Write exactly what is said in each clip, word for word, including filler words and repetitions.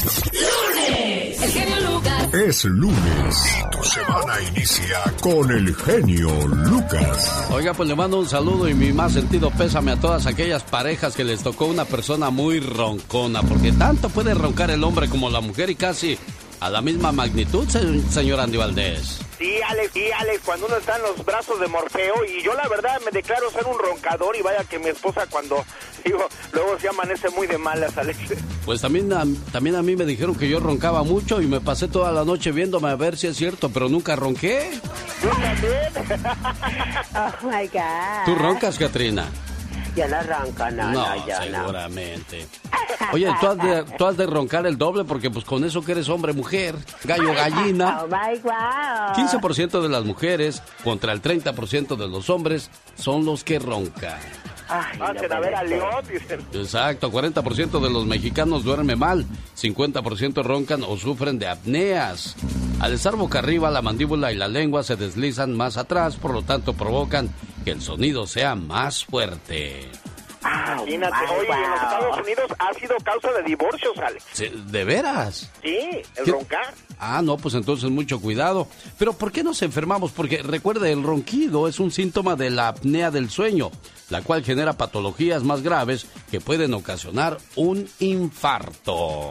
¡Lunes! El genio Lucas. Es lunes y tu semana inicia con el genio Lucas. Oiga, pues le mando un saludo y mi más sentido pésame a todas aquellas parejas que les tocó una persona muy roncona, porque tanto puede roncar el hombre como la mujer y casi a la misma magnitud, señor Andy Valdés. Sí, Alex, sí, Alex, cuando uno está en los brazos de Morfeo, y yo la verdad me declaro ser un roncador, y vaya que mi esposa cuando, digo, luego se amanece muy de malas, Alex. Pues también a, también a mí me dijeron que yo roncaba mucho y me pasé toda la noche viéndome a ver si es cierto, pero nunca ronqué. ¿Yo también? Oh, my God. ¿Tú roncas, Katrina? Yo no ronco, no, no, no yo seguramente. No. Oye, ¿tú has, de, tú has de roncar el doble porque pues con eso que eres hombre, mujer, gallo, gallina. Oh my God. quince por ciento de las mujeres contra el treinta por ciento de los hombres son los que roncan. Ay, no a ver a León, dicen. Exacto, cuarenta por ciento de los mexicanos duermen mal, cincuenta por ciento roncan o sufren de apneas. Al estar boca arriba, la mandíbula y la lengua se deslizan más atrás, por lo tanto provocan que el sonido sea más fuerte. Imagínate, oye, en los Estados Unidos ha sido causa de divorcios, Alex. ¿De veras? Sí, el ¿Qué? roncar. Ah, no, pues entonces mucho cuidado. Pero ¿por qué nos enfermamos? Porque recuerde, el ronquido es un síntoma de la apnea del sueño, la cual genera patologías más graves que pueden ocasionar un infarto.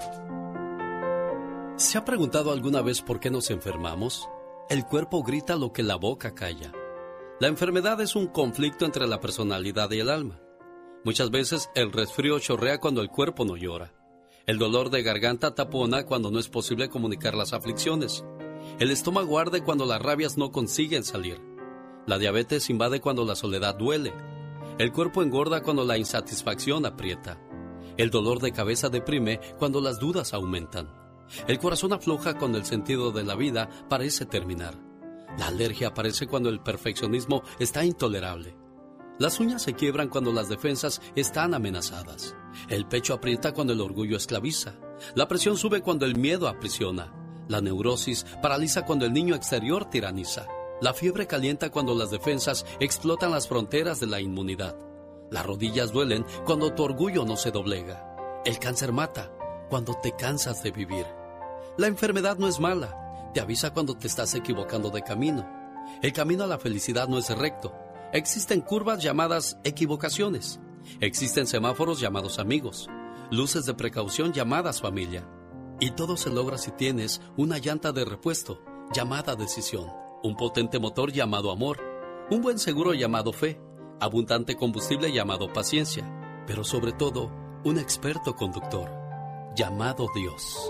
¿Se ha preguntado alguna vez por qué nos enfermamos? El cuerpo grita lo que la boca calla. La enfermedad es un conflicto entre la personalidad y el alma. Muchas veces el resfrío chorrea cuando el cuerpo no llora. El dolor de garganta tapona cuando no es posible comunicar las aflicciones. El estómago arde cuando las rabias no consiguen salir. La diabetes invade cuando la soledad duele. El cuerpo engorda cuando la insatisfacción aprieta. El dolor de cabeza deprime cuando las dudas aumentan. El corazón afloja cuando el sentido de la vida parece terminar. La alergia aparece cuando el perfeccionismo está intolerable. Las uñas se quiebran cuando las defensas están amenazadas. El pecho aprieta cuando el orgullo esclaviza. La presión sube cuando el miedo aprisiona. La neurosis paraliza cuando el niño exterior tiraniza. La fiebre calienta cuando las defensas explotan las fronteras de la inmunidad. Las rodillas duelen cuando tu orgullo no se doblega. El cáncer mata cuando te cansas de vivir. La enfermedad no es mala, te avisa cuando te estás equivocando de camino. El camino a la felicidad no es recto. Existen curvas llamadas equivocaciones. Existen semáforos llamados amigos. Luces de precaución llamadas familia. Y todo se logra si tienes una llanta de repuesto llamada decisión. Un potente motor llamado amor. Un buen seguro llamado fe. Abundante combustible llamado paciencia. Pero sobre todo, un experto conductor llamado Dios.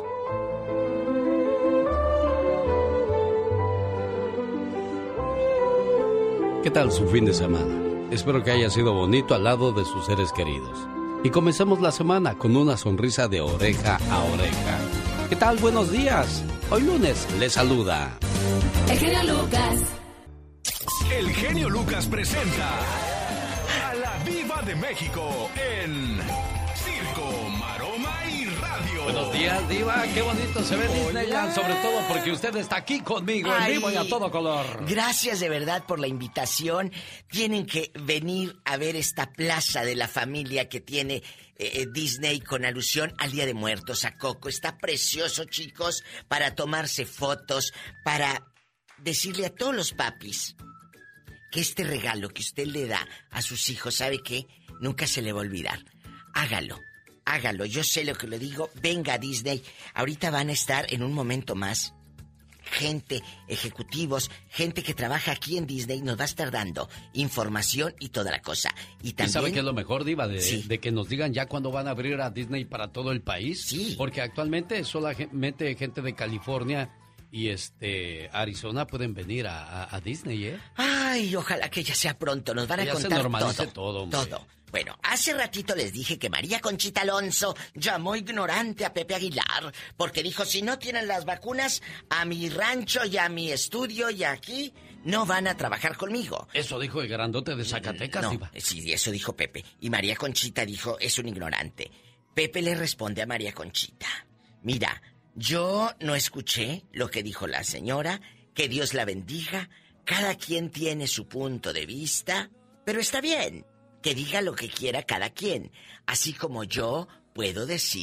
¿Qué tal su fin de semana? Espero que haya sido bonito al lado de sus seres queridos. Y comencemos la semana con una sonrisa de oreja a oreja. ¿Qué tal? Buenos días. Hoy lunes les saluda el genio Lucas. El genio Lucas presenta a la Diva de México en Circo, Maroma y Radio. Buenos días, Diva. Qué bonito se ve Disneyland, sobre todo porque usted está aquí conmigo en vivo y a todo color. Gracias de verdad por la invitación. Tienen que venir a ver esta plaza de la familia que tiene eh, Disney con alusión al Día de Muertos, a Coco. Está precioso, chicos, para tomarse fotos, para decirle a todos los papis que este regalo que usted le da a sus hijos, ¿sabe qué? Nunca se le va a olvidar. Hágalo. Hágalo, yo sé lo que le digo. Venga a Disney. Ahorita van a estar en un momento más gente, ejecutivos, gente que trabaja aquí en Disney, nos va a estar dando información y toda la cosa. Y también... ¿Y sabe qué es lo mejor, Diva? De, sí. de que nos digan ya cuándo van a abrir a Disney para todo el país. Sí. Porque actualmente solamente gente de California y este Arizona pueden venir a, a, a Disney, ¿eh? Ay, ojalá que ya sea pronto. Nos van a ya contar se normalice todo. todo, hombre. Todo. Bueno, hace ratito les dije que María Conchita Alonso llamó ignorante a Pepe Aguilar porque dijo, si no tienen las vacunas, a mi rancho y a mi estudio y aquí no van a trabajar conmigo. Eso dijo el grandote de Zacatecas, no, Diva. Sí, eso dijo Pepe. Y María Conchita dijo, es un ignorante. Pepe le responde a María Conchita, mira, yo no escuché lo que dijo la señora, que Dios la bendiga, cada quien tiene su punto de vista, pero está bien. Que diga lo que quiera cada quien, así como yo puedo decir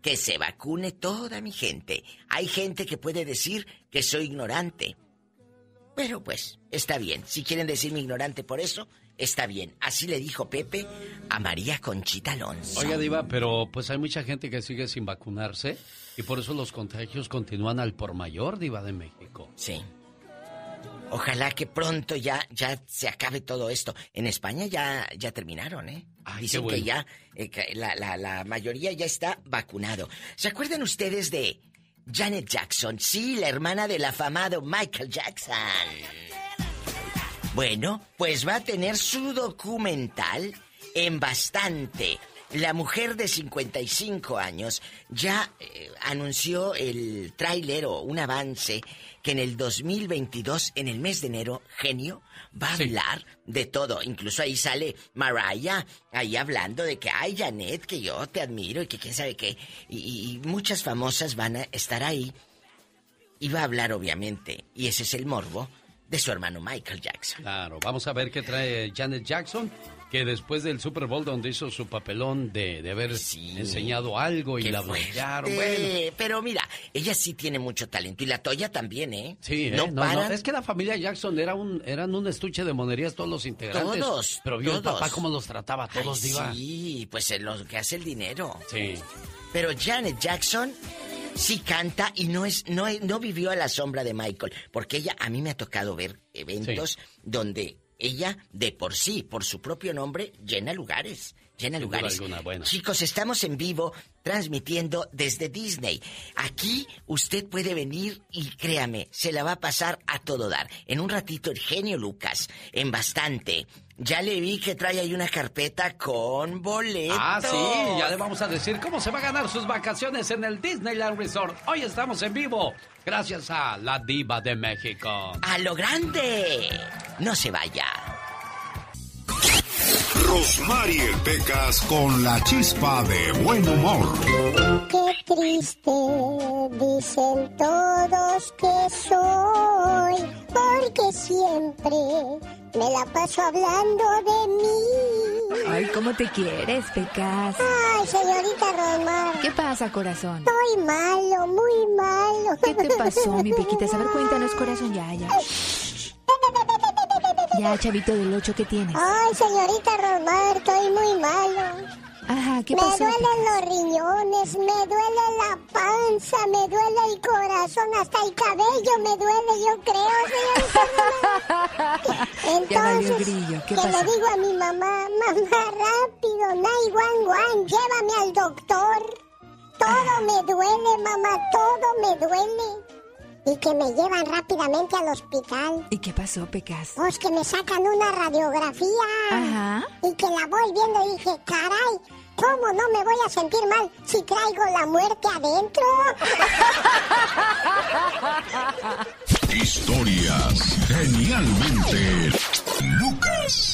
que se vacune toda mi gente. Hay gente que puede decir que soy ignorante. Pero pues, está bien. Si quieren decirme ignorante por eso, está bien. Así le dijo Pepe a María Conchita Alonso. Oiga, Diva, pero pues hay mucha gente que sigue sin vacunarse y por eso los contagios continúan al por mayor, Diva de México. Sí. Ojalá que pronto ya, ya se acabe todo esto. En España ya, ya terminaron, ¿eh? Ay, Dicen qué bueno. que ya eh, que la, la, la mayoría ya está vacunado. ¿Se acuerdan ustedes de Janet Jackson? Sí, la hermana del afamado Michael Jackson. Bueno, pues va a tener su documental en Bastante. La mujer de cincuenta y cinco años ya eh, anunció el tráiler o un avance que en el dos mil veintidós, en el mes de enero, genio, va a Sí. hablar de todo. Incluso ahí sale Mariah, ahí hablando de que, ay, Janet, que yo te admiro y que quién sabe qué. Y, y muchas famosas van a estar ahí. Y va a hablar, obviamente, y ese es el morbo de su hermano Michael Jackson. Claro, vamos a ver qué trae Janet Jackson, que después del Super Bowl donde hizo su papelón de, de haber Sí. enseñado algo y ¡Qué la fuerte! bloquearon, bueno. Pero mira, ella sí tiene mucho talento. Y la Toya también, ¿eh? Sí, ¿eh? No, No, paran. no, es que la familia Jackson era un, eran un estuche de monerías todos los integrantes. Todos, Pero vio el todos. papá cómo los trataba a todos, Ay, Diva. sí, pues en lo que hace el dinero. Sí. Pero Janet Jackson sí canta y no es no no vivió a la sombra de Michael, porque ella, a mí me ha tocado ver eventos Sí. donde ella de por sí, por su propio nombre, llena lugares, llena Sin duda lugares. alguna, bueno. Chicos, estamos en vivo transmitiendo desde Disney. Aquí usted puede venir y créame, se la va a pasar a todo dar. En un ratito el genio Lucas, en Bastante. Ya le vi que trae ahí una carpeta con boletos. Ah, sí, ya le vamos a decir cómo se va a ganar sus vacaciones en el Disneyland Resort. Hoy estamos en vivo, gracias a la Diva de México. ¡A lo grande! No se vaya. Rosmarie Pecas con la chispa de buen humor. Qué triste, dicen todos que soy, porque siempre me la paso hablando de mí. Ay, ¿cómo te quieres, Pecas? Ay, señorita Rosmar. ¿Qué pasa, corazón? Estoy malo, muy malo. ¿Qué te pasó, mi Pequitas? A ver, cuéntanos, corazón, ya, ya. Ya, chavito del ocho, ¿qué tienes? Ay, señorita Rosmar, estoy muy malo. Ajá, ¿qué Me pasó, duelen Pecas? los riñones, me duele la panza, me duele el corazón, hasta el cabello me duele, yo creo, señorita. Ya valió Entonces, grillo, ¿qué que pasó? le digo a mi mamá, mamá, rápido, nueve once, llévame al doctor. Todo me duele, mamá, todo me duele. Y que me llevan rápidamente al hospital. ¿Y qué pasó, Pecas? Pues que me sacan una radiografía. Ajá. Y que la voy viendo y dije, caray, ¿cómo no me voy a sentir mal si traigo la muerte adentro? Historias genialmente Lucas.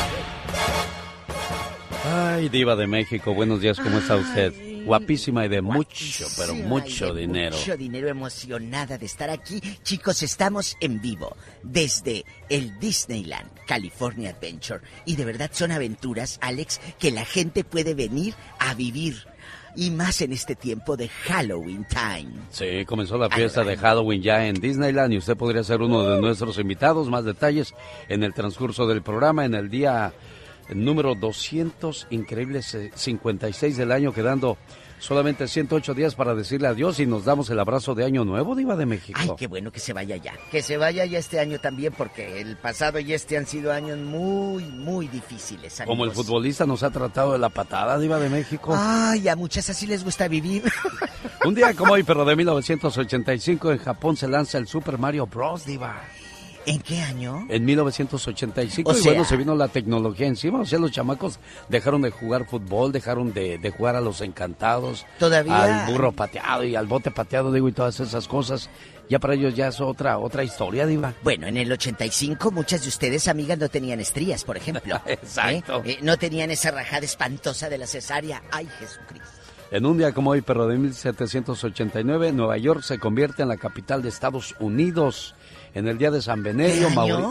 Ay, Diva de México, buenos días, ¿cómo está usted? Guapísima y de mucho, pero Guapísima mucho y de dinero. Mucho dinero, emocionada de estar aquí. Chicos, estamos en vivo desde el Disneyland California Adventure. Y de verdad son aventuras, Alex, que la gente puede venir a vivir. Y más en este tiempo de Halloween time. Sí, comenzó la fiesta de Halloween ya en Disneyland y usted podría ser uno de nuestros invitados. Más detalles en el transcurso del programa, en el día número doscientos increíbles cincuenta y seis del año, quedando solamente ciento ocho días para decirle adiós y nos damos el abrazo de Año Nuevo, Diva de México. Ay, qué bueno que se vaya ya. Que se vaya ya este año también, porque el pasado y este han sido años muy, muy difíciles, amigos. Como el futbolista nos ha tratado de la patada, Diva de México. Ay, a muchas así les gusta vivir. Un día como hoy, pero de mil novecientos ochenta y cinco, en Japón se lanza el Super Mario Bros, Diva. ¿En qué año? En mil novecientos ochenta y cinco, O y sea- bueno, se vino la tecnología encima, o sea, los chamacos dejaron de jugar fútbol, dejaron de, de jugar a los encantados, Todavía- al burro pateado y al bote pateado, digo, y todas esas cosas. Ya para ellos ya es otra otra historia, Diva. Bueno, en el ochenta y cinco muchas de ustedes, amigas, no tenían estrías, por ejemplo. Exacto. ¿Eh? Eh, no tenían esa rajada espantosa de la cesárea. Ay, Jesucristo. En un día como hoy, pero de mil setecientos ochenta y nueve, Nueva York se convierte en la capital de Estados Unidos. En el día de San Benedicto, ¿Qué año? Mauri-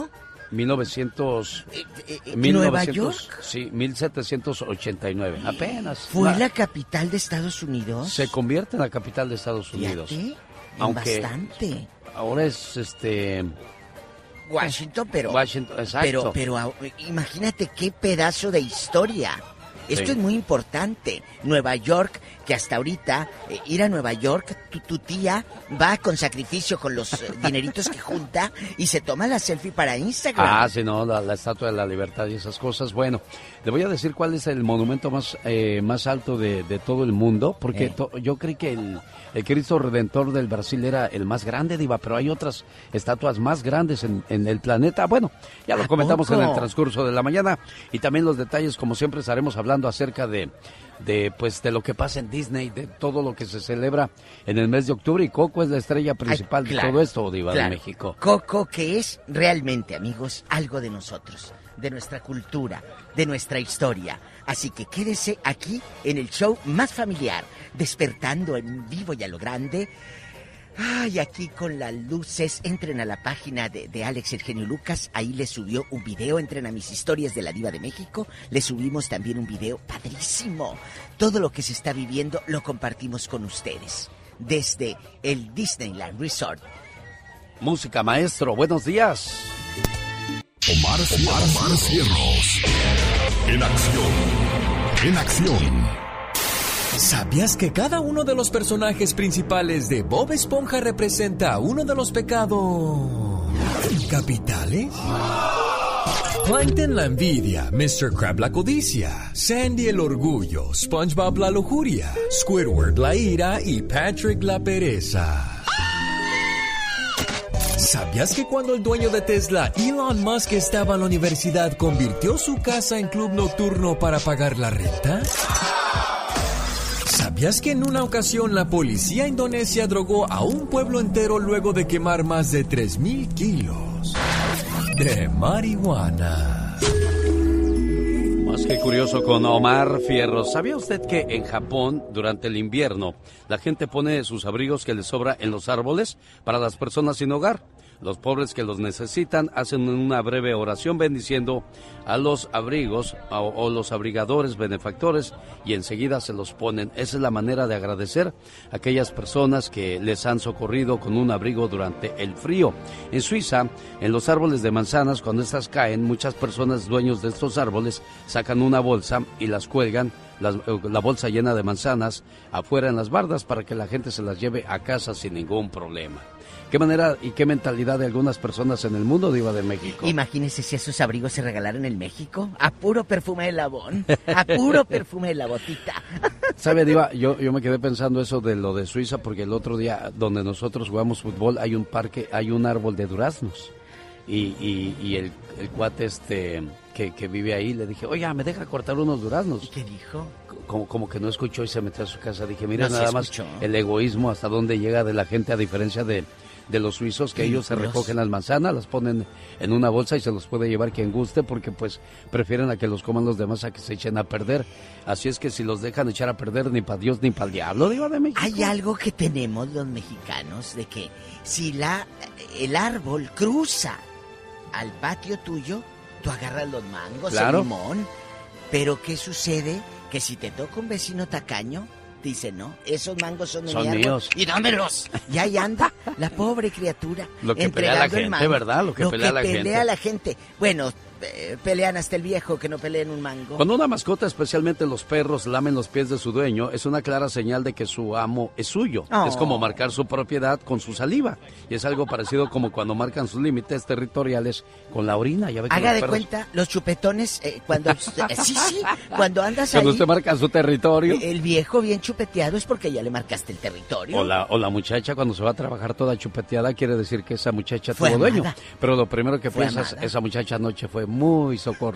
mil novecientos... Eh, eh, eh, mil ¿Nueva novecientos, York? Sí, mil setecientos ochenta y nueve, apenas. ¿Fue la, la capital de Estados Unidos? Se convierte en la capital de Estados Unidos. Fíjate, aunque bastante. Ahora es este... Washington, pero... Washington, exacto. Pero, pero imagínate qué pedazo de historia. Esto Sí. es muy importante. Nueva York, que hasta ahorita, eh, ir a Nueva York, tu, tu tía va con sacrificio con los eh, dineritos que junta y se toma la selfie para Instagram. Ah, sí, no, la, la Estatua de la Libertad y esas cosas. Bueno, le voy a decir cuál es el monumento más eh, más alto de, de todo el mundo, porque Eh. to, yo creí que el, el Cristo Redentor del Brasil era el más grande, Diva, pero hay otras estatuas más grandes en, en el planeta. Bueno, ya lo ¿A comentamos poco? en el transcurso de la mañana y también los detalles, como siempre, estaremos hablando acerca de, de pues de lo que pasa en Disney, de todo lo que se celebra en el mes de octubre, y Coco es la estrella principal Ay, claro, de todo esto, Diva, claro. de México. Coco, que es realmente, amigos, algo de nosotros, de nuestra cultura, de nuestra historia. Así que quédese aquí en el show más familiar, despertando en vivo y a lo grande. Ay, aquí con las luces, entren a la página de, de Alex el Genio Lucas, ahí les subió un video, entren a mis historias de la Diva de México, les subimos también un video padrísimo. Todo lo que se está viviendo lo compartimos con ustedes, desde el Disneyland Resort. Música, maestro, buenos días. Omar, Omar, Omar Cierros. En acción. En acción. ¿Sabías que cada uno de los personajes principales de Bob Esponja representa uno de los pecados capitales? Plankton la envidia, mister Crab la codicia, Sandy el orgullo, SpongeBob la lujuria, Squidward la ira y Patrick la pereza. ¿Sabías que cuando el dueño de Tesla, Elon Musk, estaba en la universidad, convirtió su casa en club nocturno para pagar la renta? ¿Sabías que en una ocasión la policía indonesia drogó a un pueblo entero luego de quemar más de tres mil kilos de marihuana? Más que curioso con Omar Fierros. ¿Sabía usted que en Japón, durante el invierno, la gente pone sus abrigos que les sobra en los árboles para las personas sin hogar? Los pobres que los necesitan hacen una breve oración bendiciendo a los abrigos o, o los abrigadores benefactores y enseguida se los ponen. Esa es la manera de agradecer a aquellas personas que les han socorrido con un abrigo durante el frío. En Suiza, en los árboles de manzanas, cuando estas caen, muchas personas dueños de estos árboles sacan una bolsa y las cuelgan, las, la bolsa llena de manzanas, afuera en las bardas para que la gente se las lleve a casa sin ningún problema. ¿Qué manera y qué mentalidad de algunas personas en el mundo, Diva de México? Imagínese si esos abrigos se regalaran en México, a puro perfume de labón, a puro perfume de la botita. ¿Sabe, Diva? Yo, yo me quedé pensando eso de lo de Suiza, porque el otro día, donde nosotros jugamos fútbol, hay un parque, hay un árbol de duraznos. Y, y, y el, el cuate este que, que vive ahí, le dije, oiga, ¿me deja cortar unos duraznos? ¿Y qué dijo? Como, como que no escuchó y se metió a su casa. Dije, mira, No, nada sí más escuchó. el egoísmo hasta dónde llega de la gente, a diferencia de, de los suizos, que Sí, ellos se los- recogen las manzanas, las ponen en una bolsa y se los puede llevar quien guste, porque pues prefieren a que los coman los demás a que se echen a perder. Así es que si los dejan echar a perder, ni para Dios ni para el diablo, Diva de México. Hay algo que tenemos los mexicanos de que si la el árbol cruza al patio tuyo, tú agarras los mangos, Claro. el limón. Pero ¿qué sucede? Que si te toca un vecino tacaño, dice, no, esos mangos son de Son mi árbol míos. y dámelos. Y ahí anda la pobre criatura Lo que pelea entregando la el gente, mango. ¿verdad? Lo que pelea la gente. pelea la gente. Bueno, eh, pelean hasta el viejo que no peleen un mango. Cuando una mascota, especialmente los perros, lamen los pies de su dueño, es una clara señal de que su amo es suyo. Oh. Es como marcar su propiedad con su saliva. Y es algo parecido como cuando marcan sus límites territoriales con la orina. Ya ve que Haga los de perros- cuenta, los chupetones, eh, cuando... eh, sí, sí, cuando andas Cuando ahí... usted marca su territorio. eh, El viejo bien chupeteado es porque ya le marcaste el territorio. O la, o la muchacha cuando se va a trabajar toda chupeteada, quiere decir que esa muchacha Fue tuvo dueño. amada. Pero lo primero que Fue piensas, amada. esa muchacha anoche fue muy socorrida.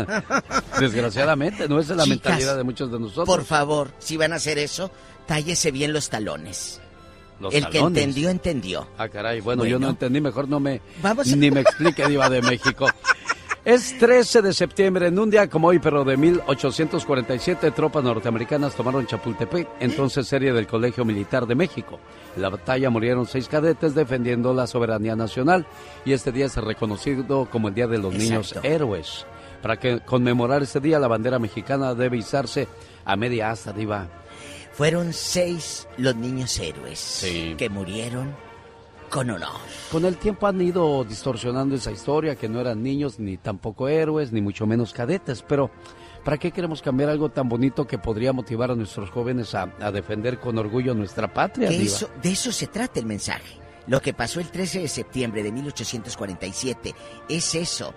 Desgraciadamente, no esa es la Chicas, mentalidad de muchos de nosotros. Por favor, si van a hacer eso, tállese bien los talones. Los el que talones. entendió, entendió. Ah, caray, bueno, Bueno. yo no entendí, mejor no me... Vamos a- Ni me explique, Diva de México. Es trece de septiembre, en un día como hoy, pero de mil ochocientos cuarenta y siete, tropas norteamericanas tomaron Chapultepec, entonces sede del Colegio Militar de México. En la batalla murieron seis cadetes defendiendo la soberanía nacional y este día es reconocido como el Día de los Exacto. Niños Héroes. Para que conmemorar este día, la bandera mexicana debe izarse a media asta, Diva. Fueron seis los niños héroes sí. que murieron con honor. Con el tiempo han ido distorsionando esa historia, que no eran niños, ni tampoco héroes, ni mucho menos cadetes. Pero, ¿para qué queremos cambiar algo tan bonito que podría motivar a nuestros jóvenes a, a defender con orgullo nuestra patria, de Diva? eso, de eso se trata el mensaje. Lo que pasó el trece de septiembre de mil ochocientos cuarenta y siete es eso.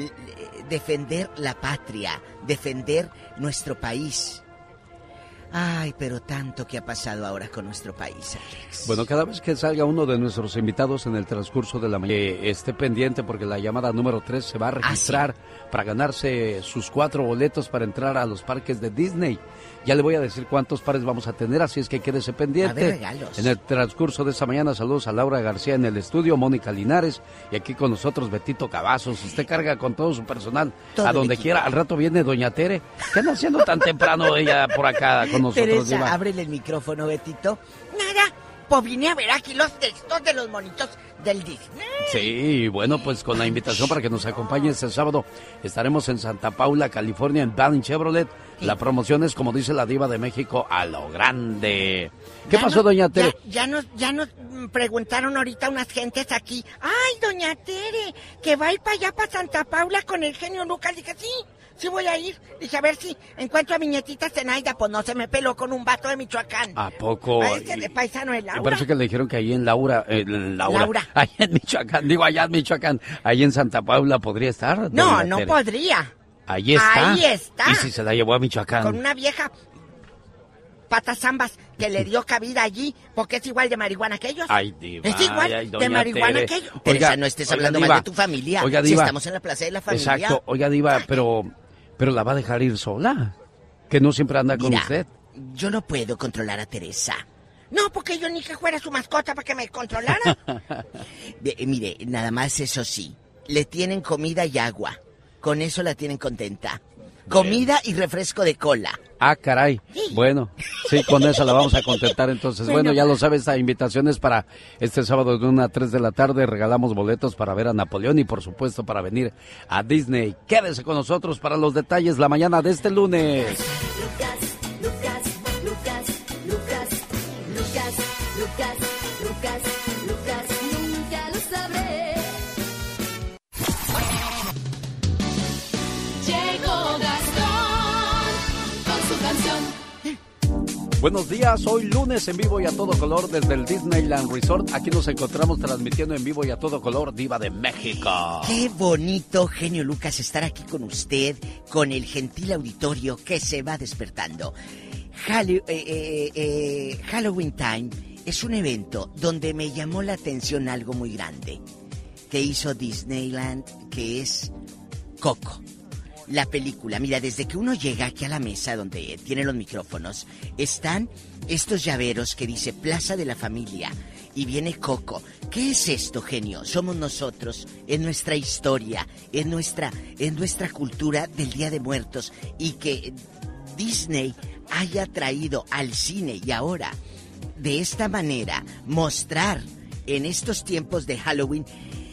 Defender la patria, defender nuestro país. Ay, pero tanto que ha pasado ahora con nuestro país, Alex. Bueno, cada vez que salga uno de nuestros invitados en el transcurso de la mañana, eh, esté pendiente porque la llamada número tres se va a registrar ¿Ah, sí? para ganarse sus cuatro boletos para entrar a los parques de Disney. Ya le voy a decir cuántos pares vamos a tener, así es que quédese pendiente. A ver, regalos. En el transcurso de esta mañana, saludos a Laura García en el estudio, Mónica Linares y aquí con nosotros Betito Cavazos. Usted carga con todo su personal todo a donde quiera. Al rato viene Doña Tere. ¿Qué anda haciendo tan temprano ella por acá con nosotros? Teresa, Diva? ábrele el micrófono, Betito. Nada, pues vine a ver aquí los textos de los monitos del Disney. Sí, bueno, pues con la invitación para que nos acompañe este sábado. Estaremos en Santa Paula, California, en Van Chevrolet. Sí. La promoción es, como dice la Diva de México, a lo grande. ¿Qué ya pasó, nos, Doña Tere? Ya, ya, nos, ya nos preguntaron ahorita unas gentes aquí. Ay, Doña Tere, que va a ir para allá, para Santa Paula con el genio Lucas. Dije, sí, sí voy a ir. Dije, a ver si encuentro a mi nietita Zenaida. Pues no, se me peló con un vato de Michoacán. ¿A poco? Parece de paisano de Laura. Me parece que le dijeron que ahí en Laura, eh, Laura, Laura. allá en Michoacán, digo allá en Michoacán, ahí en Santa Paula podría estar. No, no Tere. podría. Ahí está. Ahí está. ¿Y si se la llevó a Michoacán? Con una vieja patasambas que le dio cabida allí, porque es igual de marihuana que ellos. Ay, Diva. Es igual ay, de marihuana Tere. que ellos. Oiga, Teresa, no estés oiga, hablando Diva. mal de tu familia. Oiga, si Diva. estamos en la plaza de la familia. Exacto. Oiga, Diva, pero, pero la va a dejar ir sola. Que no siempre anda con Mira, usted. Yo no puedo controlar a Teresa. No, porque yo ni que fuera su mascota para que me controlara. de, mire, nada más eso sí. Le tienen comida y agua. Con eso la tienen contenta. Comida y refresco de cola. Ah, caray. Sí. Bueno, sí, con eso la vamos a contentar entonces. Bueno, bueno ya lo sabes, esta invitación es para este sábado de una a tres de la tarde. Regalamos boletos para ver a Napoleón y por supuesto para venir a Disney. Quédese con nosotros para los detalles la mañana de este lunes. Lucas, Lucas, Lucas, Lucas, Lucas, Lucas, Lucas, Lucas, nunca lo sabré. Llegó Gastón con su canción. Buenos días, hoy lunes en vivo y a todo color desde el Disneyland Resort. Aquí nos encontramos transmitiendo en vivo y a todo color, Diva de México. Qué bonito, genio Lucas, estar aquí con usted, con el gentil auditorio que se va despertando. Hall- eh, eh, eh, Halloween Time es un evento donde me llamó la atención algo muy grande que hizo Disneyland, que es Coco. La película, mira, desde que uno llega aquí a la mesa donde tiene los micrófonos, están estos llaveros que dice Plaza de la Familia y viene Coco. ¿Qué es esto, genio? Somos nosotros, en nuestra historia, en nuestra, en nuestra cultura del Día de Muertos, y que Disney haya traído al cine y ahora, de esta manera, mostrar en estos tiempos de Halloween,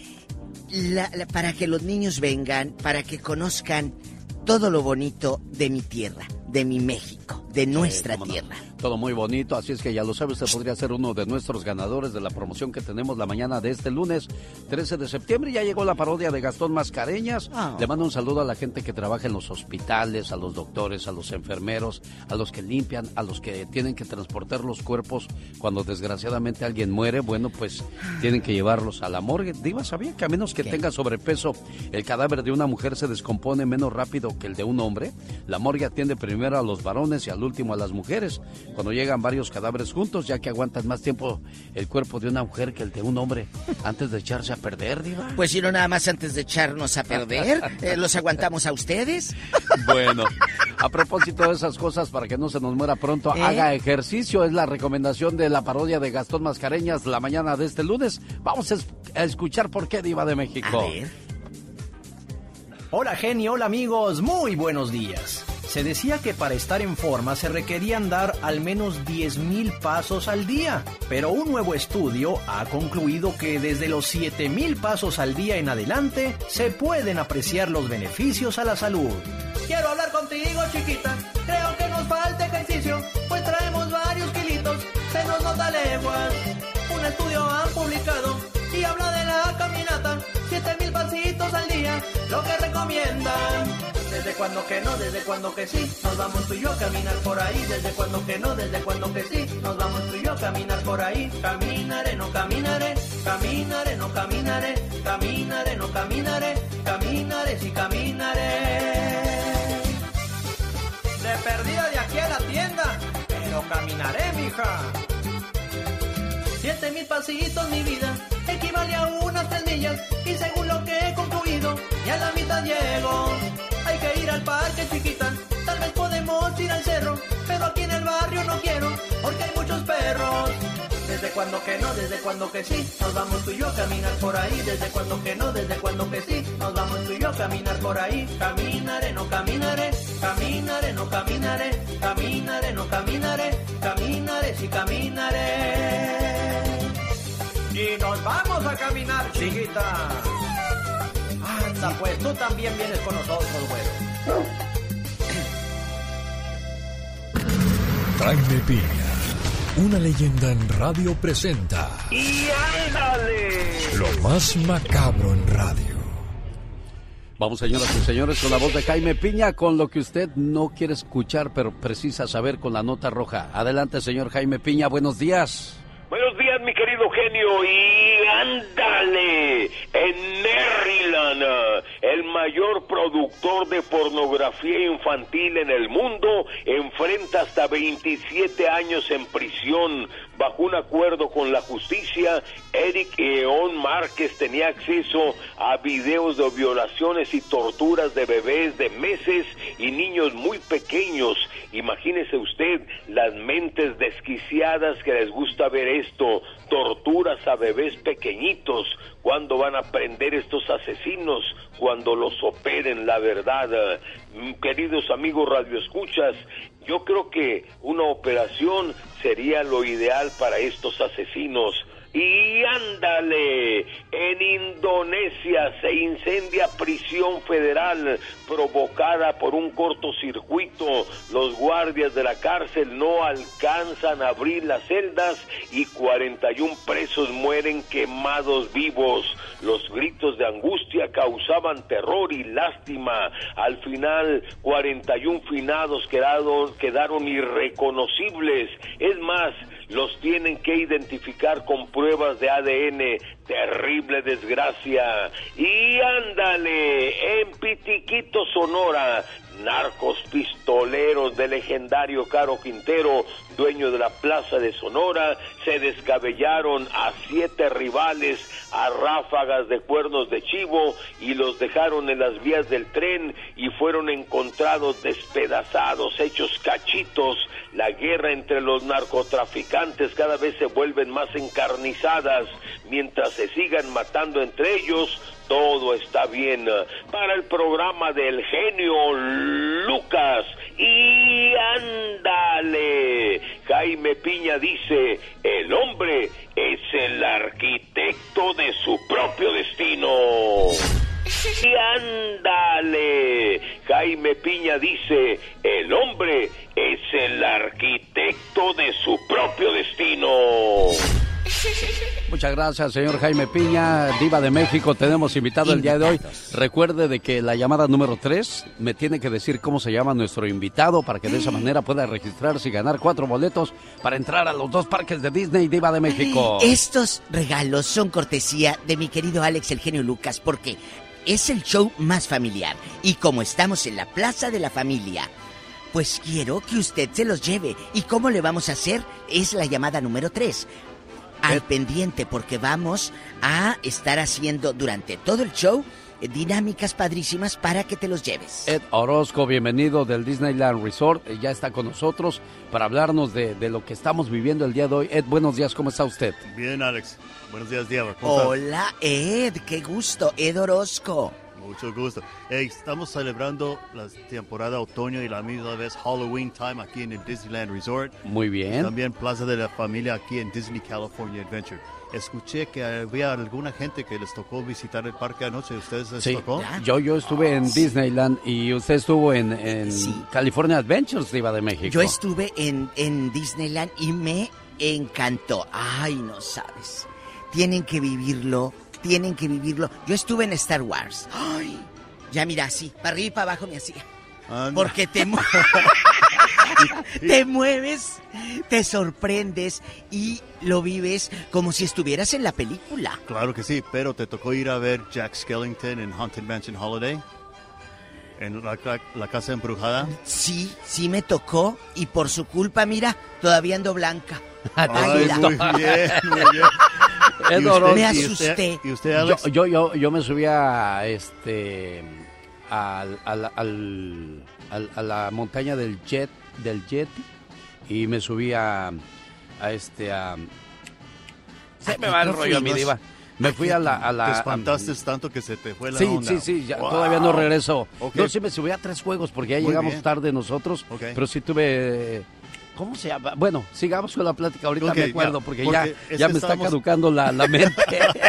La, la, para que los niños vengan, para que conozcan todo lo bonito de mi tierra, de mi México, de nuestra sí, tierra. No. Todo muy bonito, así es que ya lo sabe, usted podría ser uno de nuestros ganadores de la promoción que tenemos la mañana de este lunes trece de septiembre. Ya llegó la parodia de Gastón Mascareñas. Oh. Le mando un saludo a la gente que trabaja en los hospitales, a los doctores, a los enfermeros, a los que limpian, a los que tienen que transportar los cuerpos cuando desgraciadamente alguien muere. Bueno, pues tienen que llevarlos a la morgue. Diva, ¿sabía que a menos que ¿Qué? tenga sobrepeso, el cadáver de una mujer se descompone menos rápido que el de un hombre? La morgue atiende primero a los varones y al último a las mujeres. Cuando llegan varios cadáveres juntos, ya que aguantan más tiempo el cuerpo de una mujer que el de un hombre antes de echarse a perder, Diva. Pues si no, nada más antes de echarnos a perder, eh, ¿los aguantamos a ustedes? Bueno, a propósito de esas cosas, para que no se nos muera pronto, ¿Eh? haga ejercicio, es la recomendación de la parodia de Gastón Mascareñas la mañana de este lunes. Vamos a, es- a escuchar por qué, Diva de México. A ver. Hola genio, hola amigos, muy buenos días. Se decía que para estar en forma se requerían dar al menos diez mil pasos al día, pero un nuevo estudio ha concluido que desde los siete mil pasos al día en adelante se pueden apreciar los beneficios a la salud. Quiero hablar contigo, chiquita, creo que nos falta ejercicio, pues traemos varios kilitos, se nos nota leguas. Un estudio han publicado y habla de la caminata, siete mil pasitos al día, lo que recomiendan. Desde cuando que no, desde cuando que sí, nos vamos tú y yo a caminar por ahí. Desde cuando que no, desde cuando que sí, nos vamos tú y yo a caminar por ahí. Caminaré, no caminaré, caminaré, no caminaré, caminaré, no caminaré, caminaré, sí caminaré. De perdida de aquí a la tienda, pero caminaré, mija. Siete mil pasitos, mi vida, equivale a unas tres millas. Y según lo que he concluido, ya a la mitad llego. Hay que ir al parque, chiquita, tal vez podemos ir al cerro, pero aquí en el barrio no quiero, porque hay muchos perros. Desde cuando que no, desde cuando que sí, nos vamos tú y yo a caminar por ahí. Desde cuando que no, desde cuando que sí, nos vamos tú y yo a caminar por ahí. Caminaré, no caminaré, caminaré, no caminaré, caminaré, no caminaré, caminaré, sí caminaré. Y nos vamos a caminar, chiquita. Anda, pues tú también vienes con nosotros, güero. Jaime Piña, una leyenda en radio presenta. ¡Y ándale! Lo más macabro en radio. Vamos, señoras y señores, con la voz de Jaime Piña, con lo que usted no quiere escuchar, pero precisa saber con la nota roja. Adelante, señor Jaime Piña, buenos días. Buenos días, mi querido genio, y ándale, en Maryland, el mayor productor de pornografía infantil en el mundo enfrenta hasta veintisiete años en prisión. Bajo un acuerdo con la justicia, Eric Eon Márquez tenía acceso a videos de violaciones y torturas de bebés de meses y niños muy pequeños. Imagínese usted las mentes desquiciadas que les gusta ver esto, torturas a bebés pequeñitos. ¿Cuándo van a prender estos asesinos? Cuando los operen, la verdad. Queridos amigos radioescuchas, yo creo que una operación sería lo ideal para estos asesinos. Y ándale, en Indonesia se incendia prisión federal provocada por un cortocircuito. Los guardias de la cárcel no alcanzan a abrir las celdas y cuarenta y un presos mueren quemados vivos. Los gritos de angustia causaban terror y lástima. Al final, cuarenta y un finados quedaron, quedaron irreconocibles. Es más, los tienen que identificar con pruebas de A D N. Terrible desgracia. Y ándale, en Pitiquito, Sonora, narcos pistoleros del legendario Caro Quintero, dueño de la Plaza de Sonora, se descabellaron a siete rivales a ráfagas de cuernos de chivo y los dejaron en las vías del tren y fueron encontrados despedazados, hechos cachitos. La guerra entre los narcotraficantes cada vez se vuelven más encarnizadas. Mientras se sigan matando entre ellos, todo está bien. Para el programa del genio Lucas, y ándale, Jaime Piña dice, el hombre es el arquitecto de su propio destino. Y ándale, Jaime Piña dice, el hombre es el arquitecto de su propio destino. Muchas gracias, señor Jaime Piña, Diva de México. Tenemos invitado el día de hoy. Recuerde de que la llamada número tres me tiene que decir cómo se llama nuestro invitado para que de esa manera pueda registrarse y ganar cuatro boletos para entrar a los dos parques de Disney, Diva de México. Estos regalos son cortesía de mi querido Alex, el genio Lucas, porque es el show más familiar. Y como estamos en la Plaza de la Familia, pues quiero que usted se los lleve. ¿Y cómo le vamos a hacer? Es la llamada número tres. Al pendiente, porque vamos a estar haciendo durante todo el show dinámicas padrísimas para que te los lleves. Ed Orozco, bienvenido del Disneyland Resort, ya está con nosotros para hablarnos de, de lo que estamos viviendo el día de hoy. Ed, buenos días, ¿cómo está usted? Bien, Alex. Buenos días, Diego. Hola, Ed, qué gusto, Ed Orozco. Mucho gusto. Hey, estamos celebrando la temporada otoño y la misma vez Halloween time aquí en el Disneyland Resort. Muy bien. También Plaza de la Familia aquí en Disney California Adventure. Escuché que había alguna gente que les tocó visitar el parque anoche. ¿Ustedes les Sí, tocó? yo, yo estuve en Disneyland y usted estuvo en, en Sí. California Adventures, Diva de México. Yo estuve en, en Disneyland y me encantó. Ay, no sabes. Tienen que vivirlo, tienen que vivirlo. Yo estuve en Star Wars. Ay, ya mira, así, para arriba y para abajo me hacía. Anda. Porque te, mu- te mueves, te sorprendes y lo vives como si estuvieras en la película. Claro que sí, pero ¿te tocó ir a ver Jack Skellington en Haunted Mansion Holiday? ¿En la, la- la casa embrujada? Sí, sí me tocó y por su culpa, mira, todavía ando blanca. Ay, Águila. muy bien, muy bien. Es ¿Y doloroso. Me y asusté. ¿Y usted, Yo, Alex? yo, yo, yo me subí a este al, al, al, al- a la montaña del Jet del Jet y me subí a, a este a se me va el rollo, mi diva. Me fui a la a la ¿Te espantaste tanto que se te fue la Sí, onda? sí, sí, ya, Wow. todavía no regreso. Ok. Yo sí me subí a tres juegos porque ya Muy llegamos bien. tarde nosotros, Ok. pero sí tuve... ¿Cómo se llama? Bueno, sigamos con la plática, ahorita Ok, me acuerdo ya, porque, porque ya, es ya que me está estamos- caducando la, la mente.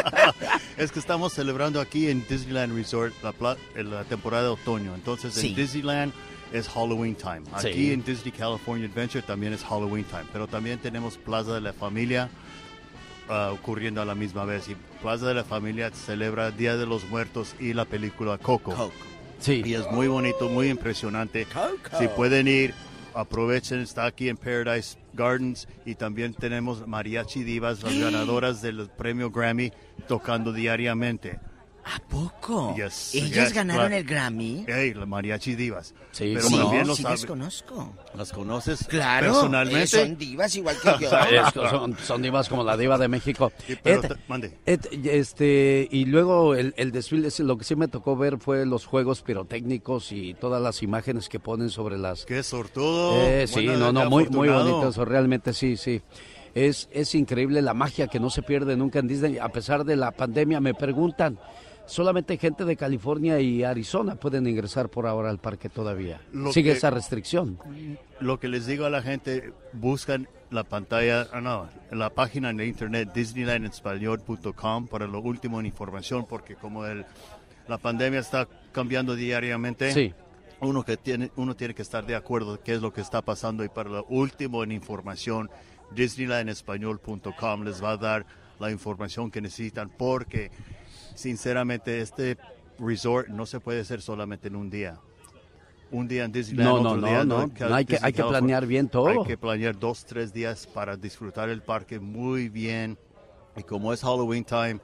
Es que estamos celebrando aquí en Disneyland Resort la, pla- en la temporada de otoño. Entonces Sí. en Disneyland es Halloween time. Aquí Sí. en Disney California Adventure también es Halloween time. Pero también tenemos Plaza de la Familia ah, ocurriendo a la misma vez. Y Plaza de la Familia celebra Día de los Muertos y la película Coco. Coco. Sí. Y es muy bonito, muy impresionante. Coco. Si pueden ir, aprovechen, está aquí en Paradise Gardens y también tenemos Mariachi Divas, las ganadoras del premio Grammy, tocando diariamente. ¿A poco? Yes, ¿Ellas yes, ganaron claro. el Grammy? Hey, las Mariachi Divas. Sí, Pero sí, también lo sí las sabe- conozco. ¿Las conoces Claro, personalmente? eh, son divas igual que yo. Es que son, son divas como la diva de México. Sí, pero Ed- te- mande. Ed, este, y luego el, el desfile, sí, lo que sí me tocó ver fue los juegos pirotécnicos y todas las imágenes que ponen sobre las... Qué sortudo. Eh, sí, Bueno, no, no, qué muy, muy afortunado. bonito eso, realmente sí, sí. Es, es increíble la magia que no se pierde nunca en Disney, a pesar de la pandemia. Me preguntan, solamente gente de California y Arizona pueden ingresar por ahora al parque todavía. Lo Sigue que- esa restricción. Lo que les digo a la gente, buscan la pantalla, ah, no, la página de internet disneyland español punto com para lo último en información, porque como el, la pandemia está cambiando diariamente, Sí. uno, que tiene, uno tiene que estar de acuerdo de qué es lo que está pasando, y para lo último en información, disneyland español punto com les va a dar la información que necesitan, porque sinceramente este resort no se puede hacer solamente en un día. Un día en Disneyland, No, no, otro no, día en no. Cal- No, hay que- Disney hay que California. planear bien todo. Hay que planear dos, tres días para disfrutar el parque muy bien. Y como es Halloween time,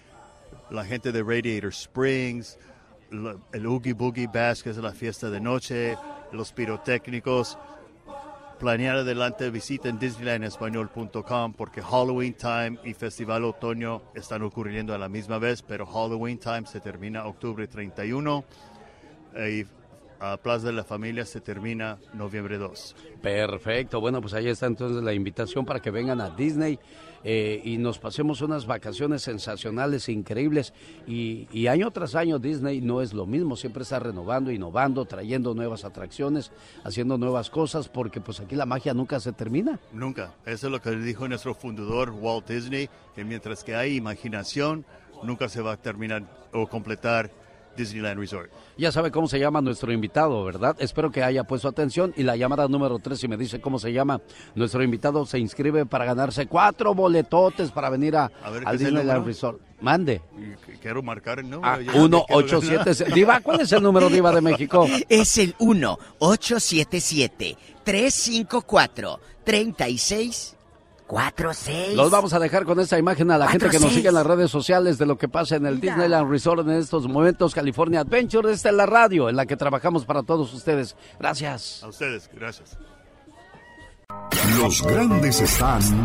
la gente de Radiator Springs, la- el Oogie Boogie Bash, que es la fiesta de noche, los pirotécnicos, planear adelante, visiten disneyland español punto com, porque Halloween Time y Festival Otoño están ocurriendo a la misma vez, pero Halloween Time se termina octubre treinta y uno eh, y a Plaza de la Familia se termina noviembre dos. Perfecto, bueno, pues ahí está entonces la invitación para que vengan a Disney eh, y nos pasemos unas vacaciones sensacionales, increíbles. Y, y año tras año Disney no es lo mismo, siempre está renovando, innovando, trayendo nuevas atracciones, haciendo nuevas cosas, porque pues aquí la magia nunca se termina. Nunca. Eso es lo que dijo nuestro fundador Walt Disney, que mientras que hay imaginación, nunca se va a terminar o completar Disneyland Resort. Ya sabe cómo se llama nuestro invitado, ¿verdad? Espero que haya puesto atención. Y la llamada número tres, si me dice cómo se llama, nuestro invitado se inscribe para ganarse cuatro boletotes para venir a, A ver, ¿qué al es el Disneyland número? Resort. Mande. Y Quiero marcar el número. Ah, ya uno me quiero ocho ganar. siete. Diva, ¿cuál es el número, Diva de México? Es el uno ocho siete siete tres cinco cuatro tres seis cuatro seis. Los vamos a dejar con esta imagen a la gente que nos sigue en las redes sociales de lo que pasa en el Mira. Disneyland Resort en estos momentos, California Adventure. Esta es la radio en la que trabajamos para todos ustedes. Gracias. A ustedes, gracias. Los grandes están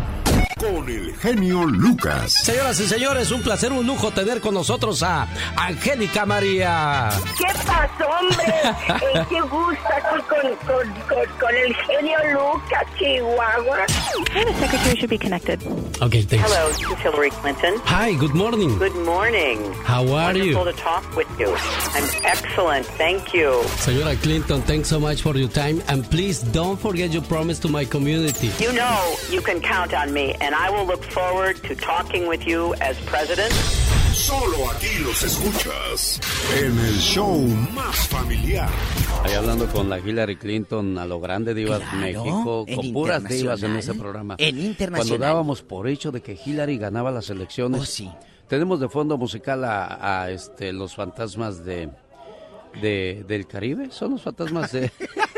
con el genio Lucas. Señoras y señores, un placer, un lujo tener con nosotros a Angélica María. ¿Qué pasó, hombre? Eh, qué gusto aquí con, con, con, con el genio Lucas, Chihuahua. The secretary should be connected. Okay, thanks. Hello, this is Hillary Clinton. Hi, good morning. Good morning. How are you? Wonderful to talk with you. I'm excellent, thank you. Señora Clinton, thanks so much for your time, and please don't forget your promise to my community. You know you can count on me, and I will look forward to talking with you as president. Solo aquí los escuchas en el show más familiar. Ahí hablando con la Hillary Clinton a lo grande, divas Claro, de México, en con puras divas en internacional. ese programa. En internacional. Cuando dábamos por hecho de que Hillary ganaba las elecciones. Oh, sí. Tenemos de fondo musical a, a, este los fantasmas de, de del Caribe. Son los fantasmas de...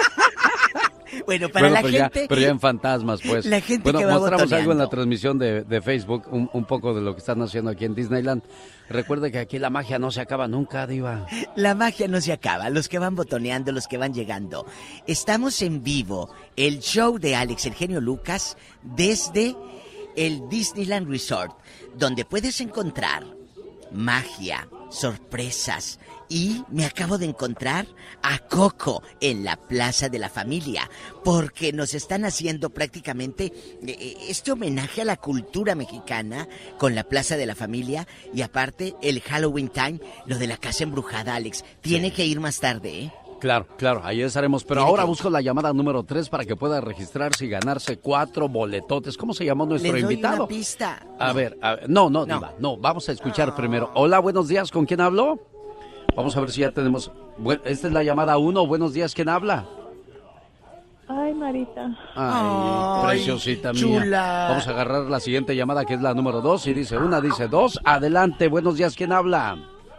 Bueno, para bueno, la pues gente... Ya, pero ya en fantasmas, pues. La gente bueno, que va mostramos botoneando. algo en la transmisión de, de Facebook, un, un poco de lo que están haciendo aquí en Disneyland. Recuerde que aquí la magia no se acaba nunca, diva. La magia no se acaba, los que van botoneando, los que van llegando. Estamos en vivo, el show de Alex, el genio Lucas, desde el Disneyland Resort, donde puedes encontrar magia, sorpresas. Y me acabo de encontrar a Coco en la Plaza de la Familia, porque nos están haciendo prácticamente eh, este homenaje a la cultura mexicana con la Plaza de la Familia y aparte el Halloween Time, lo de la casa embrujada, Alex. Tiene Sí. que ir más tarde, ¿eh? Claro, claro, ahí estaremos. Pero Tiene ahora que- busco la llamada número tres para que pueda registrarse y ganarse cuatro boletotes. ¿Cómo se llamó nuestro Les doy invitado? una pista. A ver, a ver, no, no, No. diva, no, vamos a escuchar primero. Hola, buenos días, ¿con quién hablo? Vamos a ver si ya tenemos... Bueno, esta es la llamada uno, buenos días, ¿quién habla? Ay, Marita. Ay, Ay, preciosita mía. chula. Vamos a agarrar la siguiente llamada, que es la número dos, y dice una, dice dos. Adelante, buenos días, ¿quién habla?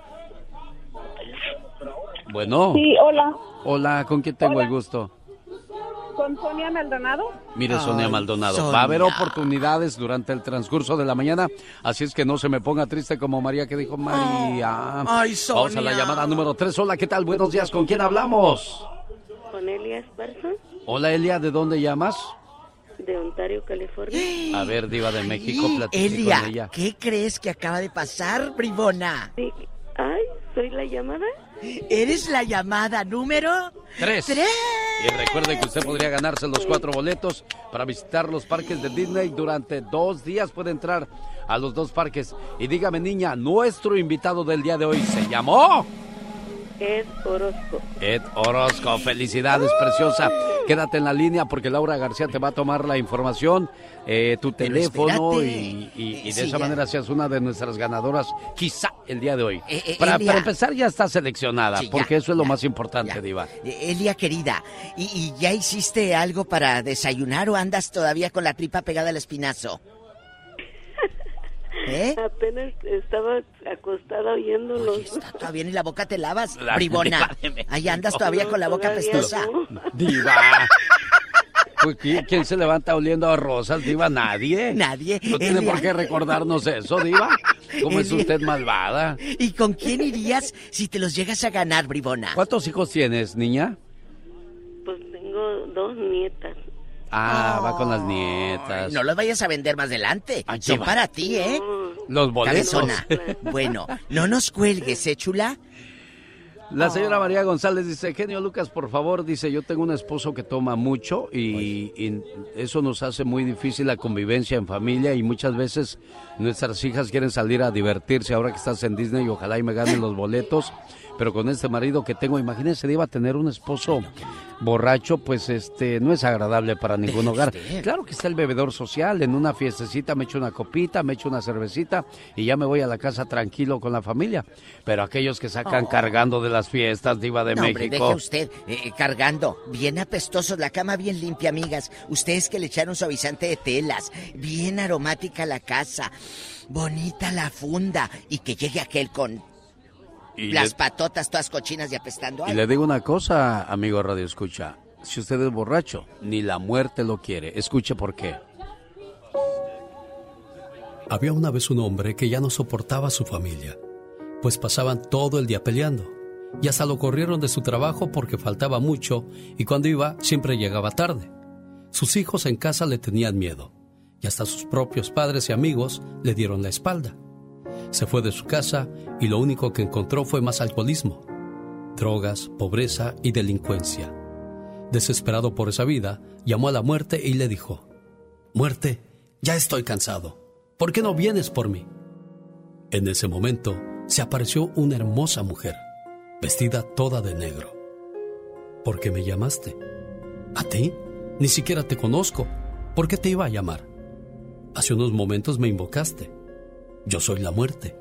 Bueno. Sí, hola. Hola, ¿con quién tengo Hola. el gusto? ¿Con Sonia Maldonado? Mire, Sonia Ay, Maldonado, Sonia. va a haber oportunidades durante el transcurso de la mañana, así es que no se me ponga triste como María que dijo María. Ay, Sonia. Vamos a la llamada número tres. Hola, ¿qué tal? Buenos días, ¿con quién hablamos? Con Elia Esparza, Hola, Elia, ¿de dónde llamas? de Ontario, California. A ver, diva de México, Y, platique Elia, con ella. ¿qué crees que acaba de pasar, bribona? Sí. Ay, ¿soy la llamada? ¿Eres la llamada número? Tres. ¡Tres! Y recuerde que usted podría ganarse los cuatro boletos para visitar los parques de Disney durante dos días. Puede entrar a los dos parques. Y dígame, niña, nuestro invitado del día de hoy se llamó... Ed Orozco. Ed Orozco, felicidades, preciosa. Quédate en la línea porque Laura García te va a tomar la información, eh, tu Pero teléfono espérate. y, y- y de Sí, esa ya. manera seas una de nuestras ganadoras, quizá el día de hoy. Eh, eh, para, Elia. para empezar ya está seleccionada, Sí, ya, porque eso es lo ya, más importante, ya. diva. Eh, Elia, querida, ¿y, y ya hiciste algo para desayunar o andas todavía con la tripa pegada al espinazo? ¿Eh? Apenas estaba acostada oyéndolos. Oye, está todavía ni la boca te lavas, La bribona. diva de México. Ahí andas todavía No, con la boca todavía pestosa. no. Diva. Pues, ¿qui- ¿quién se levanta oliendo a rosas, diva? Nadie. Nadie. No tiene Elia. por qué recordarnos eso, diva. ¿Cómo es Elia. usted malvada? ¿Y con quién irías si te los llegas a ganar, bribona? ¿Cuántos hijos tienes, niña? Pues tengo dos nietas. Ah, va con las nietas. No los vayas a vender más adelante. Ay, Son qué va. para ti, ¿eh? Los boletos. Cabezona. Bueno, no nos cuelgues, ¿eh, chula? La señora María González dice, genio Lucas, por favor, dice, yo tengo un esposo que toma mucho y, y eso nos hace muy difícil la convivencia en familia y muchas veces nuestras hijas quieren salir a divertirse ahora que estás en Disney y ojalá y me ganen los boletos, pero con este marido que tengo, imagínense, iba a tener un esposo borracho, pues este no es agradable para ningún hogar. Claro que está el bebedor social, en una fiestecita me echo una copita, me echo una cervecita y ya me voy a la casa tranquilo con la familia, pero aquellos que sacan Oh. cargando de las fiestas, diva de No, hombre, México. deje usted eh, cargando. Bien apestosos, la cama bien limpia, amigas. Ustedes que le echaron suavizante de telas. Bien aromática la casa. Bonita la funda. Y que llegue aquel con Y las le- patotas todas cochinas y apestando. Y Ay, le digo una cosa, amigo Radio Escucha. Si usted es borracho, ni la muerte lo quiere. Escuche por qué. Había una vez un hombre que ya no soportaba a su familia, pues pasaban todo el día peleando. Y hasta lo corrieron de su trabajo porque faltaba mucho y cuando iba siempre llegaba tarde. Sus hijos en casa le tenían miedo y hasta sus propios padres y amigos le dieron la espalda. Se fue de su casa y lo único que encontró fue más alcoholismo, drogas, pobreza y delincuencia. Desesperado por esa vida, llamó a la muerte y le dijo: «Muerte, ya estoy cansado. ¿Por qué no vienes por mí?». En ese momento se apareció una hermosa mujer, vestida toda de negro. «¿Por qué me llamaste?». «¿A ti? Ni siquiera te conozco. ¿Por qué te iba a llamar?». «Hace unos momentos me invocaste. Yo soy la muerte».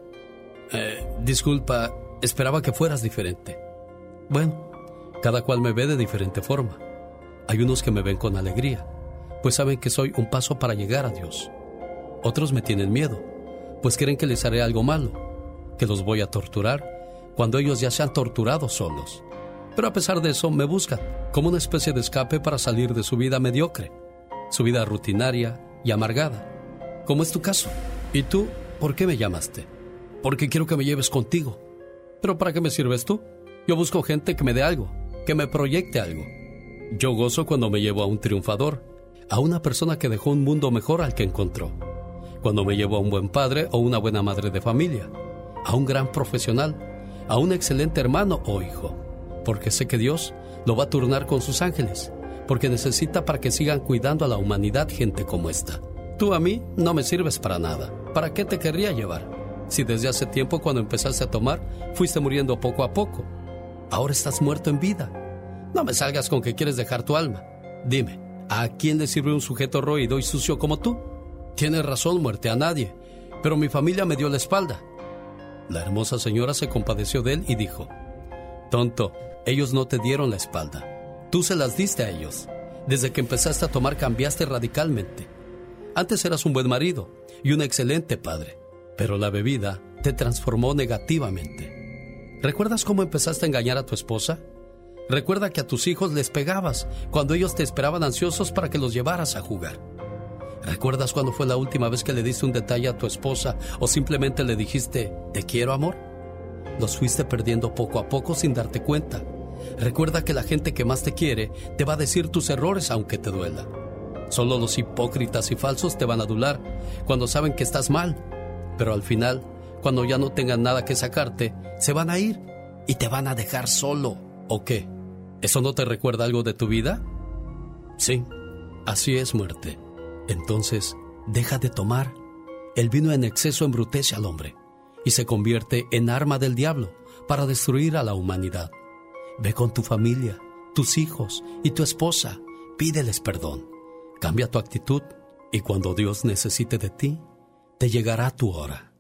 Eh, disculpa, esperaba que fueras diferente». «Bueno, cada cual me ve de diferente forma. Hay unos que me ven con alegría, pues saben que soy un paso para llegar a Dios. Otros me tienen miedo, pues creen que les haré algo malo, que los voy a torturar cuando ellos ya se han torturado solos. Pero a pesar de eso me buscan como una especie de escape para salir de su vida mediocre, su vida rutinaria y amargada, como es tu caso. ¿Y tú, por qué me llamaste?». «Porque quiero que me lleves contigo». «¿Pero para qué me sirves tú? Yo busco gente que me dé algo, que me proyecte algo. Yo gozo cuando me llevo a un triunfador, a una persona que dejó un mundo mejor al que encontró. Cuando me llevo a un buen padre o una buena madre de familia, a un gran profesional, a un excelente hermano o hijo, porque sé que Dios lo va a turnar con sus ángeles, porque necesita para que sigan cuidando a la humanidad gente como esta. Tú a mí no me sirves para nada. ¿Para qué te querría llevar? Si desde hace tiempo, cuando empezaste a tomar, fuiste muriendo poco a poco. Ahora estás muerto en vida. No me salgas con que quieres dejar tu alma. Dime, ¿a quién le sirve un sujeto roído y sucio como tú? Tienes razón, muerte, a nadie. Pero mi familia me dio la espalda». La hermosa señora se compadeció de él y dijo: «Tonto, ellos no te dieron la espalda. Tú se las diste a ellos. Desde que empezaste a tomar cambiaste radicalmente. Antes eras un buen marido y un excelente padre, pero la bebida te transformó negativamente. ¿Recuerdas cómo empezaste a engañar a tu esposa? Recuerda que a tus hijos les pegabas cuando ellos te esperaban ansiosos para que los llevaras a jugar. ¿Recuerdas cuándo fue la última vez que le diste un detalle a tu esposa o simplemente le dijiste «te quiero, amor»? Los fuiste perdiendo poco a poco sin darte cuenta. Recuerda que la gente que más te quiere te va a decir tus errores aunque te duela. Solo los hipócritas y falsos te van a adular cuando saben que estás mal. Pero al final, cuando ya no tengan nada que sacarte, se van a ir y te van a dejar solo. ¿O qué? ¿Eso no te recuerda algo de tu vida? Sí, así es, muerte. Entonces, deja de tomar. El vino en exceso embrutece al hombre y se convierte en arma del diablo para destruir a la humanidad. Ve con tu familia, tus hijos y tu esposa. Pídeles perdón. Cambia tu actitud y cuando Dios necesite de ti, te llegará tu hora».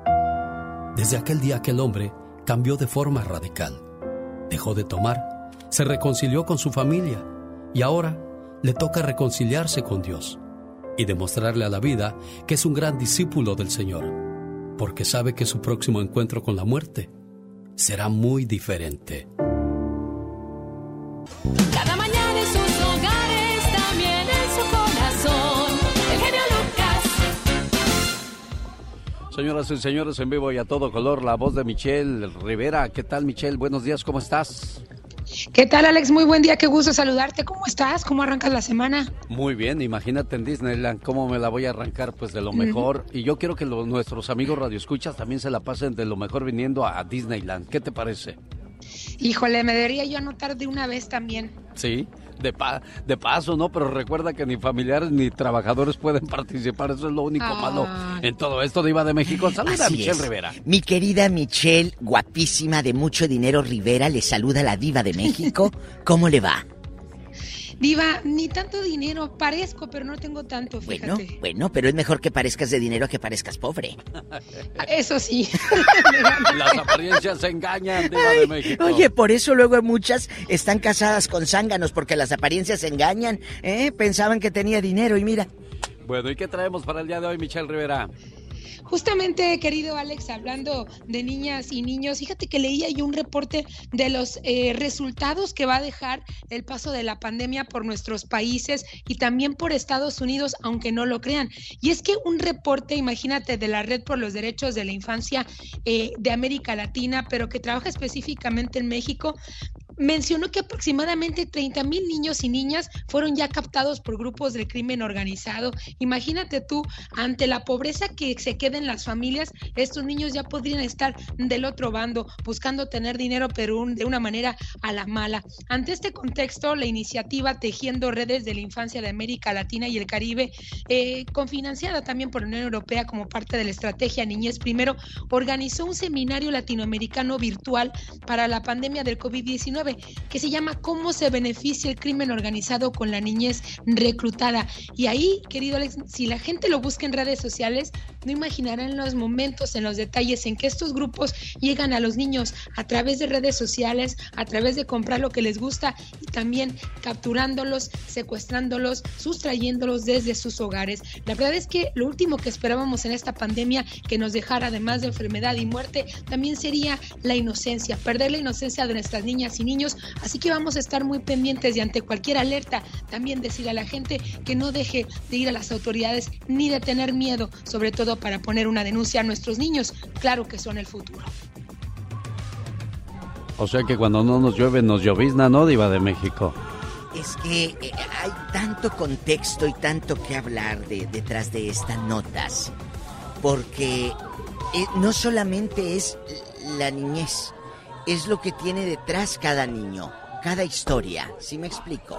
Desde aquel día aquel hombre cambió de forma radical. Dejó de tomar, se reconcilió con su familia y ahora le toca reconciliarse con Dios y demostrarle a la vida que es un gran discípulo del Señor, porque sabe que su próximo encuentro con la muerte será muy diferente. Cada mañana en sus hogares, también en su corazón, el genio Lucas. Señoras y señores, en vivo y a todo color, la voz de Michelle Rivera. ¿Qué tal, Michelle? Buenos días, ¿cómo estás? ¿Qué tal, Alex? Muy buen día, qué gusto saludarte. ¿Cómo estás? ¿Cómo arrancas la semana? Muy bien, imagínate en Disneyland cómo me la voy a arrancar, pues de lo mejor. Mm. Y yo quiero que lo, nuestros amigos radioescuchas también se la pasen de lo mejor viniendo a, a Disneyland. ¿Qué te parece? Híjole, me debería yo anotar de una vez también. Sí, de, pa de paso, ¿no? Pero recuerda que ni familiares ni trabajadores pueden participar. Eso es lo único ah. malo en todo esto de Diva de México. Saluda a Michelle es. Rivera. Mi querida Michelle, guapísima, de mucho dinero Rivera, le saluda a la Diva de México. ¿Cómo le va? Diva, ni tanto dinero, parezco, pero no tengo tanto, fíjate. Bueno, bueno, pero es mejor que parezcas de dinero a que parezcas pobre. Eso sí. Las apariencias se engañan, Diva de México. Oye, por eso luego muchas están casadas con zánganos, porque las apariencias se engañan, ¿eh? Pensaban que tenía dinero y mira. Bueno, ¿y qué traemos para el día de hoy, Michelle Rivera? Justamente, querido Alex, hablando de niñas y niños, fíjate que leía yo un reporte de los eh, resultados que va a dejar el paso de la pandemia por nuestros países y también por Estados Unidos, aunque no lo crean. Y es que un reporte, imagínate, de la Red por los Derechos de la Infancia eh, de América Latina, pero que trabaja específicamente en México, mencionó que aproximadamente treinta mil niños y niñas fueron ya captados por grupos del crimen organizado. Imagínate tú, ante la pobreza que se queda en las familias, estos niños ya podrían estar del otro bando, buscando tener dinero, pero un, de una manera a la mala. Ante este contexto, la iniciativa Tejiendo Redes de la Infancia de América Latina y el Caribe, eh, confinanciada también por la Unión Europea como parte de la estrategia Niñez Primero, organizó un seminario latinoamericano virtual para la pandemia del COVID diecinueve, que se llama ¿Cómo se beneficia el crimen organizado con la niñez reclutada? Y ahí, querido Alex, si la gente lo busca en redes sociales, no imaginarán los momentos, en los detalles en que estos grupos llegan a los niños a través de redes sociales, a través de comprar lo que les gusta y también capturándolos, secuestrándolos, sustrayéndolos desde sus hogares. La verdad es que lo último que esperábamos en esta pandemia que nos dejara, además de enfermedad y muerte, también sería la inocencia, perder la inocencia de nuestras niñas y niños. Así que vamos a estar muy pendientes y ante cualquier alerta también decir a la gente que no deje de ir a las autoridades ni de tener miedo, sobre todo para poner una denuncia a nuestros niños, claro que son el futuro. O sea que cuando no nos llueve nos llovizna, ¿no, Diva de México? Es que eh, hay tanto contexto y tanto que hablar de, detrás de estas notas, porque eh, no solamente es la niñez, es lo que tiene detrás cada niño, cada historia. ¿Sí me explico?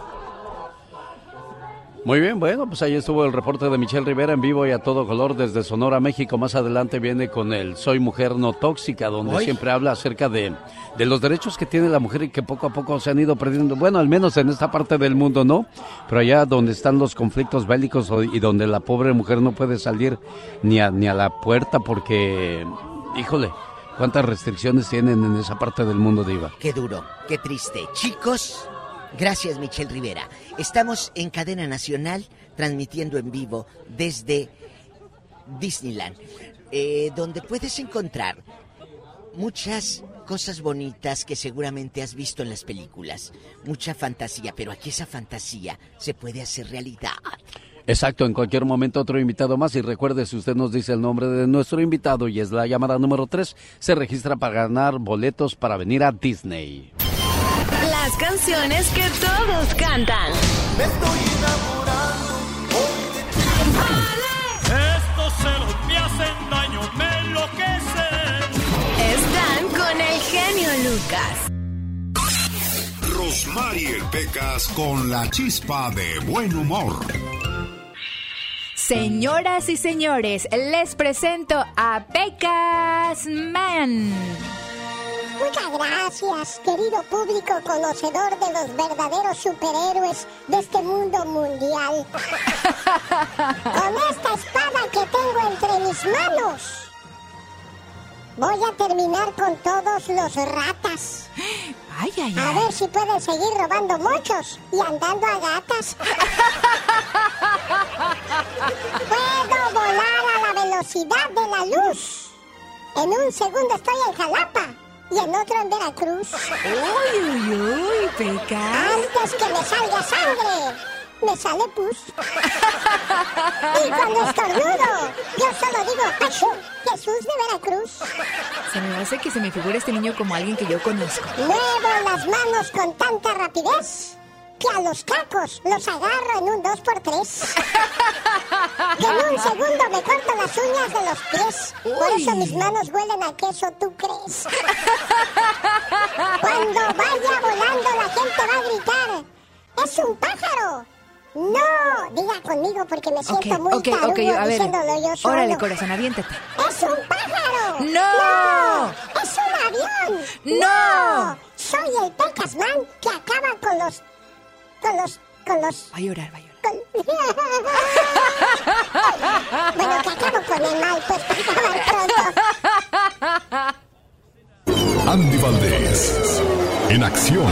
Muy bien, bueno, pues ahí estuvo el reporte de Michelle Rivera en vivo y a todo color desde Sonora, México. Más adelante viene con el Soy Mujer No Tóxica, donde ¿Oy? siempre habla acerca de, de los derechos que tiene la mujer y que poco a poco se han ido perdiendo. Bueno, al menos en esta parte del mundo, ¿no? Pero allá donde están los conflictos bélicos y donde la pobre mujer no puede salir ni a, ni a la puerta porque, híjole, ¿cuántas restricciones tienen en esa parte del mundo, Diva? Qué duro, qué triste. Chicos, gracias, Michelle Rivera. Estamos en cadena nacional, transmitiendo en vivo desde Disneyland, eh, donde puedes encontrar muchas cosas bonitas que seguramente has visto en las películas. Mucha fantasía, pero aquí esa fantasía se puede hacer realidad. Exacto, en cualquier momento otro invitado más. Y recuerde, si usted nos dice el nombre de nuestro invitado y es la llamada número tres, se registra para ganar boletos para venir a Disney. Las canciones que todos cantan. Me estoy enamorando hoy de ti. Estos celos me hacen daño, me enloquecen. Están con el genio Lucas. Rosmarie Pecas con la chispa de buen humor. Señoras y señores, les presento a Pecas Man. Muchas gracias, querido público conocedor de los verdaderos superhéroes de este mundo mundial. Con esta espada que tengo entre mis manos, voy a terminar con todos los ratas. Ay, ay, ay. A ver si pueden seguir robando mochos y andando a gatas. Puedo volar a la velocidad de la luz. En un segundo estoy en Jalapa y en otro en Veracruz. Uy, uy, uy, Pecas. Antes que me salga sangre, me sale pus. Y cuando estornudo, yo solo digo ¡Achú! Jesús de Veracruz. Se me hace que se me figura este niño como alguien que yo conozco. Muevo las manos con tanta rapidez que a los cacos los agarro en un dos por tres. Que en un segundo me corto las uñas de los pies. Uy. Por eso mis manos huelen a queso, ¿tú crees? Cuando vaya volando la gente va a gritar ¡es un pájaro! ¡No! Diga conmigo porque me siento okay, muy okay, tarugo okay, a ver, diciéndolo yo solo. Órale, corazón, aviéntate. ¡Es un pájaro! ¡No! ¡No! ¡Es un avión! ¡No! ¡No! Soy el Pecas Man que acaba con los... Con los... Con los... Va a llorar, va a llorar. Con... Bueno, que acabo con el mal, pues para acabar pronto. Andy Valdés, en acción.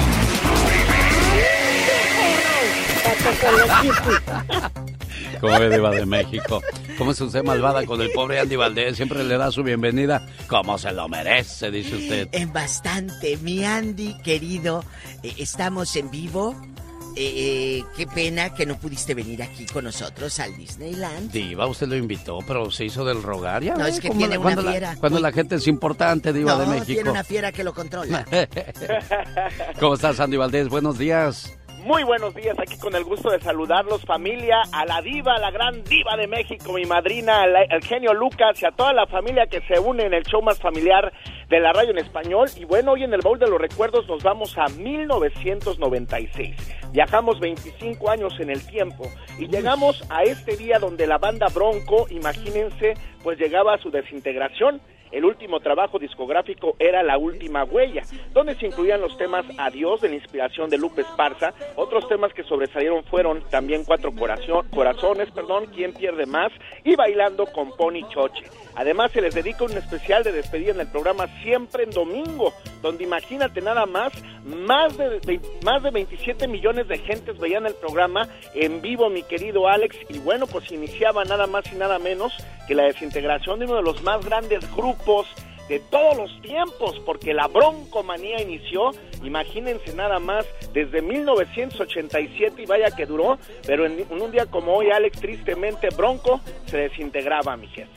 Como ve, Diva de México. ¿Cómo es usted malvada con el pobre Andy Valdés? Siempre le da su bienvenida como se lo merece, dice usted. En bastante, mi Andy querido. Eh, estamos en vivo eh, eh, qué pena que no pudiste venir aquí con nosotros al Disneyland. Diva, usted lo invitó, pero se hizo del rogar. Ya no, ve, es que como tiene la, una cuando fiera. La, cuando Uy. la gente es importante, Diva no, de México. tiene una fiera que lo controla. ¿Cómo estás, Andy Valdés? Buenos días. Muy buenos días, aquí con el gusto de saludarlos, familia, a la diva, la gran diva de México, mi madrina, la, el genio Lucas, y a toda la familia que se une en el show más familiar de la radio en español. Y bueno, hoy en el baúl de los recuerdos nos vamos a mil novecientos noventa y seis. Viajamos veinticinco años en el tiempo y llegamos a este día donde la banda Bronco, imagínense, pues llegaba a su desintegración. El último trabajo discográfico era La Última Huella, donde se incluían los temas Adiós, de la inspiración de Lupe Esparza. Otros temas que sobresalieron fueron también Cuatro Corazón, Corazones, perdón, Quién Pierde Más y Bailando con Pony Choche. Además, se les dedica un especial de despedida en el programa Siempre en Domingo, donde imagínate nada más, más de, de, más de veintisiete millones de gentes veían el programa en vivo, mi querido Alex, y bueno, pues iniciaba nada más y nada menos que la desintegración de uno de los más grandes grupos de todos los tiempos, porque la broncomanía inició, imagínense nada más, desde mil novecientos ochenta y siete, y vaya que duró, pero en, en un día como hoy, Alex, tristemente, Bronco se desintegraba, mi jefe.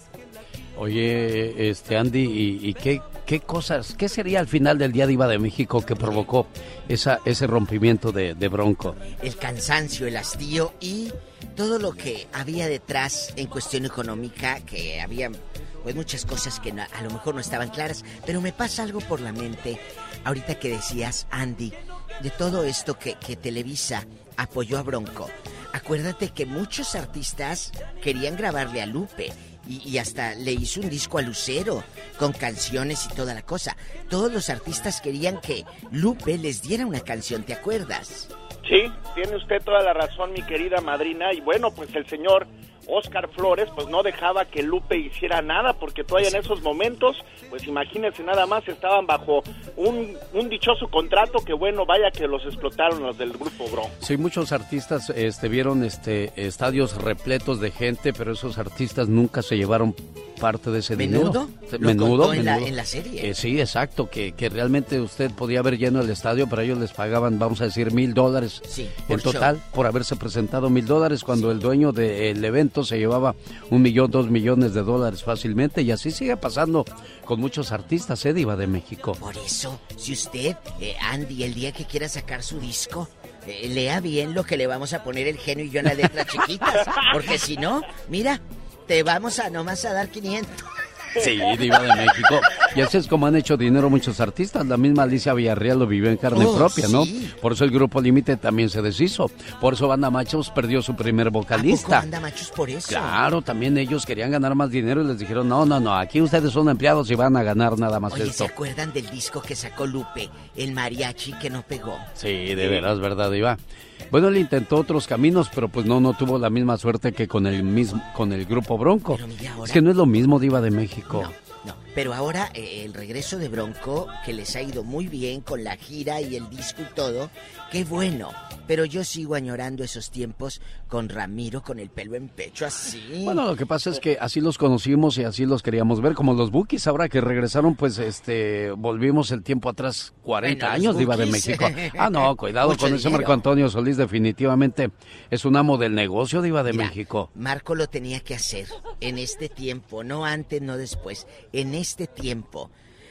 Oye, este Andy, ¿y, y qué, qué cosas, qué sería al final del día Diva de México que provocó esa, ese rompimiento de, de Bronco? El cansancio, el hastío y todo lo que había detrás en cuestión económica, que había pues muchas cosas que no, a lo mejor no estaban claras, pero me pasa algo por la mente ahorita que decías, Andy, de todo esto que, que Televisa apoyó a Bronco. Acuérdate que muchos artistas querían grabarle a Lupe y, y hasta le hizo un disco a Lucero con canciones y toda la cosa. Todos los artistas querían que Lupe les diera una canción, ¿te acuerdas? Sí, tiene usted toda la razón, mi querida madrina, y bueno, pues el señor Óscar Flores pues no dejaba que Lupe hiciera nada, porque todavía en esos momentos, pues imagínense nada más, estaban bajo un, un dichoso contrato que bueno, vaya que los explotaron los del grupo Bronco. Sí, muchos artistas este, vieron este, estadios repletos de gente, pero esos artistas nunca se llevaron parte de ese ¿Menudo? dinero. Lo Menudo, contó en menudo. la, en la serie. Eh, sí, exacto, que, que realmente usted podía haber lleno el estadio, pero ellos les pagaban, vamos a decir, mil dólares sí, en total show. Por haberse presentado mil dólares, cuando sí. El dueño del evento se llevaba un millón, dos millones de dólares fácilmente, y así sigue pasando con muchos artistas, ¿eh, Diva de México? Por eso, si usted, eh, Andy, el día que quiera sacar su disco, eh, lea bien lo que le vamos a poner el genio y yo en las letras chiquitas, porque si no, mira, te vamos a nomás a dar quinientos. Sí, Diva de México. Y así es como han hecho dinero muchos artistas. La misma Alicia Villarreal lo vivió en carne oh, propia, ¿no? Sí. Por eso el Grupo Límite también se deshizo. Por eso Banda Machos perdió su primer vocalista. ¿A poco Banda Machos por eso? Claro, también ellos querían ganar más dinero y les dijeron, no, no, no, aquí ustedes son empleados y van a ganar nada más. Oye, esto. ¿se acuerdan del disco que sacó Lupe, el mariachi que no pegó? Sí, de veras, ¿verdad, Diva? Bueno, él intentó otros caminos, pero pues no, no tuvo la misma suerte que con el mismo, con el Grupo Bronco. Pero mira, ahora... Es que no es lo mismo, Diva de México. No. No, pero ahora eh, el regreso de Bronco, que les ha ido muy bien con la gira y el disco y todo, qué bueno. Pero yo sigo añorando esos tiempos con Ramiro con el pelo en pecho así. Bueno, lo que pasa es que así los conocimos y así los queríamos ver, como los Bukis. Ahora que regresaron, pues este volvimos el tiempo atrás, cuarenta bueno, años, Diva de México. Ah, no, cuidado Mucho con dinero. Ese Marco Antonio Solís, definitivamente es un amo del negocio, Diva de Mira, México. Marco lo tenía que hacer en este tiempo, no antes, no después. En este tiempo,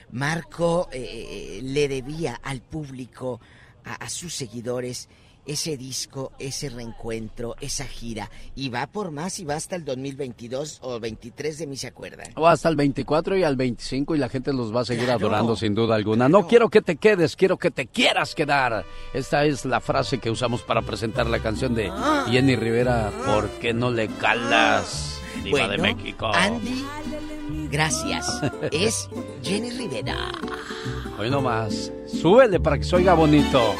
Marco eh, le debía al público, a, a sus seguidores, ese disco, ese reencuentro, esa gira, y va por más y va hasta el dos mil veintidós o veintitrés, de mí se acuerdan. O hasta el veinticuatro y al veinticinco, y la gente los va a seguir claro, adorando sin duda alguna. Claro. No quiero que te quedes, quiero que te quieras quedar. Esta es la frase que usamos para presentar la canción de Jenny Rivera, ¿por qué no le calas, Diva bueno, de México? Andy, gracias. Es Jenny Rivera. Hoy nomás, súbele para que se oiga bonito.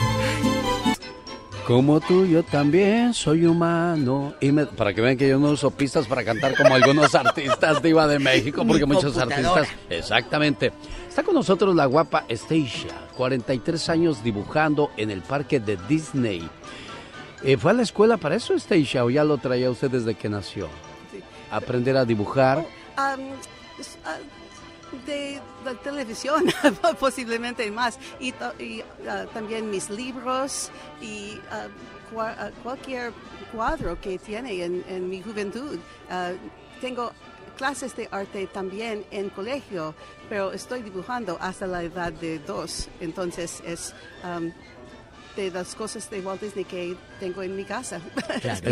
Como tú, yo también soy humano. Y me, para que vean que yo no uso pistas para cantar como algunos artistas, Diva de México, porque muchos artistas... Exactamente. Está con nosotros la guapa Stacia, cuarenta y tres años dibujando en el parque de Disney. Eh, ¿Fue a la escuela para eso, Stacia, o ya lo traía usted desde que nació? Aprender a dibujar. Um, uh, de la televisión, posiblemente más. Y, y uh, también mis libros y uh, cua, uh, cualquier cuadro que tiene en, en mi juventud. Uh, tengo clases de arte también en colegio, pero estoy dibujando hasta la edad de dos. Entonces es um, de las cosas de Walt Disney que tengo en mi casa. Claro.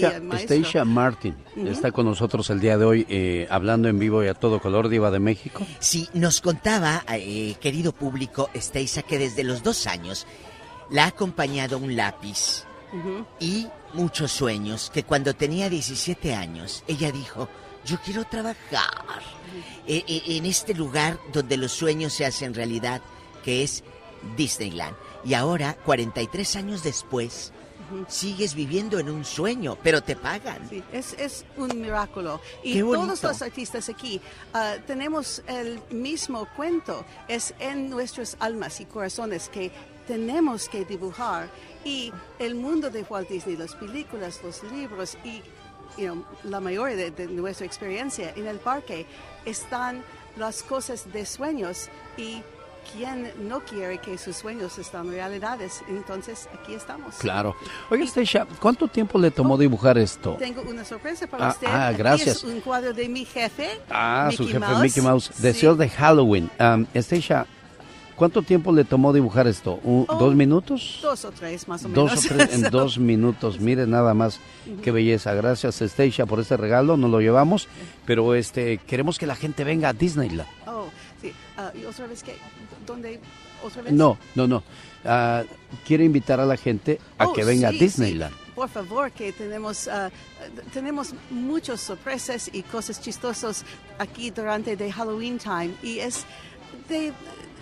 Stacia Martin uh-huh. está con nosotros el día de hoy eh, hablando en vivo y a todo color, Diva de México. Sí, nos contaba, eh, querido público, Stacia, que desde los dos años la ha acompañado un lápiz uh-huh. y muchos sueños, que cuando tenía diecisiete años, ella dijo, yo quiero trabajar uh-huh. eh, eh, en este lugar donde los sueños se hacen realidad, que es Disneyland. Y ahora, cuarenta y tres años después, uh-huh. sigues viviendo en un sueño, pero te pagan. Sí, es, es un milagro. Y todos los artistas aquí uh, tenemos el mismo cuento. Es en nuestras almas y corazones que tenemos que dibujar. Y el mundo de Walt Disney, las películas, los libros y you know, la mayoría de, de nuestra experiencia en el parque están las cosas de sueños y ¿quién no quiere que sus sueños estén realidades? Entonces, aquí estamos. Claro. Oiga, Stacia, ¿cuánto tiempo le tomó dibujar esto? Tengo una sorpresa para ah, usted. Ah, gracias. Aquí es un cuadro de mi jefe, Ah, Mickey su jefe Mouse. Mickey Mouse. Deseos sí. de Halloween. Um, Stacia, ¿cuánto tiempo le tomó dibujar esto? ¿Un, oh, ¿Dos minutos? Dos o tres, más o dos menos. Dos o tres en dos minutos. Mire nada más. Uh-huh. Qué belleza. Gracias, Stacia, por este regalo. Nos lo llevamos. Pero este queremos que la gente venga a Disneyland. Oh, sí. Uh, ¿Y otra vez qué? ¿Dónde? ¿Otra vez? No, no, no. Uh, quiere invitar a la gente a oh, que venga sí, a Disneyland. Sí. Por favor, que tenemos uh, tenemos muchas sorpresas y cosas chistosas aquí durante de Halloween time. Y es de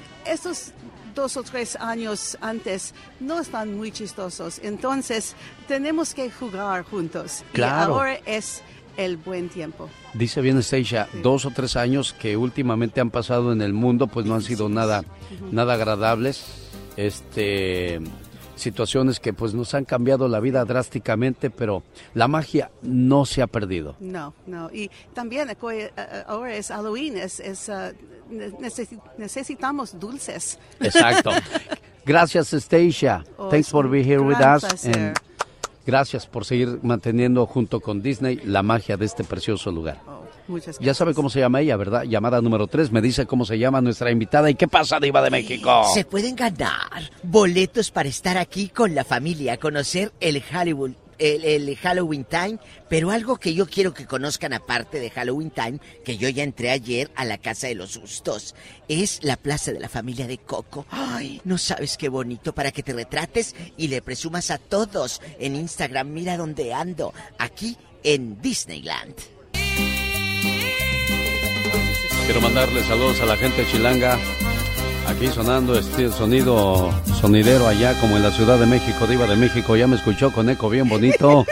estos dos o tres años antes no están muy chistosos. Entonces, tenemos que jugar juntos. Claro. Y ahora es el buen tiempo. Dice bien Stacia, sí. dos o tres años que últimamente han pasado en el mundo, pues no han sido nada, uh-huh. nada agradables. Este, situaciones que pues nos han cambiado la vida drásticamente, pero la magia no se ha perdido. No, no. Y también ahora es Halloween, es, es uh, necesitamos dulces. Exacto. Gracias, Stacia. Oh, Thanks for being here with us. Placer. Gracias por seguir manteniendo junto con Disney la magia de este precioso lugar. Oh, muchas gracias. Ya sabe cómo se llama ella, ¿verdad? Llamada número tres, me dice cómo se llama nuestra invitada. ¿Y qué pasa, Diva de México? Se pueden ganar boletos para estar aquí con la familia, conocer el Hollywood. El, el Halloween Time, pero algo que yo quiero que conozcan aparte de Halloween Time, que yo ya entré ayer a la Casa de los Sustos, es la Plaza de la Familia de Coco. Ay, no sabes qué bonito, para que te retrates y le presumas a todos en Instagram, mira dónde ando, aquí en Disneyland. Quiero mandarle saludos a la gente chilanga. Aquí sonando este sonido sonidero allá como en la Ciudad de México, Diva de México. Ya me escuchó con eco bien bonito.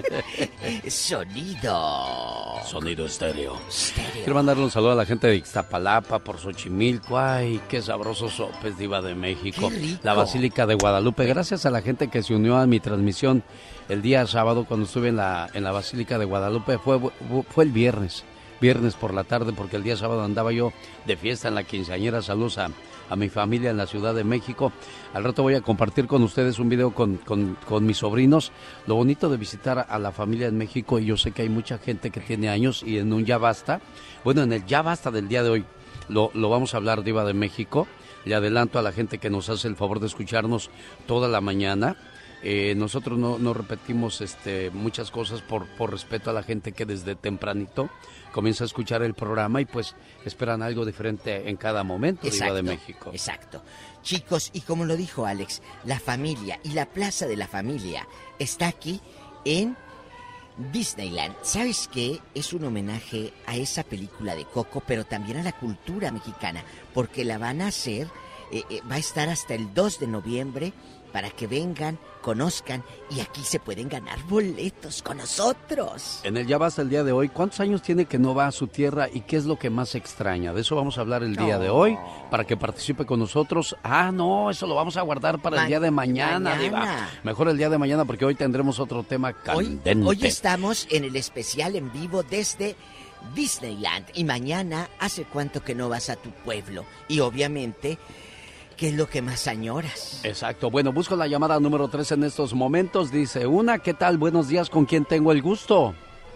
Sonido. Sonido estéreo. Estéreo. Quiero mandarle un saludo a la gente de Ixtapalapa, por Xochimilco. Ay, qué sabrosos sopes, Diva de México. Qué rico. La Basílica de Guadalupe. Gracias a la gente que se unió a mi transmisión el día sábado cuando estuve en la, en la Basílica de Guadalupe. Fue, fue el viernes. Viernes por la tarde, porque el día sábado andaba yo de fiesta en la quinceañera. Saludos a, a mi familia en la Ciudad de México. Al rato voy a compartir con ustedes un video con, con, con mis sobrinos. Lo bonito de visitar a la familia en México, y yo sé que hay mucha gente que tiene años y en un ya basta. Bueno, en el ya basta del día de hoy lo, lo vamos a hablar, Diva de México. Le adelanto a la gente que nos hace el favor de escucharnos toda la mañana. Eh, nosotros no, no repetimos este, muchas cosas por, por respeto a la gente que desde tempranito comienza a escuchar el programa y pues esperan algo diferente en cada momento. Exacto, Diva de México. Exacto. Chicos, y como lo dijo Alex, la familia y la Plaza de la Familia está aquí en Disneyland. ¿Sabes qué? Es un homenaje a esa película de Coco, pero también a la cultura mexicana, porque la van a hacer, eh, eh, va a estar hasta el dos de noviembre para que vengan, conozcan, y aquí se pueden ganar boletos con nosotros. En el Ya Basta el día de hoy, ¿cuántos años tiene que no va a su tierra y qué es lo que más extraña? De eso vamos a hablar el día oh. de hoy, para que participe con nosotros. Ah, no, eso lo vamos a guardar para Ma- el día de mañana, mañana. Diva. Mejor el día de mañana, porque hoy tendremos otro tema candente. Hoy, hoy estamos en el especial en vivo desde Disneyland. Y mañana, ¿hace cuánto que no vas a tu pueblo? Y obviamente, ¿qué es lo que más añoras? Exacto. Bueno, busco la llamada número tres en estos momentos. Dice una, ¿qué tal? Buenos días, ¿con quién tengo el gusto?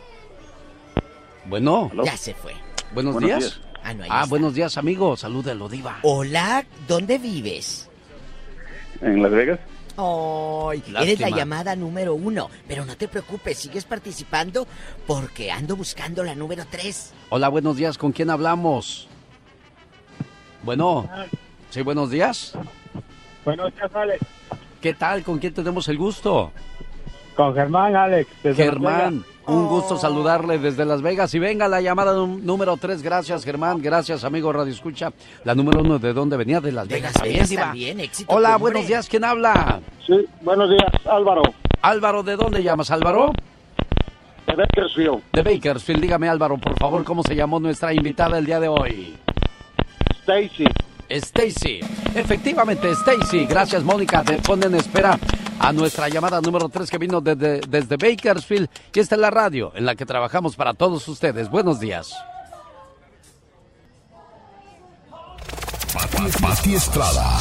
Bueno. Ya se fue. ¿Buenos, Buenos días? días. Ah, no, ahí ah está. Buenos días, amigo. Salúdelo, diva. Hola, ¿dónde vives? En Las Vegas. ¡Ay! Lástima. Eres la llamada número uno. Pero no te preocupes, sigues participando porque ando buscando la número tres. Hola, buenos días, ¿con quién hablamos? Bueno. Sí, buenos días. Buenos días, Alex. ¿Qué tal? ¿Con quién tenemos el gusto? Con Germán, Alex. desde Germán, Las Vegas. un gusto saludarle desde Las Vegas. Y venga la llamada num- número tres. Gracias, Germán. Gracias, amigo Radio Escucha. La número uno, ¿de dónde venía? De Las De Vegas. Las también, Vegas diva. también, éxito, Hola, hombre. buenos días. ¿Quién habla? Sí, buenos días, Álvaro. Álvaro, ¿de dónde llamas, Álvaro? De Bakersfield. De Bakersfield. Dígame, Álvaro, por favor, ¿cómo se llamó nuestra invitada el día de hoy? Stacy. Stacy. Efectivamente, Stacy. Gracias, Mónica. Te ponen en espera a nuestra llamada número tres que vino desde, desde Bakersfield. Y esta es la radio en la que trabajamos para todos ustedes. Buenos días. Pati, Pati Estrada.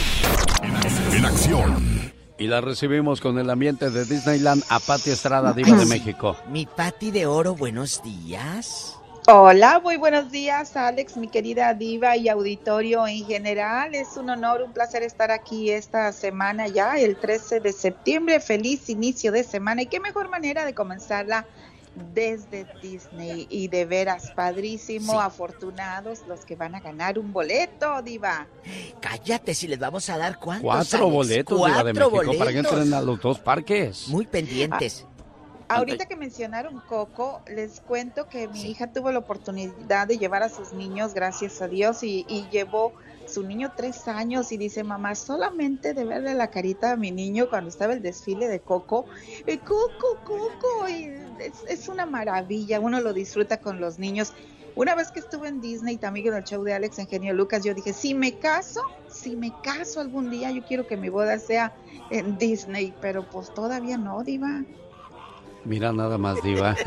En acción. Y la recibimos con el ambiente de Disneyland a Pati Estrada, diva de México. Mi Pati de Oro, buenos días. Hola, muy buenos días, Alex, mi querida diva y auditorio en general. Es un honor, un placer estar aquí esta semana ya, el trece de septiembre. Feliz inicio de semana y qué mejor manera de comenzarla desde Disney. Y de veras, padrísimo, Sí. afortunados los que van a ganar un boleto, diva. Cállate, si les vamos a dar cuántos, Cuatro Alex? boletos, Cuatro diva de México, boletos. para que entren a los dos parques. Muy pendientes. Ahorita que mencionaron Coco, les cuento que mi hija tuvo la oportunidad de llevar a sus niños, gracias a Dios, y, y llevó su niño tres años y dice, mamá, solamente de verle la carita a mi niño cuando estaba el desfile de Coco, eh, Coco, Coco, y es, es una maravilla, uno lo disfruta con los niños. Una vez que estuve en Disney, también en el show de Alex, en Genio Lucas, yo dije, si me caso, si me caso algún día, yo quiero que mi boda sea en Disney, pero pues todavía no, diva. Mira nada más, diva.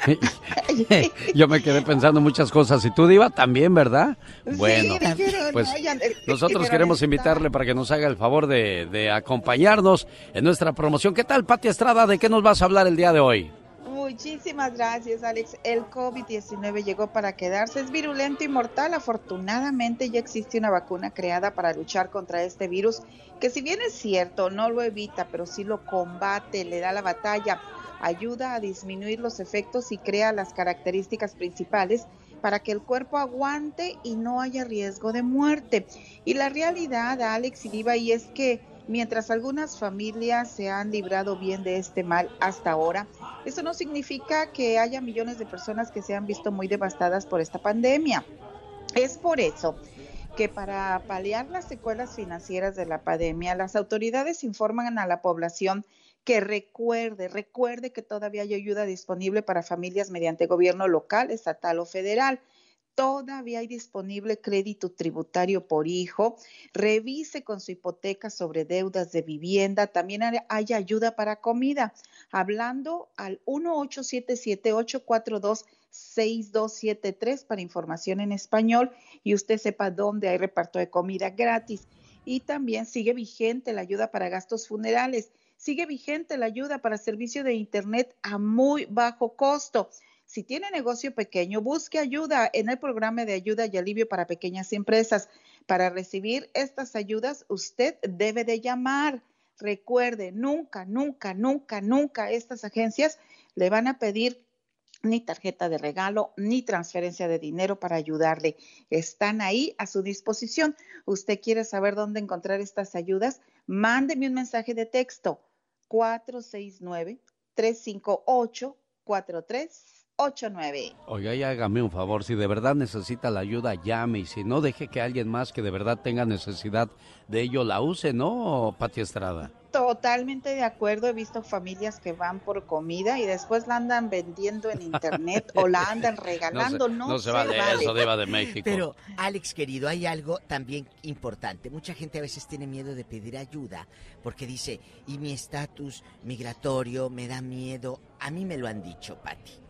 Yo me quedé pensando muchas cosas. Y tú, diva, también, ¿verdad? Bueno, dijeron, pues no, ya- nosotros dijeron, queremos está- invitarle para que nos haga el favor de, de acompañarnos en nuestra promoción. ¿Qué tal, Pati Estrada? ¿De qué nos vas a hablar el día de hoy? Muchísimas gracias, Alex. El COVID diecinueve llegó para quedarse. Es virulento y mortal. Afortunadamente ya existe una vacuna creada para luchar contra este virus, que si bien es cierto, no lo evita, pero sí lo combate, le da la batalla, ayuda a disminuir los efectos y crea las características principales para que el cuerpo aguante y no haya riesgo de muerte. Y la realidad, Alex y Diva, y es que mientras algunas familias se han librado bien de este mal hasta ahora, eso no significa que haya millones de personas que se han visto muy devastadas por esta pandemia. Es por eso que para paliar las secuelas financieras de la pandemia, las autoridades informan a la población que recuerde, recuerde que todavía hay ayuda disponible para familias mediante gobierno local, estatal o federal. Todavía hay disponible crédito tributario por hijo. Revise con su hipoteca sobre deudas de vivienda. También hay ayuda para comida. Hablando al uno ocho siete siete, ocho cuatro dos, seis dos siete tres para información en español y usted sepa dónde hay reparto de comida gratis. Y también sigue vigente la ayuda para gastos funerales. Sigue vigente la ayuda para servicio de internet a muy bajo costo. Si tiene negocio pequeño, busque ayuda en el programa de ayuda y alivio para pequeñas empresas. Para recibir estas ayudas, usted debe de llamar. Recuerde, nunca, nunca, nunca, nunca estas agencias le van a pedir ni tarjeta de regalo, ni transferencia de dinero para ayudarle. Están ahí a su disposición. ¿Usted quiere saber dónde encontrar estas ayudas? Mándeme un mensaje de texto cuatro seis nueve, tres cinco ocho, cuatro tres ocho nueve. Oiga, y hágame un favor, si de verdad necesita la ayuda, llame, y si no, deje que alguien más que de verdad tenga necesidad de ello la use, ¿no, Pati Estrada? Totalmente de acuerdo. He visto familias que van por comida y después la andan vendiendo en internet o la andan regalando. No, no se, no se vale, vale eso, diva de México. Pero, Alex, querido, hay algo también importante. Mucha gente a veces tiene miedo de pedir ayuda porque dice, y mi estatus migratorio me da miedo. A mí me lo han dicho, Pati.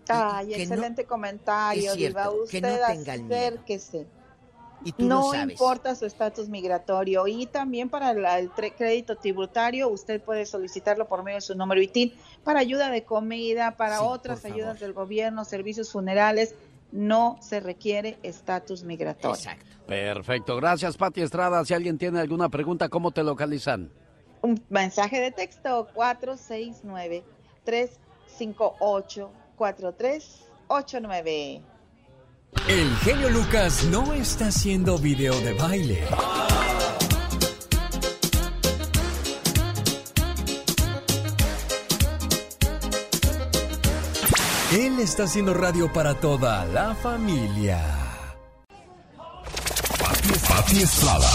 Ay, que excelente no, comentario, es cierto, Diva. que Usted no tenga el miedo. acérquese. Y tú lo No sabes. importa su estatus migratorio. Y también para la- el tre- crédito tributario, usted puede solicitarlo por medio de su número I T I N para ayuda de comida, para Sí, otras por ayudas favor. del gobierno, servicios funerales. No se requiere estatus migratorio. Exacto. Perfecto, gracias Pati Estrada. Si alguien tiene alguna pregunta, ¿cómo te localizan? Un mensaje de texto cuatro seis nueve, tres cinco ocho, cuatro tres ocho nueve. El genio Lucas no está haciendo video de baile. Él está haciendo radio para toda la familia. Pati Estrada.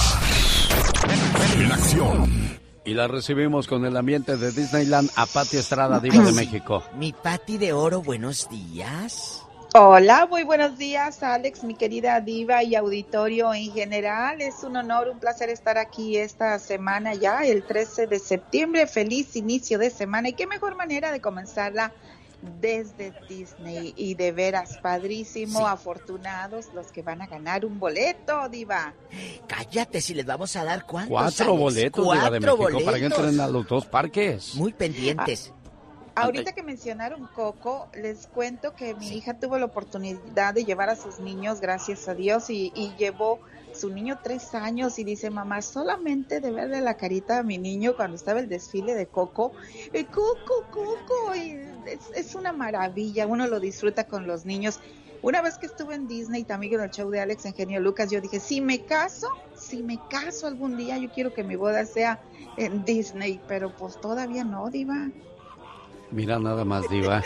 En acción. Y la recibimos con el ambiente de Disneyland a Pati Estrada, diva de México. Mi Pati de Oro, buenos días. Hola, muy buenos días, Alex, mi querida diva y auditorio en general. Es un honor, un placer estar aquí esta semana ya, el trece de septiembre. Feliz inicio de semana y qué mejor manera de comenzarla desde Disney. Y de veras, padrísimo, Sí. afortunados los que van a ganar un boleto, diva. Cállate, si les vamos a dar cuántos. Cuatro Alex? boletos, Cuatro diva de México, boletos. para que entren a los dos parques. Muy pendientes. Ahorita que mencionaron Coco, les cuento que mi hija tuvo la oportunidad de llevar a sus niños, gracias a Dios, y, y llevó su niño tres años y dice, mamá, solamente de verle la carita a mi niño cuando estaba el desfile de Coco, eh, Coco, Coco, y es, es una maravilla, uno lo disfruta con los niños. Una vez que estuve en Disney, también en el show de Alex en Genio Lucas, yo dije, si me caso, si me caso algún día, yo quiero que mi boda sea en Disney, pero pues todavía no, diva. Mira nada más, diva.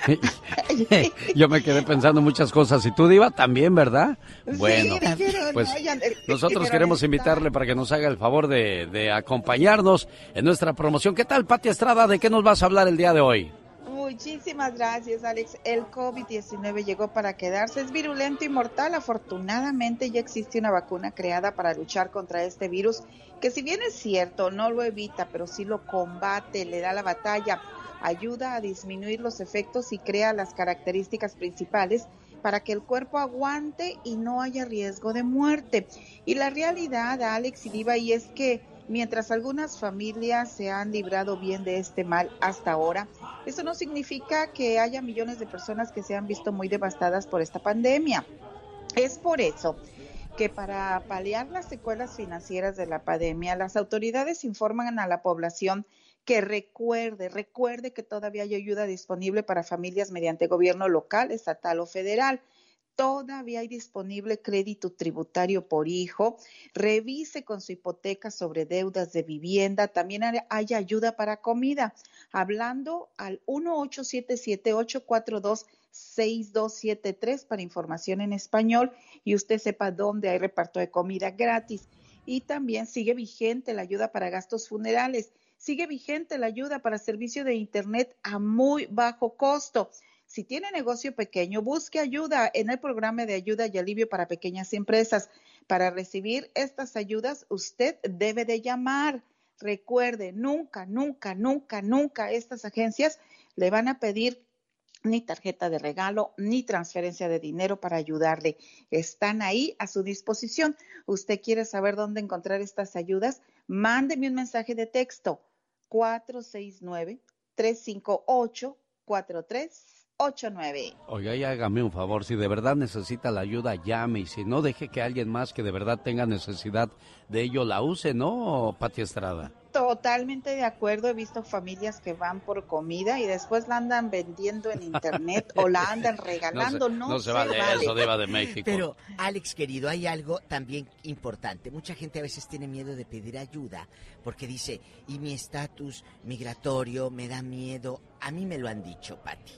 Yo me quedé pensando muchas cosas. Y tú, diva, también, ¿verdad? Bueno, dijeron, pues "Oigan, eh, nosotros dijeron, queremos está". invitarle para que nos haga el favor de, de acompañarnos en nuestra promoción. ¿Qué tal, Pati Estrada? ¿De qué nos vas a hablar el día de hoy? Muchísimas gracias, Alex. El COVID diecinueve llegó para quedarse. Es virulento y mortal. Afortunadamente ya existe una vacuna creada para luchar contra este virus, que si bien es cierto, no lo evita, pero sí lo combate, le da la batalla, ayuda a disminuir los efectos y crea las características principales para que el cuerpo aguante y no haya riesgo de muerte. Y la realidad, Alex y Diva, y es que mientras algunas familias se han librado bien de este mal hasta ahora, eso no significa que haya millones de personas que se han visto muy devastadas por esta pandemia. Es por eso que para paliar las secuelas financieras de la pandemia, las autoridades informan a la población que recuerde, recuerde que todavía hay ayuda disponible para familias mediante gobierno local, estatal o federal. Todavía hay disponible crédito tributario por hijo. Revise con su hipoteca sobre deudas de vivienda. También hay ayuda para comida. Hablando al uno ocho siete siete, ocho cuatro dos, seis dos siete tres para información en español y usted sepa dónde hay reparto de comida gratis. Y también sigue vigente la ayuda para gastos funerales. Sigue vigente la ayuda para servicio de internet a muy bajo costo. Si tiene negocio pequeño, busque ayuda en el programa de ayuda y alivio para pequeñas empresas. Para recibir estas ayudas, usted debe de llamar. Recuerde, nunca, nunca, nunca, nunca estas agencias le van a pedir ni tarjeta de regalo, ni transferencia de dinero para ayudarle. Están ahí a su disposición. ¿Usted quiere saber dónde encontrar estas ayudas? Mándeme un mensaje de texto cuatro seis nueve, tres cinco ocho, cuatro tres ocho nueve. Oiga, y hágame un favor, si de verdad necesita la ayuda, llame, y si no, deje que alguien más que de verdad tenga necesidad de ello la use, ¿no, Pati Estrada? Totalmente de acuerdo. He visto familias que van por comida y después la andan vendiendo en internet o la andan regalando. No, no se, no se vale, vale eso, diva de México. Pero, Alex, querido, hay algo también importante. Mucha gente a veces tiene miedo de pedir ayuda porque dice, y mi estatus migratorio me da miedo. A mí me lo han dicho, Pati.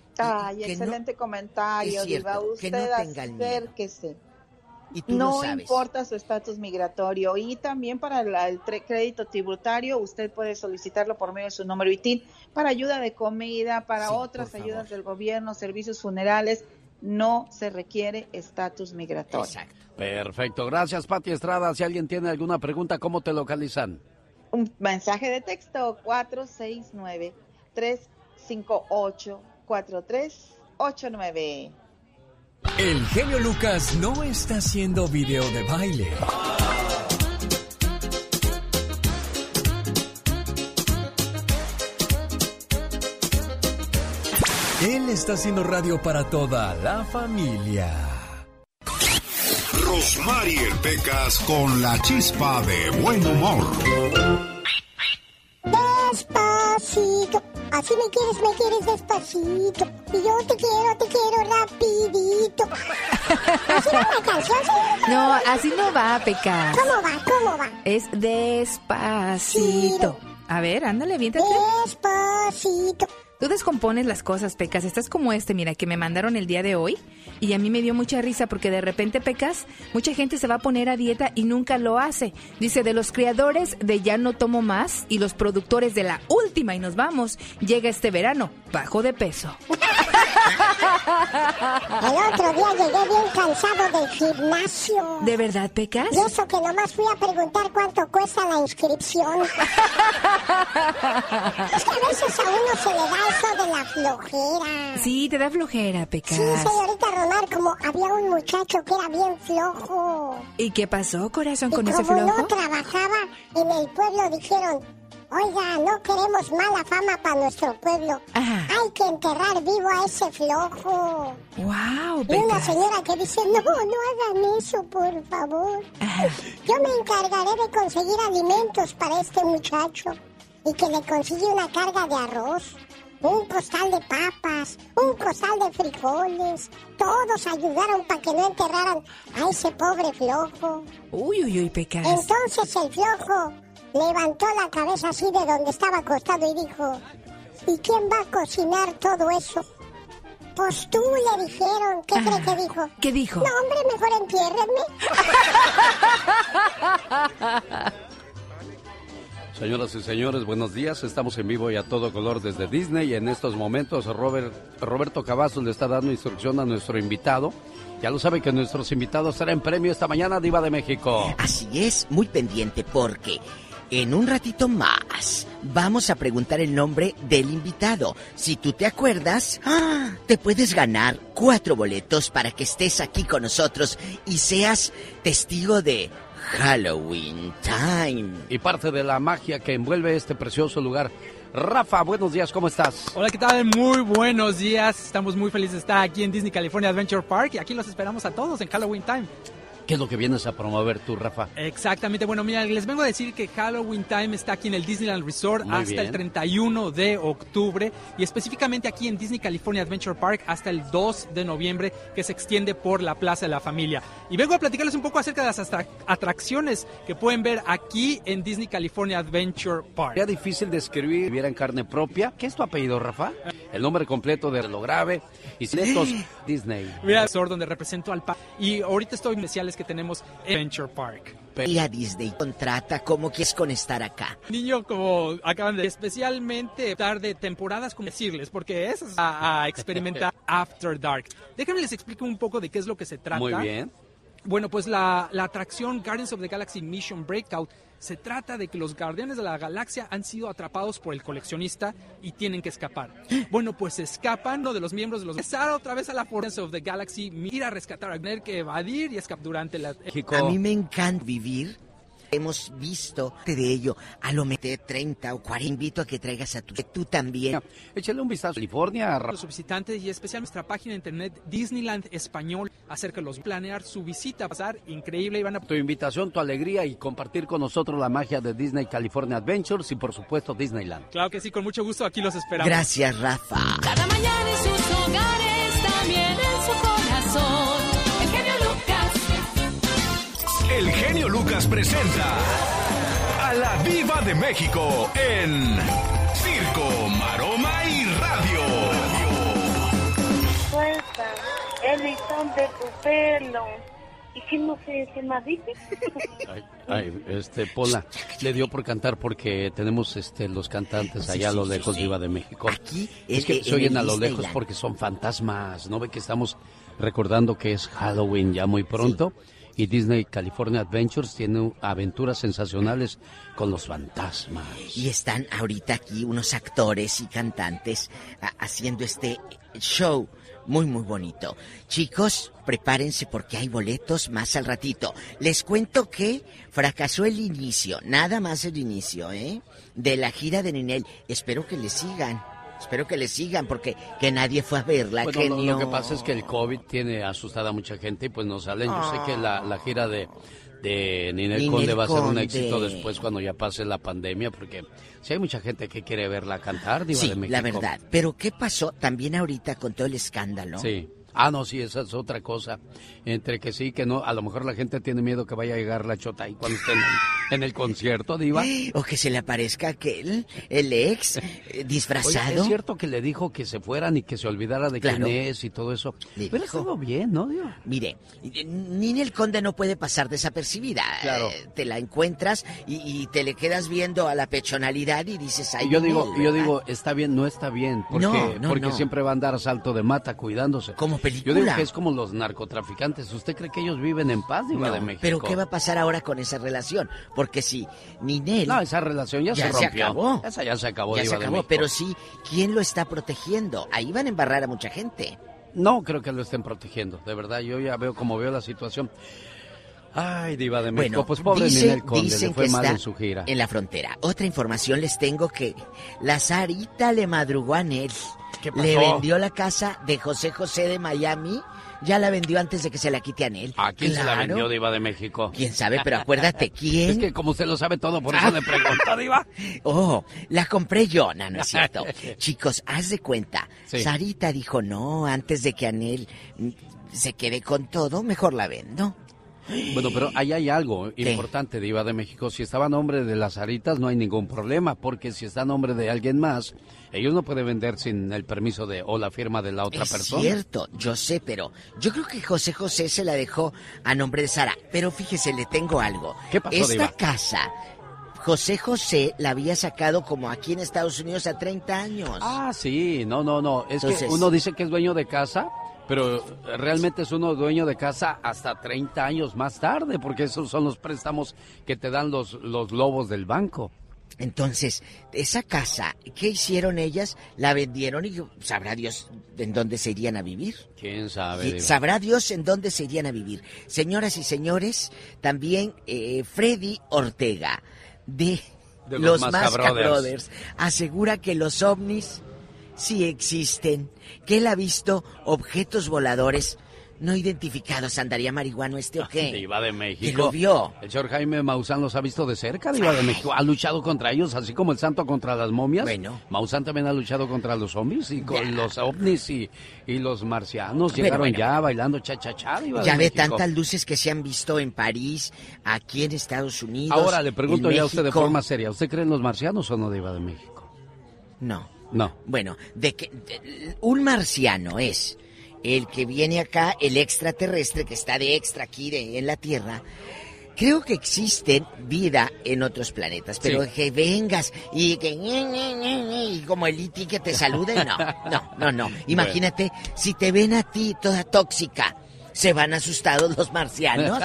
Ay, excelente no, comentario, Diva. Usted no tenga el miedo. Acérquese. Y tú no lo sabes. importa su estatus migratorio. Y también para la, el crédito tributario, usted puede solicitarlo por medio de su número I T I N para ayuda de comida, para sí, otras ayudas del gobierno, servicios funerales. No se requiere estatus migratorio. Exacto. Perfecto. Gracias, Pati Estrada. Si alguien tiene alguna pregunta, ¿cómo te localizan? Un mensaje de texto cuatro seis nueve, tres cinco ocho, cuatro tres ocho nueve. El genio Lucas no está haciendo video de baile. Él está haciendo radio para toda la familia. Rosmarie Pecas con la chispa de buen humor. Despacito, así me quieres, me quieres despacito. Y yo te quiero, te quiero rapidito. ¿Así no va la canción, señorita? No, así no va, Pecas. ¿Cómo va, cómo va? Es despacito. A ver, ándale, viéntate. Despacito. Tú descompones las cosas, Pecas. Estás como este, mira, que me mandaron el día de hoy. Y a mí me dio mucha risa porque de repente, Pecas, mucha gente se va a poner a dieta y nunca lo hace. Dice, de los creadores de Ya No Tomo Más y los productores de La Última y Nos Vamos, llega este verano, bajo de peso. El otro día llegué bien cansado del gimnasio. ¿De verdad, Pecas? Y eso que nomás fui a preguntar cuánto cuesta la inscripción. Es que a veces a uno se le da eso de la flojera. Sí, te da flojera, Pecas. Sí, señorita Romar, como había un muchacho que era bien flojo. ¿Y qué pasó, corazón, y con ese como flojo? no trabajaba en el pueblo, dijeron, oiga, no queremos mala fama para nuestro pueblo. Ajá. Hay que enterrar vivo a ese flojo. Wow, Y una Pecas. señora que dice, no, no hagan eso, por favor. Ajá. Yo me encargaré de conseguir alimentos para este muchacho. Y que le consigue una carga de arroz, un costal de papas, un costal de frijoles. Todos ayudaron para que no enterraran a ese pobre flojo. Uy, uy, uy, Pecas. Entonces el flojo levantó la cabeza así de donde estaba acostado y dijo, ¿y quién va a cocinar todo eso? Pues tú, le dijeron. ¿Qué cree que dijo? ¿Qué dijo? No, hombre, mejor entiérrenme. Señoras y señores, buenos días. Estamos en vivo y a todo color desde Disney. En estos momentos, Robert, Roberto Cavazos le está dando instrucción a nuestro invitado. Ya lo sabe que nuestros invitados traen premio esta mañana, Diva de México. Así es, muy pendiente porque en un ratito más vamos a preguntar el nombre del invitado. Si tú te acuerdas, ¡ah!, te puedes ganar cuatro boletos para que estés aquí con nosotros y seas testigo de Halloween Time. Y parte de la magia que envuelve este precioso lugar. Rafa, buenos días, ¿cómo estás? Hola, ¿qué tal? Muy buenos días. Estamos muy felices de estar aquí en Disney California Adventure Park y aquí los esperamos a todos en Halloween Time. ¿Qué es lo que vienes a promover tú, Rafa? Exactamente, bueno, mira, les vengo a decir que Halloween Time está aquí en el Disneyland Resort Muy hasta bien. el treinta y uno de octubre y específicamente aquí en Disney California Adventure Park hasta el dos de noviembre, que se extiende por la Plaza de la Familia. Y vengo a platicarles un poco acerca de las atra- atracciones que pueden ver aquí en Disney California Adventure Park. Era difícil describir, viviera en carne propia. ¿Qué es tu apellido, Rafa? El nombre completo de Lo Grave y Cinetos Disney. Mira, el resort donde represento al parque. Y ahorita estoy en especiales que tenemos en Adventure Park. Y a Disney contrata, ¿cómo quieres con estar acá? Niño, como acaban de... Especialmente estar de temporadas, como decirles, porque es a, a experimentar After Dark. Déjenme les explico un poco de qué es lo que se trata. Muy bien. Bueno, pues la, la atracción Guardians of the Galaxy Mission Breakout se trata de que los Guardianes de la Galaxia han sido atrapados por el coleccionista y tienen que escapar. Bueno, pues escapan uno de los miembros de los... Regresar otra vez a la Guardians of the Galaxy, ir a rescatar, a tener que evadir y escapar durante la... A mí me encanta vivir. Hemos visto de ello. A lo mejor treinta o cuarenta. Invito a que traigas a tu... Que tú también. Échale un vistazo a California. Los visitantes y especialmente nuestra página de internet Disneyland Español acerca de los planear su visita, pasar increíble y van a... Tu invitación, tu alegría y compartir con nosotros la magia de Disney California Adventures y por supuesto Disneyland. Claro que sí, con mucho gusto aquí los esperamos. Gracias, Rafa. Cada mañana en sus hogares, también en su corazón. El genio Lucas. El genio Lucas presenta a la Diva de México en Circo, Maroma y Radio. Suelta el listón de tu pelo. ¿Y qué no se, se más dice? Ay, ay, este, Pola, le dio por cantar porque tenemos este los cantantes Sí, allá a lo sí, lejos, sí, sí. Diva de México. Aquí, es en- que en se oyen el a lo Disneyland. lejos porque son fantasmas. ¿No ve que estamos recordando que es Halloween ya muy pronto? Y Disney California Adventures tiene aventuras sensacionales con los fantasmas. Y están ahorita aquí unos actores y cantantes a- haciendo este show Muy, muy bonito. Chicos, prepárense porque hay boletos más al ratito. Les cuento que fracasó el inicio, nada más el inicio, ¿eh? De la gira de Ninel. Espero que le sigan. Espero que le sigan porque que nadie fue a verla. Bueno, genio. Lo, lo que pasa es que el COVID tiene asustada a mucha gente y pues no salen. Yo sé que la, la gira de, de Ninel, Ninel Conde va a ser un éxito después cuando ya pase la pandemia porque si hay mucha gente que quiere verla cantar, Diva sí, de México. La verdad. Pero ¿qué pasó también ahorita con todo el escándalo? Sí. Ah, no, sí, esa es otra cosa. Entre que sí, que no, a lo mejor la gente tiene miedo que vaya a llegar la Chota ahí cuando esté en el, en el concierto, Diva. O que se le aparezca aquel, el ex, eh, disfrazado. Oye, es cierto que le dijo que se fueran y que se olvidara de claro. quién es y todo eso. Le Pero estuvo bien, ¿no, Diva? Mire, Ninel Conde no puede pasar desapercibida. Claro. Eh, te la encuentras y, y te le quedas viendo a la pechonalidad y dices, ay, yo Ninel, digo, ¿verdad? yo digo, está bien, no está bien, porque, no, no, porque no. siempre va a andar a salto de mata cuidándose. Como película. Yo digo que es como los narcotraficantes. ¿Usted cree que ellos viven en paz, Diva no, de México? Pero ¿qué va a pasar ahora con esa relación? Porque si Ninel... No, esa relación ya, ya se rompió. Se acabó. Esa ya se acabó, ya Diva se acabó, de México. pero sí, ¿quién lo está protegiendo? Ahí van a embarrar a mucha gente. No creo que lo estén protegiendo, de verdad. Yo ya veo como veo la situación. Ay, Diva de México, bueno, pues pobre dice, Ninel Conde, le fue que mal está en su gira. En la frontera. Otra información les tengo que la Sarita le madrugó a Nel. ¿Qué pasó? Le vendió la casa de José José de Miami. Ya la vendió antes de que se la quite a Nel. ¿A quién claro. se la vendió, Diva de México? ¿Quién sabe? Pero acuérdate, ¿quién? Es que como usted lo sabe todo, por eso le pregunto, Diva. Oh, la compré yo, no, no es cierto. Chicos, haz de cuenta. Sí. Sarita dijo, no, antes de que Anel se quede con todo, mejor la vendo. Bueno, pero ahí hay algo ¿Qué? importante, Diva de México. Si estaba a nombre de las Saritas, no hay ningún problema, porque si está a nombre de alguien más, ellos no pueden vender sin el permiso de o la firma de la otra es persona. Es cierto, yo sé, pero yo creo que José José se la dejó a nombre de Sara. Pero fíjese, le tengo algo. ¿Qué pasó, Esta Diva? casa, José José la había sacado como aquí en Estados Unidos a treinta años. Ah, sí, no, no, no. Es Entonces, que uno dice que es dueño de casa, pero realmente es uno dueño de casa hasta treinta años más tarde, porque esos son los préstamos que te dan los, los lobos del banco. Entonces, esa casa, ¿qué hicieron ellas? La vendieron y sabrá Dios en dónde se irían a vivir. ¿Quién sabe? Y sabrá Dios en dónde se irían a vivir. Señoras y señores, también eh, Freddy Ortega, de, de los, los Masca Masca Brothers. Brothers, asegura que los ovnis sí existen, que él ha visto objetos voladores no identificados. ¿Andaría marihuano este o qué? Diva de México. ¿Que lo vio? El señor Jaime Maussan los ha visto de cerca, Diva de México. Ha luchado contra ellos, así como el santo contra las momias. Bueno. Maussan también ha luchado contra los zombies y con ya. los ovnis y, y los marcianos. Pero llegaron bueno. ya bailando cha-cha-cha, Diva Ya de ve México. tantas luces que se han visto en París, aquí en Estados Unidos. Ahora le pregunto en ya a usted de México. forma seria. ¿Usted cree en los marcianos o no, Diva de México? No. No. Bueno, de que de, un marciano es el que viene acá, el extraterrestre que está de extra aquí de, en la Tierra. Creo que existe vida en otros planetas, pero Sí. que vengas y que y como el I T que te salude, no, no, no, no. Imagínate, si te ven a ti toda tóxica, ¿se van asustados los marcianos?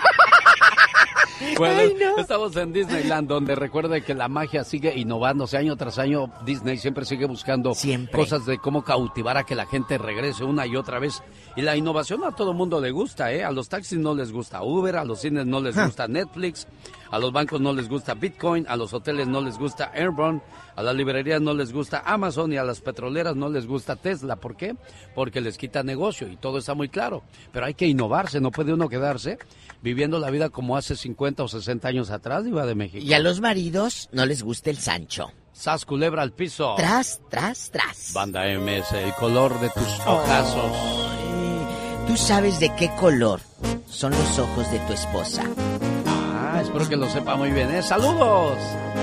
Bueno, Ay, no. estamos en Disneyland, donde recuerde que la magia sigue innovándose año tras año. Disney siempre sigue buscando Siempre. cosas de cómo cautivar a que la gente regrese una y otra vez. Y la innovación a todo mundo le gusta, ¿eh? A los taxis no les gusta Uber, a los cines no les Ah. gusta Netflix, a los bancos no les gusta Bitcoin, a los hoteles no les gusta Airborne, a las librerías no les gusta Amazon y a las petroleras no les gusta Tesla. ¿Por qué? Porque les quita negocio y todo está muy claro. Pero hay que innovarse, no puede uno quedarse viviendo la vida como hace cincuenta o sesenta años atrás, Diva de México. Y a los maridos no les gusta el Sancho. Sas culebra al piso. Tras, tras, tras. Banda M S, el color de tus ojazos. ¿Tú sabes de qué color son los ojos de tu esposa? Ah, espero que lo sepa muy bien, ¿eh? ¡Saludos!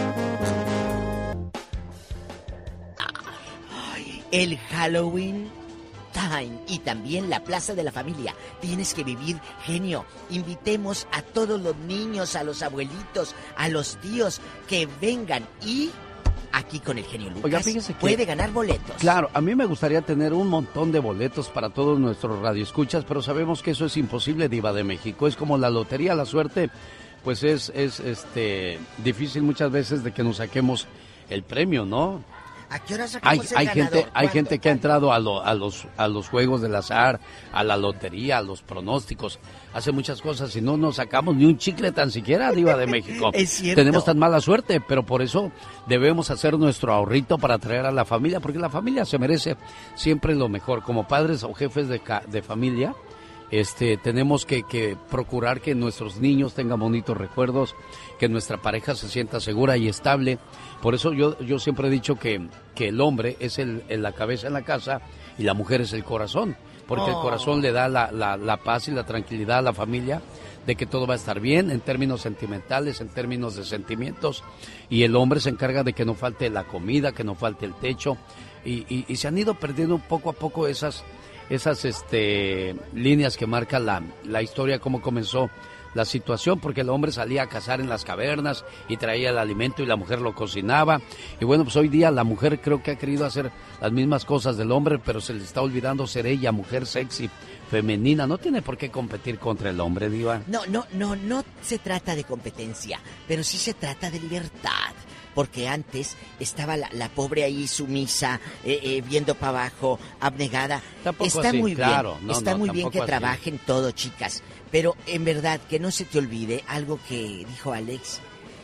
El Halloween Time y también la Plaza de la Familia. Tienes que vivir, genio. Invitemos a todos los niños, a los abuelitos, a los tíos que vengan y aquí con el genio Lucas Oiga, fíjese que- puede ganar boletos. Claro, a mí me gustaría tener un montón de boletos para todos nuestros radioescuchas, pero sabemos que eso es imposible, Diva de México. Es como la lotería, la suerte, pues es, es este difícil muchas veces de que nos saquemos el premio, ¿no? ¿A qué hora Hay, sacamos el hay ganador? gente, hay ¿Cuándo? gente que ha entrado a, lo- a los a los juegos del azar, a la lotería, a los pronósticos, hace muchas cosas y no nos sacamos ni un chicle tan siquiera, Diva de México. Es cierto. Tenemos tan mala suerte, pero por eso debemos hacer nuestro ahorrito para traer a la familia, porque la familia se merece siempre lo mejor. Como padres o jefes de, ca- de familia, este, tenemos que, que procurar que nuestros niños tengan bonitos recuerdos, que nuestra pareja se sienta segura y estable. Por eso yo, yo siempre he dicho que, que el hombre es el, el- la cabeza en la casa y la mujer es el corazón, porque el Oh. corazón le da la, la, la paz y la tranquilidad a la familia de que todo va a estar bien en términos sentimentales, en términos de sentimientos, y el hombre se encarga de que no falte la comida, que no falte el techo, y, y, y se han ido perdiendo poco a poco esas esas este líneas que marca la, la historia, cómo comenzó la situación, porque el hombre salía a cazar en las cavernas y traía el alimento y la mujer lo cocinaba. Y bueno, pues hoy día la mujer creo que ha querido hacer las mismas cosas del hombre, pero se le está olvidando ser ella, mujer sexy, femenina. No tiene por qué competir contra el hombre, Diva. No, no, no, no se trata de competencia, pero sí se trata de libertad. Porque antes estaba la, la pobre ahí sumisa, eh, eh, viendo para abajo, abnegada. Tampoco Está así, muy claro, bien, no, está no, muy bien tampoco que así. trabajen todo, chicas. Pero en verdad, que no se te olvide algo que dijo Alex.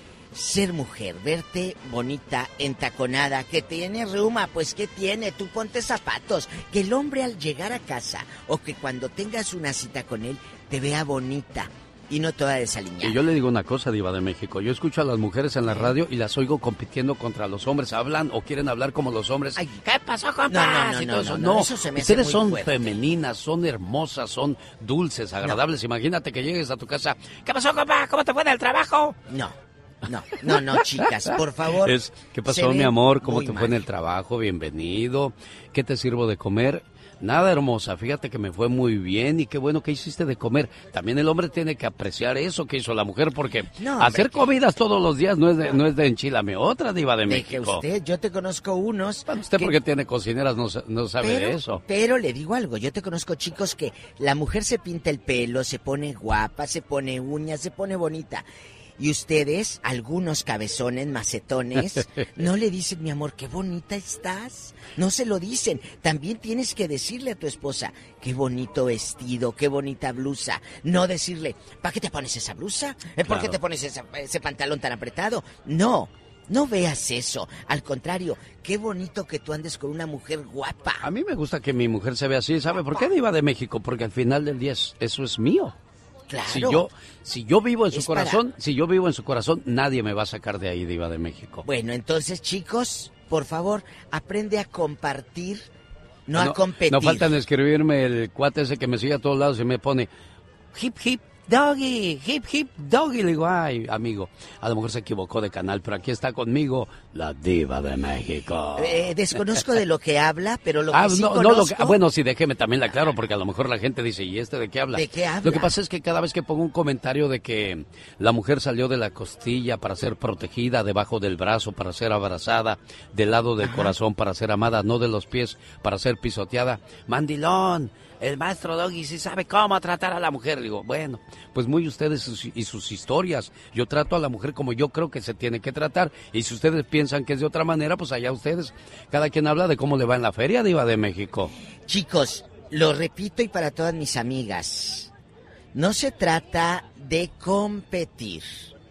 Ser mujer, verte bonita, entaconada, que tiene reuma, pues ¿qué tiene? Tú ponte zapatos. Que el hombre al llegar a casa o que cuando tengas una cita con él te vea bonita y no toda desaliñada. Y yo le digo una cosa, Diva de México. Yo escucho a las mujeres en la radio y las oigo compitiendo contra los hombres. Hablan o quieren hablar como los hombres. ¿Qué pasó, compas? No, no, no, Y no, todo no, eso. no, eso se me hace ustedes muy son fuerte. femeninas, son hermosas, son dulces, agradables. Imagínate que llegues a tu casa. ¿Qué pasó, compa? ¿Cómo te fue en el trabajo? No, no, no, no, chicas, por favor. Es, ¿qué se pasó, mi ven amor? ¿Cómo muy te mal. fue en el trabajo? Bienvenido. ¿Qué te sirvo de comer? Nada, hermosa, fíjate que me fue muy bien y qué bueno que hiciste de comer. También el hombre tiene que apreciar eso que hizo la mujer, porque No, hombre, hacer que- comidas todos los días no es de, no es de enchilame otra, Diva de Deje México. usted, yo te conozco unos. Bueno, usted que- porque tiene cocineras no, sa- no sabe pero, de eso. Pero le digo algo, yo te conozco chicos que la mujer se pinta el pelo, se pone guapa, se pone uñas, se pone bonita. Y ustedes, algunos cabezones, macetones, no le dicen, mi amor, qué bonita estás. No se lo dicen. También tienes que decirle a tu esposa, qué bonito vestido, qué bonita blusa. No decirle, ¿para qué te pones esa blusa? ¿Eh, ¿Por qué Claro. te pones esa- ese pantalón tan apretado? No, no veas eso. Al contrario, qué bonito que tú andes con una mujer guapa. A mí me gusta que mi mujer se vea así, ¿sabe por qué, Diva de México? Porque al final del día es- eso es mío. Claro. Si yo, si yo vivo en su Es para- corazón, si yo vivo en su corazón, nadie me va a sacar de ahí, Diva de México. Bueno, entonces, chicos, por favor, aprende a compartir, no, a no, competir. no faltan escribirme el cuate ese que me sigue a todos lados y me pone hip hip doggy, hip hip doggy. Le digo, ay, amigo, a lo mejor se equivocó de canal, pero aquí está conmigo la Diva de México. Eh, desconozco de lo que habla, pero lo que Ah, sí no, no, lo conozco... que- bueno, sí, déjeme también la claro, porque a lo mejor la gente dice, ¿y este de qué habla? ¿De qué habla? Lo que pasa es que cada vez que pongo un comentario de que la mujer salió de la costilla para ser protegida, debajo del brazo para ser abrazada, del lado del corazón para ser amada, no de los pies para ser pisoteada, mandilón, el maestro Doggy sí sabe cómo tratar a la mujer. Digo, bueno, pues muy ustedes y sus- y sus historias. Yo trato a la mujer como yo creo que se tiene que tratar. Y si ustedes piensan que es de otra manera, pues allá ustedes. Cada quien habla de cómo le va en la feria, Diva de México. Chicos, lo repito y para todas mis amigas, no se trata de competir,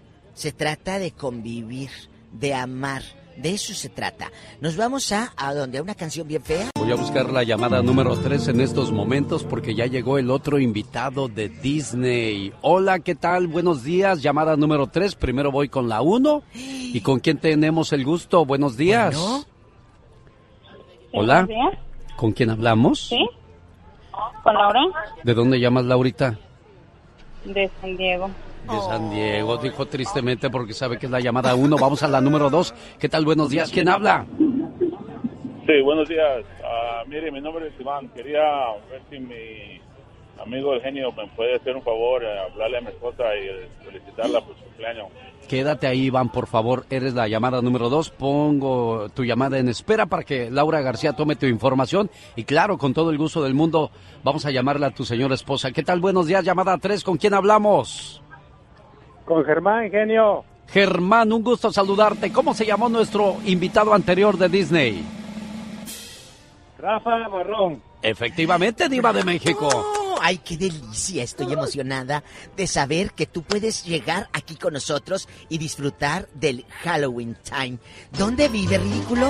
se trata de convivir, de amar, de eso se trata. Nos vamos a, a donde, a una canción bien fea. Voy a buscar la llamada número tres en estos momentos porque ya llegó el otro invitado de Disney. Hola, ¿qué tal? Buenos días. Llamada número tres. Primero voy con la uno. ¿Y con quién tenemos el gusto? Buenos días. Bueno. Hola. buenos días. ¿Con quién hablamos? ¿Sí? ¿Con Laura? ¿De dónde llamas, Laurita? De San Diego. De San Diego. Dijo tristemente porque sabe que es la llamada uno. Vamos a la número dos. ¿Qué tal? Buenos días. ¿Quién habla? Sí, buenos días. Ah, mire, mi nombre es Iván. Quería ver si mi amigo el genio me puede hacer un favor, eh, hablarle a mi esposa y eh, felicitarla por su cumpleaños. Quédate ahí, Iván, por favor. Eres la llamada número dos. Pongo tu llamada en espera para que Laura García tome tu información. Y claro, con todo el gusto del mundo, vamos a llamarle a tu señora esposa. ¿Qué tal? Buenos días, llamada tres. ¿Con quién hablamos? Con Germán, genio. Germán, un gusto saludarte. ¿Cómo se llamó nuestro invitado anterior de Disney? Rafa Marrón. Efectivamente, Diva de México. Oh, ¡ay, qué delicia! Estoy emocionada de saber que tú puedes llegar aquí con nosotros y disfrutar del Halloween Time. ¿Dónde vive, ridículo?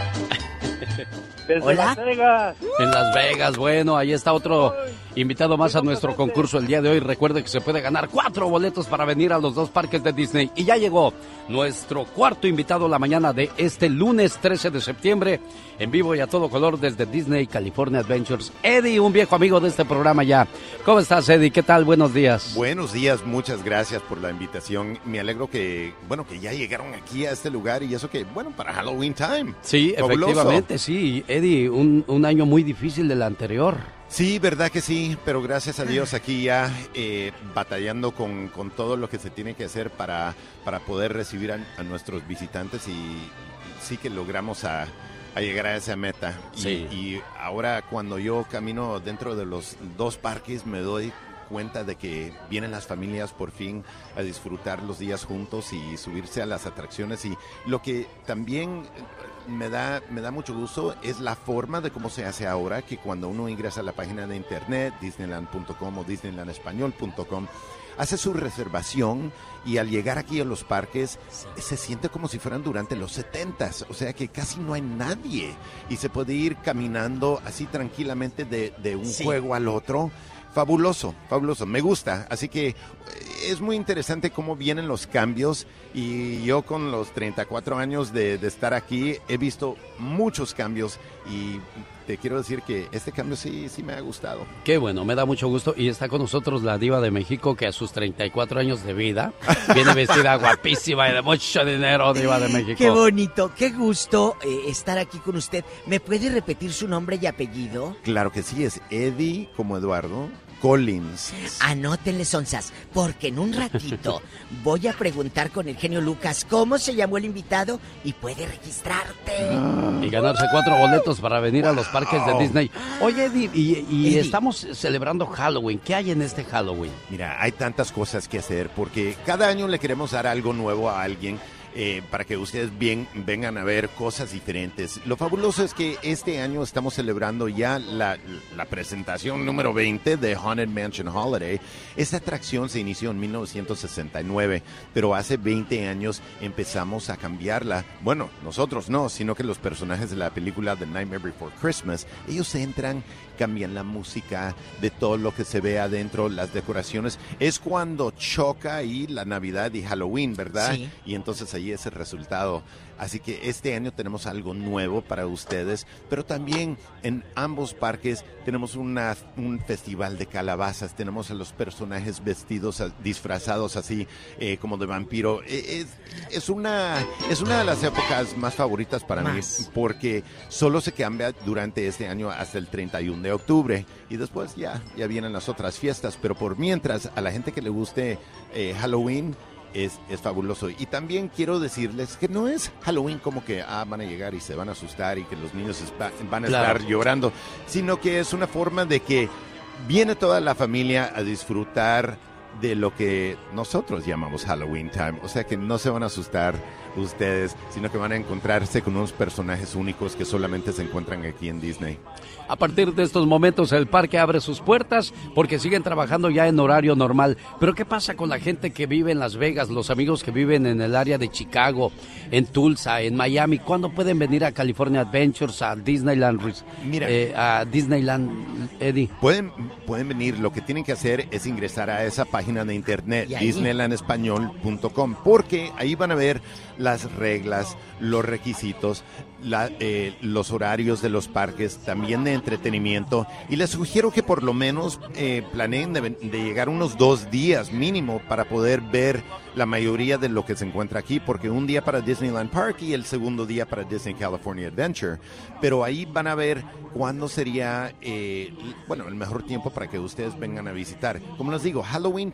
Desde Hola. Las Vegas. En Las Vegas, bueno, ahí está otro invitado más a nuestro concurso el día de hoy. Recuerde que se puede ganar cuatro boletos para venir a los dos parques de Disney. Y ya llegó nuestro cuarto invitado la mañana de este lunes trece de septiembre, en vivo y a todo color desde Disney California Adventures. Eddie, un viejo amigo de este programa ya. ¿Cómo estás, Eddie? ¿Qué tal? Buenos días. Buenos días, muchas gracias por la invitación. Me alegro que, bueno, que ya llegaron aquí a este lugar y eso que, bueno, para Halloween Time. Sí, Fabuloso. Efectivamente, sí. Eddie, un, un año muy difícil del anterior. Sí, verdad que sí, pero gracias a Dios aquí ya eh, batallando con, con todo lo que se tiene que hacer para, para poder recibir a, a nuestros visitantes y sí que logramos a, a llegar a esa meta. Sí. Y, y ahora cuando yo camino dentro de los dos parques me doy cuenta de que vienen las familias por fin a disfrutar los días juntos y subirse a las atracciones, y lo que también me da me da mucho gusto es la forma de cómo se hace ahora, que cuando uno ingresa a la página de internet disneyland punto com o disneyland español punto com, hace su reservación y al llegar aquí a los parques se siente como si fueran durante los setentas, o sea que casi no hay nadie y se puede ir caminando así tranquilamente de, de un Sí. juego al otro. Fabuloso, fabuloso, me gusta, así que es muy interesante cómo vienen los cambios y yo con los treinta y cuatro años de, de estar aquí he visto muchos cambios y te quiero decir que este cambio sí, sí me ha gustado. Qué bueno, me da mucho gusto. Y está con nosotros la Diva de México, que a sus treinta y cuatro años de vida viene vestida guapísima y de mucho dinero, Diva de México. Qué bonito, qué gusto eh, estar aquí con usted. ¿Me puede repetir su nombre y apellido? Claro que sí, es Eddie como Eduardo Collins. Anótenle, sonzas, porque en un ratito voy a preguntar con el genio Lucas cómo se llamó el invitado y puede registrarte. Y ganarse cuatro boletos para venir a los parques de Disney. Oye, Eddie, y, y Eddie. estamos celebrando Halloween. ¿Qué hay en este Halloween? Mira, hay tantas cosas que hacer porque cada año le queremos dar algo nuevo a alguien. Eh, para que ustedes bien vengan a ver cosas diferentes. Lo fabuloso es que este año estamos celebrando ya la, la presentación número veinte de Haunted Mansion Holiday. Esta atracción se inició en mil novecientos sesenta y nueve, pero hace veinte años empezamos a cambiarla. Bueno, nosotros no, sino que los personajes de la película The Nightmare Before Christmas, ellos entran, cambian la música, de todo lo que se ve adentro, las decoraciones. Es cuando choca ahí la Navidad y Halloween, ¿verdad? Sí. Y entonces ahí es el resultado. Así que este año tenemos algo nuevo para ustedes, pero también en ambos parques tenemos una, un festival de calabazas. Tenemos a los personajes vestidos, disfrazados así eh, como de vampiro. Es, es, una, es una de las épocas más favoritas para Más. mí, porque solo se cambia durante este año hasta el treinta y uno de octubre y después ya, ya vienen las otras fiestas. Pero por mientras, a la gente que le guste eh, Halloween, Es, es fabuloso. Y también quiero decirles que no es Halloween como que ah, van a llegar y se van a asustar y que los niños espa- van a Claro. estar llorando, sino que es una forma de que viene toda la familia a disfrutar de lo que nosotros llamamos Halloween Time. O sea que no se van a asustar ustedes, sino que van a encontrarse con unos personajes únicos que solamente se encuentran aquí en Disney. A partir de estos momentos el parque abre sus puertas porque siguen trabajando ya en horario normal. Pero ¿qué pasa con la gente que vive en Las Vegas, los amigos que viven en el área de Chicago, en Tulsa, en Miami? ¿Cuándo pueden venir a California Adventures, a Disneyland, Mira. eh, a Disneyland, Eddie? Pueden, pueden venir, lo que tienen que hacer es ingresar a esa página de internet, ¿Y ahí? disneyland español punto com, porque ahí van a ver las reglas, los requisitos, la, eh, los horarios de los parques, también de entretenimiento, y les sugiero que por lo menos eh, planeen de, de llegar unos dos días mínimo para poder ver la mayoría de lo que se encuentra aquí, porque un día para Disneyland Park y el segundo día para Disney California Adventure, pero ahí van a ver cuándo sería, eh, bueno, el mejor tiempo para que ustedes vengan a visitar. Como les digo, Halloween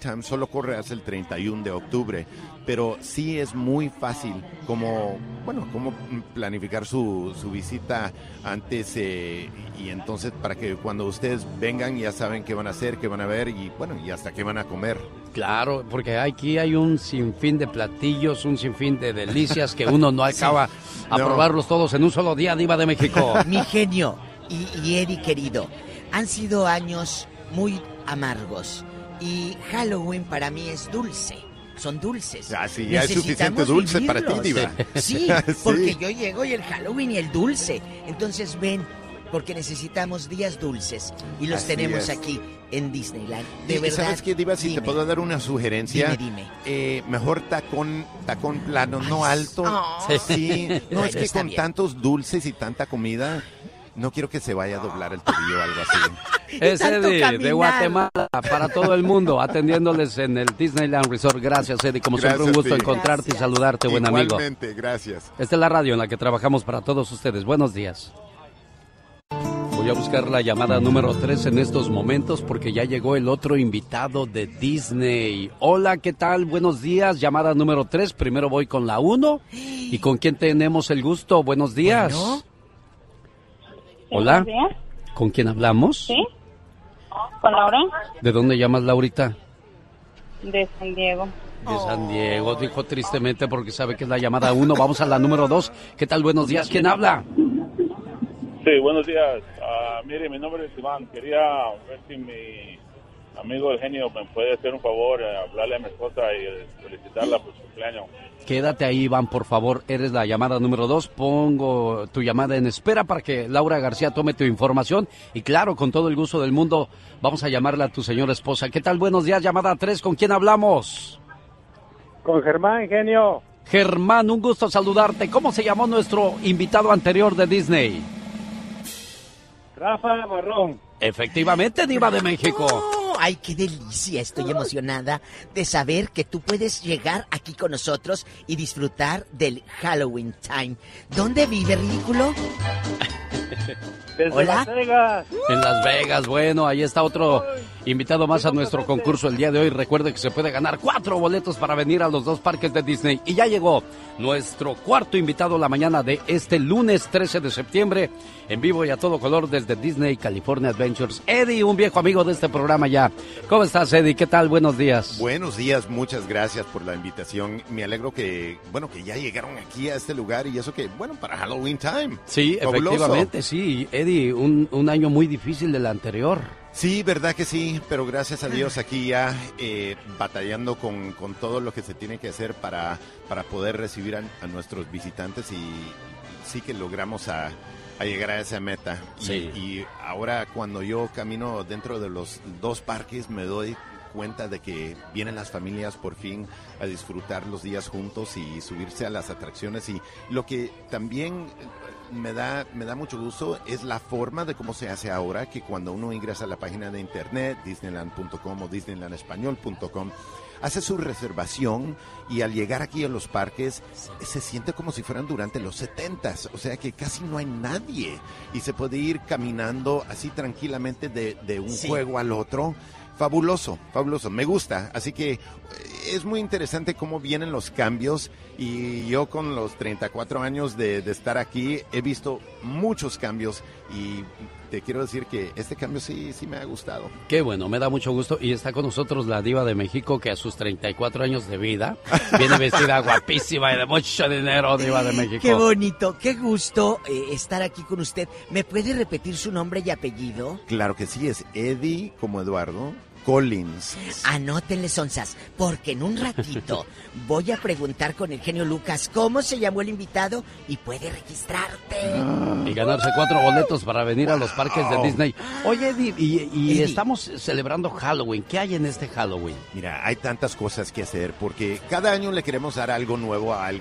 Time solo corre hasta el treinta y uno de octubre, pero sí es muy fácil como, bueno, como planificar su, su visita antes eh, y entonces para que cuando ustedes vengan ya saben qué van a hacer, qué van a ver y bueno, y hasta qué van a comer. Claro, porque aquí hay un sinfín de platillos, un sinfín de delicias que uno no acaba sí. a no. probarlos todos en un solo día, Diva de México. Mi genio y, y Eddie querido, han sido años muy amargos y Halloween para mí es dulce. Son dulces. Ah, sí, ya es suficiente dulce vivirlos. Para ti, Diva. Sí, porque sí. yo llego y el Halloween y el dulce. Entonces ven, porque necesitamos días dulces y los Así tenemos es. aquí en Disneyland. De ¿Y verdad. ¿Sabes qué, Diva? Si dime. te puedo dar una sugerencia. Dime, dime. Eh, mejor tacón, tacón plano, Ay, no alto. Oh. Sí. No, bueno, es que con bien. tantos dulces y tanta comida, no quiero que se vaya a doblar el tobillo o algo así. Es Eddie de Guatemala para todo el mundo, atendiéndoles en el Disneyland Resort. Gracias, Eddie. Como gracias, siempre, un gusto sí. encontrarte gracias. y saludarte, buen amigo. Igualmente, gracias. Esta es la radio en la que trabajamos para todos ustedes. Buenos días. Voy a buscar la llamada número tres en estos momentos porque ya llegó el otro invitado de Disney. Hola, ¿qué tal? Buenos días. Llamada número tres. Primero voy con la uno. ¿Y con quién tenemos el gusto? Buenos días. Bueno. Hola. Buenos días. ¿Con quién hablamos? Sí. ¿Con Laura? ¿De dónde llamas, Laurita? De San Diego. De San Diego, dijo tristemente porque sabe que es la llamada uno. Vamos a la número dos. ¿Qué tal? Buenos días. ¿Quién habla? Sí, buenos días. Uh, mire, mi nombre es Iván. Quería ver si mi amigo el genio me puede hacer un favor, eh, hablarle a mi esposa y felicitarla por su cumpleaños. Quédate ahí, Iván, por favor. Eres la llamada número dos. Pongo tu llamada en espera para que Laura García tome tu información. Y claro, con todo el gusto del mundo, vamos a llamarle a tu señora esposa. ¿Qué tal? Buenos días, llamada tres. ¿Con quién hablamos? Con Germán, genio. Germán, un gusto saludarte. ¿Cómo se llamó nuestro invitado anterior de Disney? Rafa Marrón. Efectivamente, Diva de México. Oh, ¡ay, qué delicia! Estoy emocionada de saber que tú puedes llegar aquí con nosotros y disfrutar del Halloween Time. ¿Dónde vive, ridículo? Desde ¿Hola? Las Vegas. En Las Vegas, bueno, ahí está otro invitado más a nuestro concurso el día de hoy. Recuerde que se puede ganar cuatro boletos para venir a los dos parques de Disney. Y ya llegó nuestro cuarto invitado la mañana de este lunes trece de septiembre, en vivo y a todo color desde Disney California Adventures. Eddie, un viejo amigo de este programa ya. ¿Cómo estás, Eddie? ¿Qué tal? Buenos días. Buenos días, muchas gracias por la invitación. Me alegro que, bueno, que ya llegaron aquí a este lugar y eso que, bueno, para Halloween Time. Sí, fabuloso. Efectivamente, sí. Eddie, un, un año muy difícil del anterior. Sí, verdad que sí, pero gracias a Dios aquí ya eh, batallando con, con todo lo que se tiene que hacer para, para poder recibir a, a nuestros visitantes y sí que logramos a, a llegar a esa meta. Sí. Y, y ahora cuando yo camino dentro de los dos parques me doy cuenta de que vienen las familias por fin a disfrutar los días juntos y subirse a las atracciones y lo que también me da me da mucho gusto es la forma de cómo se hace ahora, que cuando uno ingresa a la página de internet disneyland punto com o disneyland español punto com hace su reservación y al llegar aquí a los parques se siente como si fueran durante los setentas, o sea que casi no hay nadie y se puede ir caminando así tranquilamente de, de un sí. juego al otro. Fabuloso, fabuloso, me gusta, así que es muy interesante cómo vienen los cambios y yo con los treinta y cuatro años de, de estar aquí he visto muchos cambios y te quiero decir que este cambio sí, sí me ha gustado. Qué bueno, me da mucho gusto y está con nosotros la Diva de México que a sus treinta y cuatro años de vida viene vestida guapísima y de mucho dinero, Diva de México. Qué bonito, qué gusto eh, estar aquí con usted. ¿Me puede repetir su nombre y apellido? Claro que sí, es Eddie como Eduardo Collins. Anótenle, sonzas, porque en un ratito voy a preguntar con el genio Lucas cómo se llamó el invitado y puede registrarte. Ah. Y ganarse cuatro boletos para venir wow. a los parques de Disney. Oye, Eddie, y, y Eddie. estamos celebrando Halloween. ¿Qué hay en este Halloween? Mira, hay tantas cosas que hacer porque cada año le queremos dar algo nuevo a alguien.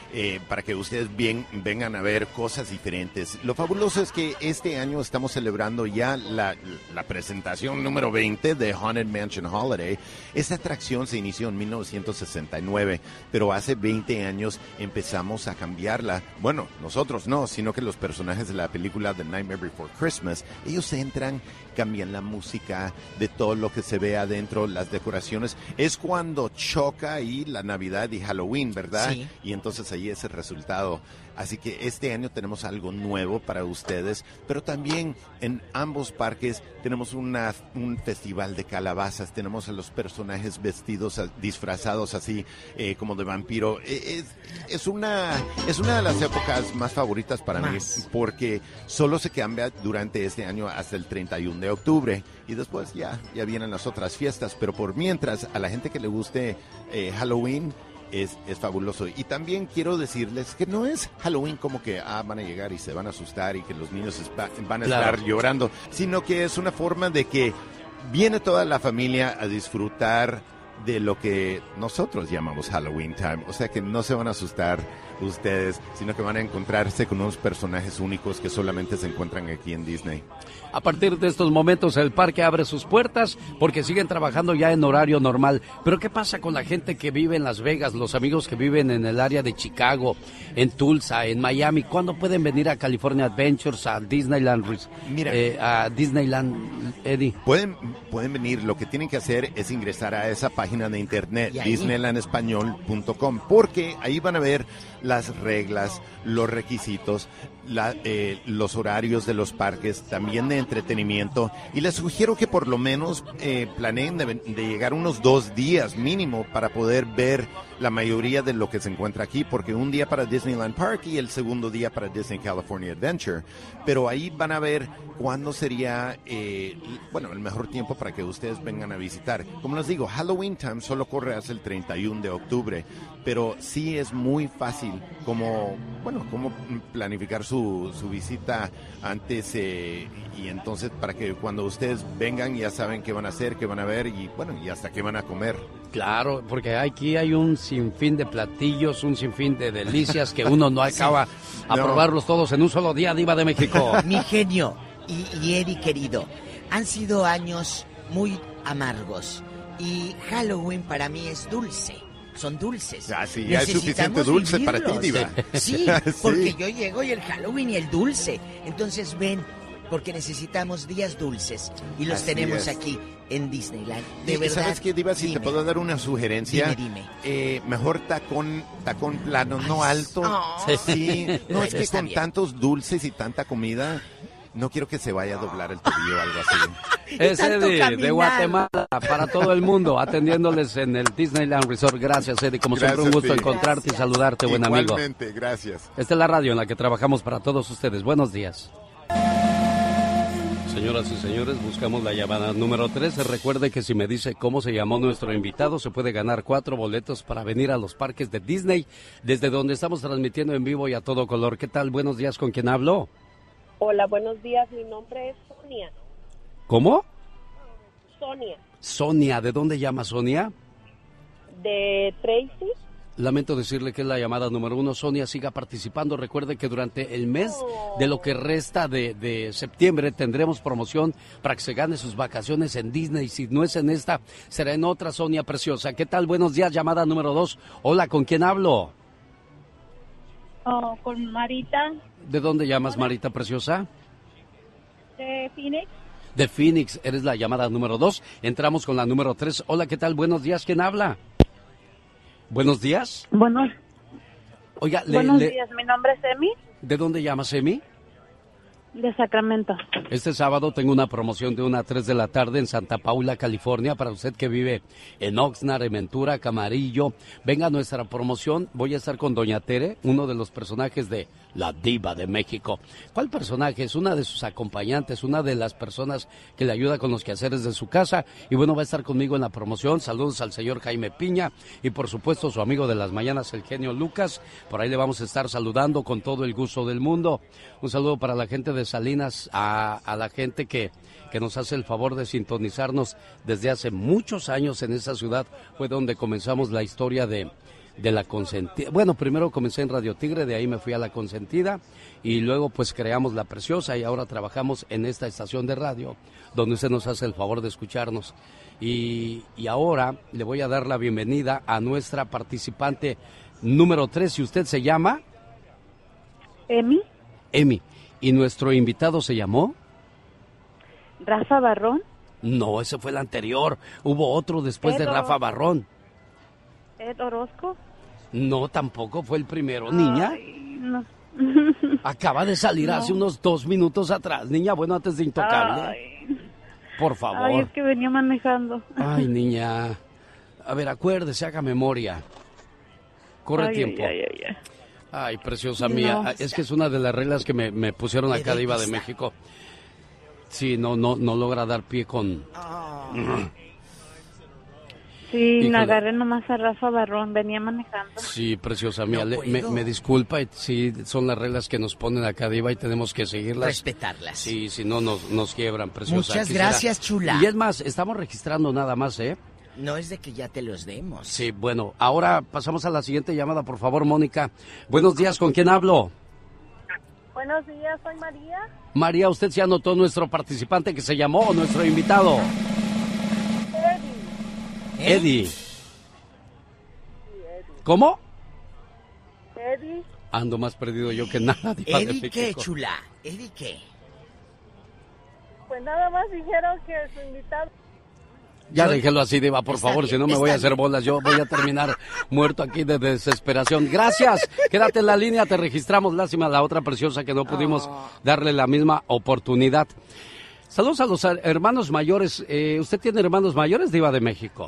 eh, para que ustedes bien vengan a ver cosas diferentes. Lo fabuloso es que este año estamos celebrando ya la, la presentación número veinte de Haunted Mansion Holiday. Esta atracción se inició en mil novecientos sesenta y nueve, pero hace veinte años empezamos a cambiarla. Bueno, nosotros no, sino que los personajes de la película The Nightmare Before Christmas, ellos entran, cambian la música, de todo lo que se ve adentro, las decoraciones. Es cuando choca ahí la Navidad y Halloween, ¿verdad? Sí. Y entonces ahí es el resultado. Así que este año tenemos algo nuevo para ustedes, pero también en ambos parques tenemos una, un festival de calabazas, tenemos a los personajes vestidos, disfrazados así eh, como de vampiro. Es, es, una, es una de las épocas más favoritas para más. mí, porque solo se cambia durante este año hasta el treinta y uno de octubre, y después ya, ya vienen las otras fiestas, pero por mientras, a la gente que le guste eh, Halloween, Es, es fabuloso. Y también quiero decirles que no es Halloween como que ah, van a llegar y se van a asustar y que los niños espa- van a Claro. estar llorando, sino que es una forma de que viene toda la familia a disfrutar de lo que nosotros llamamos Halloween Time. O sea que no se van a asustar ustedes, sino que van a encontrarse con unos personajes únicos que solamente se encuentran aquí en Disney. A partir de estos momentos el parque abre sus puertas porque siguen trabajando ya en horario normal. Pero ¿qué pasa con la gente que vive en Las Vegas, los amigos que viven en el área de Chicago, en Tulsa, en Miami? ¿Cuándo pueden venir a California Adventures, a Disneyland, Mira, eh, a Disneyland, Eddie? Pueden, pueden venir, lo que tienen que hacer es ingresar a esa página de internet, disneyland español punto com, porque ahí van a ver las reglas, los requisitos, la, eh, los horarios de los parques, también de entretenimiento, y les sugiero que por lo menos eh, planeen de, de llegar unos dos días mínimo para poder ver la mayoría de lo que se encuentra aquí, porque un día para Disneyland Park y el segundo día para Disney California Adventure, pero ahí van a ver cuándo sería, eh, bueno, el mejor tiempo para que ustedes vengan a visitar. Como les digo, Halloween Time solo corre hasta el treinta y uno de octubre, pero sí es muy fácil como, bueno, como planificar su, su visita antes eh, y entonces para que cuando ustedes vengan ya saben qué van a hacer, qué van a ver y bueno, y hasta qué van a comer. Claro, porque aquí hay un sinfín de platillos, un sinfín de delicias que uno no acaba sí. a no. probarlos todos en un solo día, Diva de México. Mi genio y, y Eddie querido, han sido años muy amargos y Halloween para mí es dulce. Son dulces. Ah, sí, ya es suficiente dulce vivirlos. Para ti, Diva. Sí, porque sí. yo llego y el Halloween y el dulce. Entonces ven, porque necesitamos días dulces y los Así tenemos es. aquí en Disneyland. De ¿Y verdad. ¿Sabes qué, Diva? Si dime. te puedo dar una sugerencia. Dime, dime. Eh, mejor tacón, tacón plano, Ay, no alto. Oh. Sí. No, es que Está con bien. tantos dulces y tanta comida, no quiero que se vaya a doblar el tobillo o algo así. Es Eddie, de Guatemala, para todo el mundo, atendiéndoles en el Disneyland Resort. Gracias, Eddie. Como gracias, siempre, un gusto sí. encontrarte gracias. y saludarte, buen amigo. Igualmente, gracias. Esta es la radio en la que trabajamos para todos ustedes. Buenos días. Señoras y señores, buscamos la llamada número tres. Recuerde que si me dice cómo se llamó nuestro invitado, se puede ganar cuatro boletos para venir a los parques de Disney, desde donde estamos transmitiendo en vivo y a todo color. ¿Qué tal? Buenos días, ¿con quién hablo? Hola, buenos días. Mi nombre es Sonia. ¿Cómo? Sonia. Sonia, ¿de dónde llama Sonia? De Tracy. Lamento decirle que es la llamada número uno. Sonia, siga participando. Recuerde que durante el mes de lo que resta de, de septiembre tendremos promoción para que se gane sus vacaciones en Disney. Si no es en esta, será en otra, Sonia preciosa. ¿Qué tal? Buenos días, llamada número dos. Hola, ¿con quién hablo? Oh, con Marita. ¿De dónde llamas, Marita preciosa? De Phoenix. De Phoenix, eres la llamada número dos. Entramos con la número tres. Hola, ¿qué tal? Buenos días, ¿quién habla? Buenos días. Buenos, Oiga, le, buenos le... días, mi nombre es Emi. ¿De dónde llamas, Emi? De Sacramento. Este sábado tengo una promoción de una a tres de la tarde en Santa Paula, California, para usted que vive en Oxnard, en Ventura, Camarillo. Venga a nuestra promoción. Voy a estar con Doña Tere, uno de los personajes de La Diva de México. ¿Cuál personaje? Es una de sus acompañantes, una de las personas que le ayuda con los quehaceres de su casa. Y bueno, va a estar conmigo en la promoción. Saludos al señor Jaime Piña y por supuesto su amigo de las mañanas, el genio Lucas. Por ahí le vamos a estar saludando con todo el gusto del mundo. Un saludo para la gente de Salinas, a, a la gente que, que nos hace el favor de sintonizarnos desde hace muchos años en esa ciudad. Fue donde comenzamos la historia de, de La Consentida. Bueno, primero comencé en Radio Tigre, de ahí me fui a La Consentida y luego pues creamos La Preciosa y ahora trabajamos en esta estación de radio donde usted nos hace el favor de escucharnos. Y, y ahora le voy a dar la bienvenida a nuestra participante número tres, y usted se llama... Emi. Emi. ¿Y nuestro invitado se llamó? Rafa Barrón. No, ese fue el anterior. Hubo otro después Ed de Rafa Barrón. Ed Orozco. No, tampoco fue el primero, niña. Ay, no. Acaba de salir No. hace unos dos minutos atrás, niña. Bueno, antes de Intocable. Ay. Por favor. Ay, es que venía manejando. Ay, niña. A ver, acuérdese, haga memoria. Corre Ay, tiempo. ay, ay, ay. Ay, preciosa No. mía. Es que es una de las reglas que me, me pusieron acá, ¿De Diva dónde de está? México. Sí, no, no, no logra dar pie con... Sí, Híjole. me agarré nomás a Rafa Barrón, venía manejando. Sí, preciosa mía. No Le- me, puedo. me disculpa, y sí, son las reglas que nos ponen acá, Diva, y tenemos que seguirlas. Respetarlas. Sí, si no nos, nos quiebran, preciosa. Muchas Quisiera- gracias, chula. Y es más, estamos registrando nada más, ¿eh? No es de que ya te los demos. Sí, bueno, ahora pasamos a la siguiente llamada, por favor, Mónica. Buenos días, ¿con quién hablo? Buenos días, soy María. María, ¿usted se anotó nuestro participante que se llamó o nuestro invitado? Eddie. Eddie. ¿Cómo? Eddie. Ando más perdido yo que nada, Diva de ¿Eddie qué, México. chula? ¿Eddie qué? Pues nada más dijeron que su invitado... Ya déjelo así, Diva, por Está favor, bien, si no me voy a está hacer bolas. Yo voy a terminar muerto aquí de desesperación. Gracias, quédate en la línea, te registramos. Lástima la otra preciosa que no pudimos darle la misma oportunidad. Saludos a los her- hermanos mayores. Eh, ¿Usted tiene hermanos mayores, Diva de México?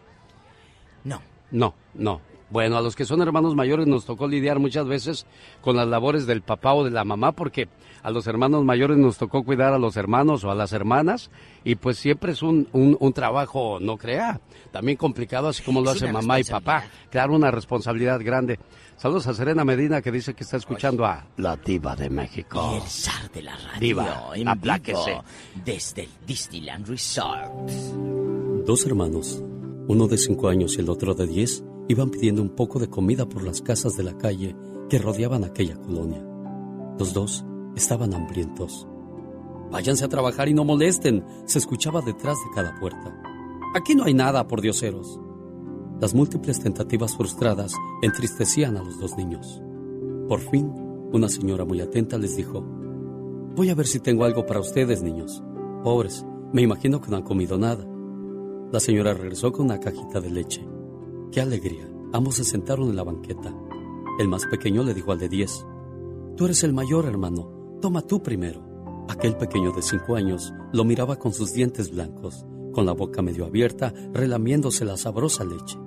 No. No, no. Bueno, a los que son hermanos mayores nos tocó lidiar muchas veces con las labores del papá o de la mamá, porque a los hermanos mayores nos tocó cuidar a los hermanos o a las hermanas, y pues siempre es un, un, un trabajo, no crea, también complicado, así como lo Es hace una mamá y papá. Claro, una responsabilidad grande. Saludos a Serena Medina, que dice que está escuchando a la Diva de México. Y el zar de la radio. Diva, en apláquese. vivo desde el Disneyland Resort. Dos hermanos, uno de cinco años y el otro de diez, iban pidiendo un poco de comida por las casas de la calle que rodeaban aquella colonia. Los dos estaban hambrientos. Váyanse a trabajar y no molesten, se escuchaba detrás de cada puerta. Aquí no hay nada, por dioseros. Las múltiples tentativas frustradas entristecían a los dos niños. Por fin, una señora muy atenta les dijo: voy a ver si tengo algo para ustedes, niños. Pobres, me imagino que no han comido nada. La señora regresó con una cajita de leche. ¡Qué alegría! Ambos se sentaron en la banqueta. El más pequeño le dijo al de diez: tú eres el mayor, hermano. Toma tú primero. Aquel pequeño de cinco años lo miraba con sus dientes blancos, con la boca medio abierta, relamiéndose la sabrosa leche.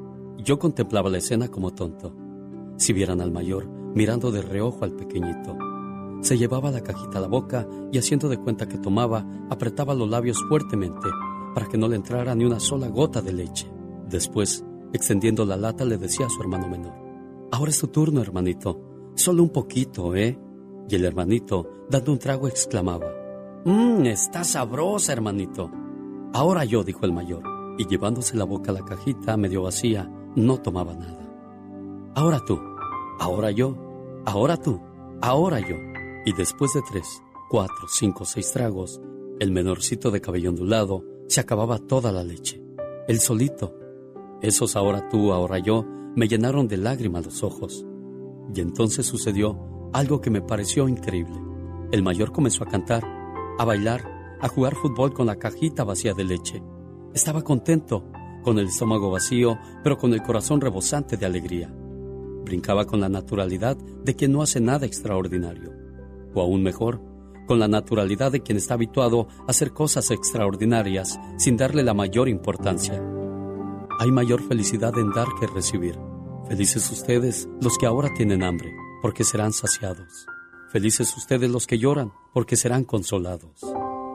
Yo contemplaba la escena como tonto. Si vieran al mayor mirando de reojo al pequeñito. Se llevaba la cajita a la boca y, haciendo de cuenta que tomaba, apretaba los labios fuertemente para que no le entrara ni una sola gota de leche. Después, extendiendo la lata, le decía a su hermano menor: ahora es tu turno, hermanito. Solo un poquito, ¿eh? Y el hermanito, dando un trago, exclamaba: Mmm, está sabrosa, hermanito. Ahora yo, dijo el mayor, y llevándose la boca a la cajita medio vacía, no tomaba nada. Ahora tú, ahora yo, ahora tú, ahora yo. Y después de tres, cuatro, cinco, seis tragos, el menorcito de cabello ondulado se acababa toda la leche. Él solito. Esos ahora tú, ahora yo, me llenaron de lágrimas los ojos. Y entonces sucedió algo que me pareció increíble. El mayor comenzó a cantar, a bailar, a jugar fútbol con la cajita vacía de leche. Estaba contento, con el estómago vacío, pero con el corazón rebosante de alegría. Brincaba con la naturalidad de quien no hace nada extraordinario. O aún mejor, con la naturalidad de quien está habituado a hacer cosas extraordinarias sin darle la mayor importancia. Hay mayor felicidad en dar que recibir. Felices ustedes los que ahora tienen hambre, porque serán saciados. Felices ustedes los que lloran, porque serán consolados.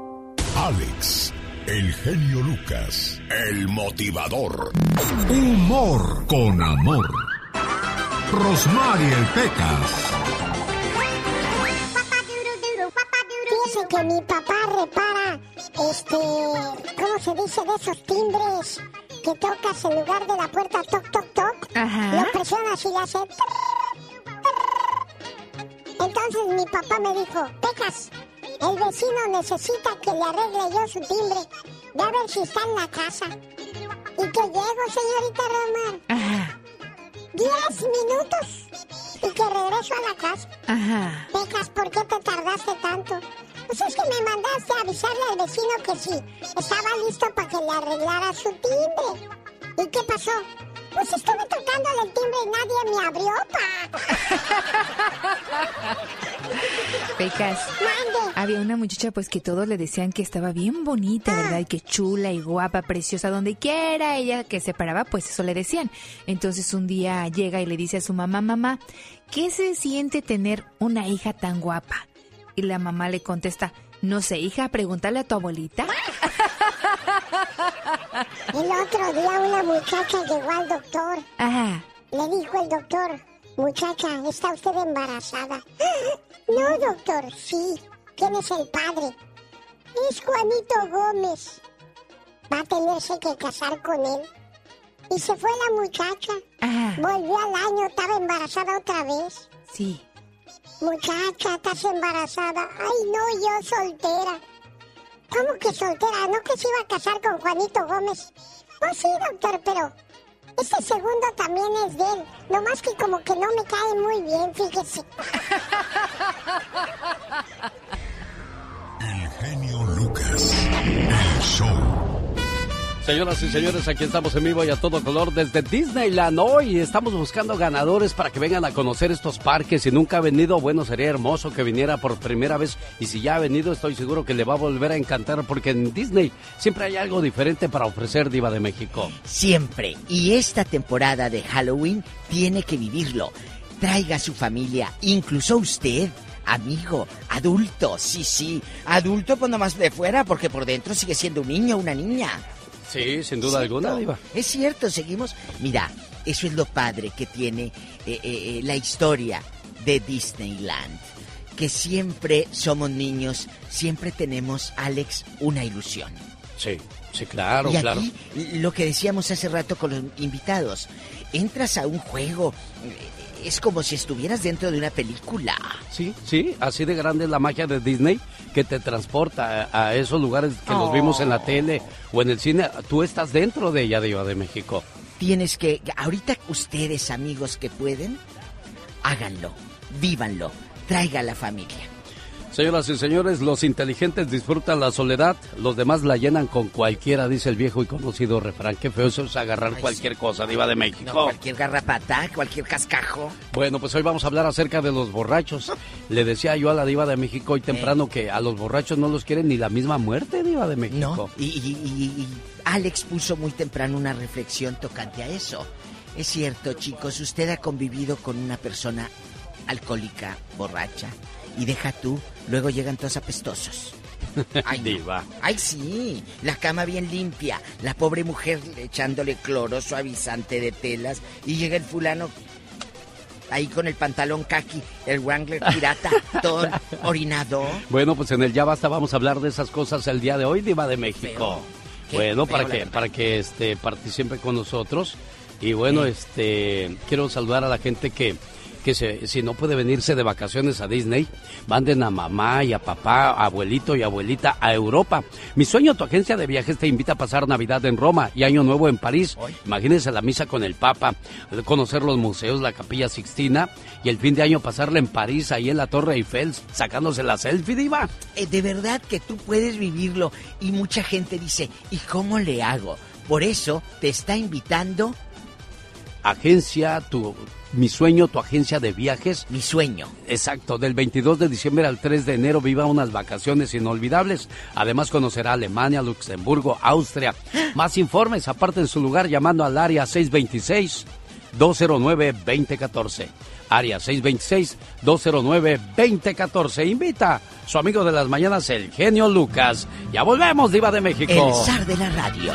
Alex, el genio Lucas, el motivador. Humor con amor. Rosmarie Pecas. Fíjese que mi papá repara, este, ¿cómo se dice? De esos timbres que tocas en lugar de la puerta toc, toc, toc. Ajá. Lo presionas y le hace... Entonces mi papá me dijo, Pecas, el vecino necesita que le arregle yo su timbre. Ve a ver si está en la casa. Y que llego, señorita Román. Ajá. Diez minutos y que regreso a la casa. Ajá. Pecas, ¿por qué te tardaste tanto? Pues es que me mandaste a avisarle al vecino que sí estaba listo para que le arreglara su timbre. ¿Y qué pasó? Pues estuve tocándole el timbre y nadie me abrió, pa. Pecas, Mande. había una muchacha pues que todos le decían que estaba bien bonita, ¿verdad? Y que chula y guapa, preciosa, donde quiera ella que se paraba, pues eso le decían. Entonces un día llega y le dice a su mamá, mamá, ¿qué se siente tener una hija tan guapa? Y la mamá le contesta, no sé, hija, pregúntale a tu abuelita. El otro día una muchacha llegó al doctor. Ajá. Le dijo el doctor, muchacha, ¿está usted embarazada? No, doctor, sí. ¿Quién es el padre? Es Juanito Gómez. Va a tenerse que casar con él. Y se fue la muchacha. Ajá. Volvió al año, estaba embarazada otra vez. Sí. Muchacha, ¿estás embarazada? Ay, no, yo soltera. ¿Cómo que soltera? ¿No que se iba a casar con Juanito Gómez? Pues sí, doctor, pero este segundo también es de él. Nomás que como que no me cae muy bien, fíjese. El genio Lucas, el show. Señoras y señores, aquí estamos en vivo y a todo color desde Disneyland. Hoy estamos buscando ganadores para que vengan a conocer estos parques. Si nunca ha venido, bueno, sería hermoso que viniera por primera vez. Y si ya ha venido, estoy seguro que le va a volver a encantar, porque en Disney siempre hay algo diferente para ofrecer, Diva de México. Siempre. Y esta temporada de Halloween tiene que vivirlo. Traiga a su familia, incluso usted. Amigo, adulto, sí, sí. Adulto pues nomás de fuera, porque por dentro sigue siendo un niño o una niña. Sí, sin duda alguna, Diva. Es cierto, seguimos. Mira, eso es lo padre que tiene eh, eh, eh, la historia de Disneyland. Que siempre somos niños, siempre tenemos, Alex, una ilusión. Sí, sí, claro, y aquí, claro. Lo que decíamos hace rato con los invitados, entras a un juego, es como si estuvieras dentro de una película. Sí, sí, así de grande es la magia de Disney, que te transporta a, a esos lugares que Oh. los vimos en la tele o en el cine. Tú estás dentro de ella, Diva de México. Tienes que, ahorita ustedes, amigos que pueden, háganlo, vívanlo, traiga a la familia. Señoras y señores, los inteligentes disfrutan la soledad, los demás la llenan con cualquiera, dice el viejo y conocido refrán. Qué feo eso es agarrar Ay, cualquier sí. cosa, Diva de México. No, cualquier garrapata, cualquier cascajo. Bueno, pues hoy vamos a hablar acerca de los borrachos. Le decía yo a la Diva de México hoy temprano que a los borrachos no los quiere ni la misma muerte, Diva de México. No, y, y- y- y Alex puso muy temprano una reflexión tocante a eso. Es cierto, chicos, usted ha convivido con una persona alcohólica, borracha, y deja tú, luego llegan todos apestosos. Ay, no. Diva. Ay, sí, la cama bien limpia, la pobre mujer echándole cloro, suavizante de telas, y llega el fulano ahí con el pantalón kaki, el Wrangler pirata, todo orinado. Bueno, pues en el Ya Basta vamos a hablar de esas cosas el día de hoy, Diva de México. Qué Bueno, feo, para la que verdad. para que este participe con nosotros. Y bueno, este quiero saludar a la gente que que se, si no puede venirse de vacaciones a Disney, manden a mamá y a papá, a abuelito y abuelita a Europa. Mi sueño, tu agencia de viajes te invita a pasar Navidad en Roma y Año Nuevo en París. Imagínense la misa con el Papa, conocer los museos, la Capilla Sixtina y el fin de año pasarla en París, ahí en la Torre Eiffel, sacándose la selfie, Diva. Eh, de verdad que tú puedes vivirlo y mucha gente dice, ¿y cómo le hago? Por eso te está invitando Agencia, tu, mi sueño, tu agencia de viajes. Mi sueño. Exacto, del veintidós de diciembre al tres de enero viva unas vacaciones inolvidables. Además conocerá Alemania, Luxemburgo, Austria. Más informes, aparten su lugar llamando al área seis dos seis, dos cero nueve, dos cero uno cuatro. Área seis dos seis, dos cero nueve, dos cero uno cuatro. Invita su amigo de las mañanas, el genio Lucas. Ya volvemos, Diva de México. el zar de la radio.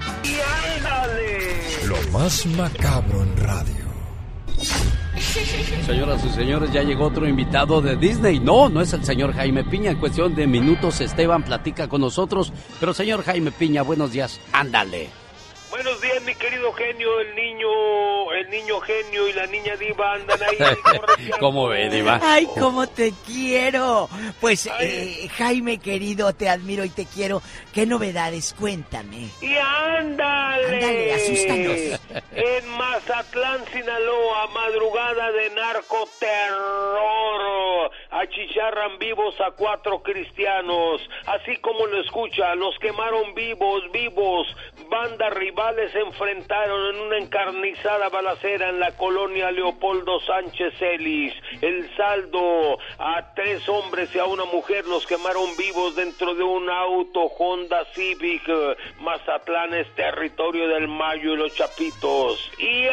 Lo más macabro en radio. Señoras y señores, ya llegó otro invitado de Disney. No, no es el señor Jaime Piña. En cuestión de minutos, Esteban platica con nosotros. Pero señor Jaime Piña, buenos días. Ándale. Buenos días, mi querido genio, el niño, el niño genio y la niña diva andan ahí. ¿Cómo ve, diva? Ay, cómo te quiero. Pues, eh, Jaime, querido, te admiro y te quiero. ¿Qué novedades? Cuéntame. Y ándale. Ándale, asústanos. En Mazatlán, Sinaloa, madrugada de narcoterror. Achicharran vivos a cuatro cristianos. Así como lo escucha, los quemaron vivos, vivos. Bandas rivales se enfrentaron en una encarnizada balacera en la colonia Leopoldo Sánchez Celis. El saldo, a tres hombres y a una mujer los quemaron vivos dentro de un auto Honda Civic. Mazatlán es territorio del Mayo y los Chapitos. Y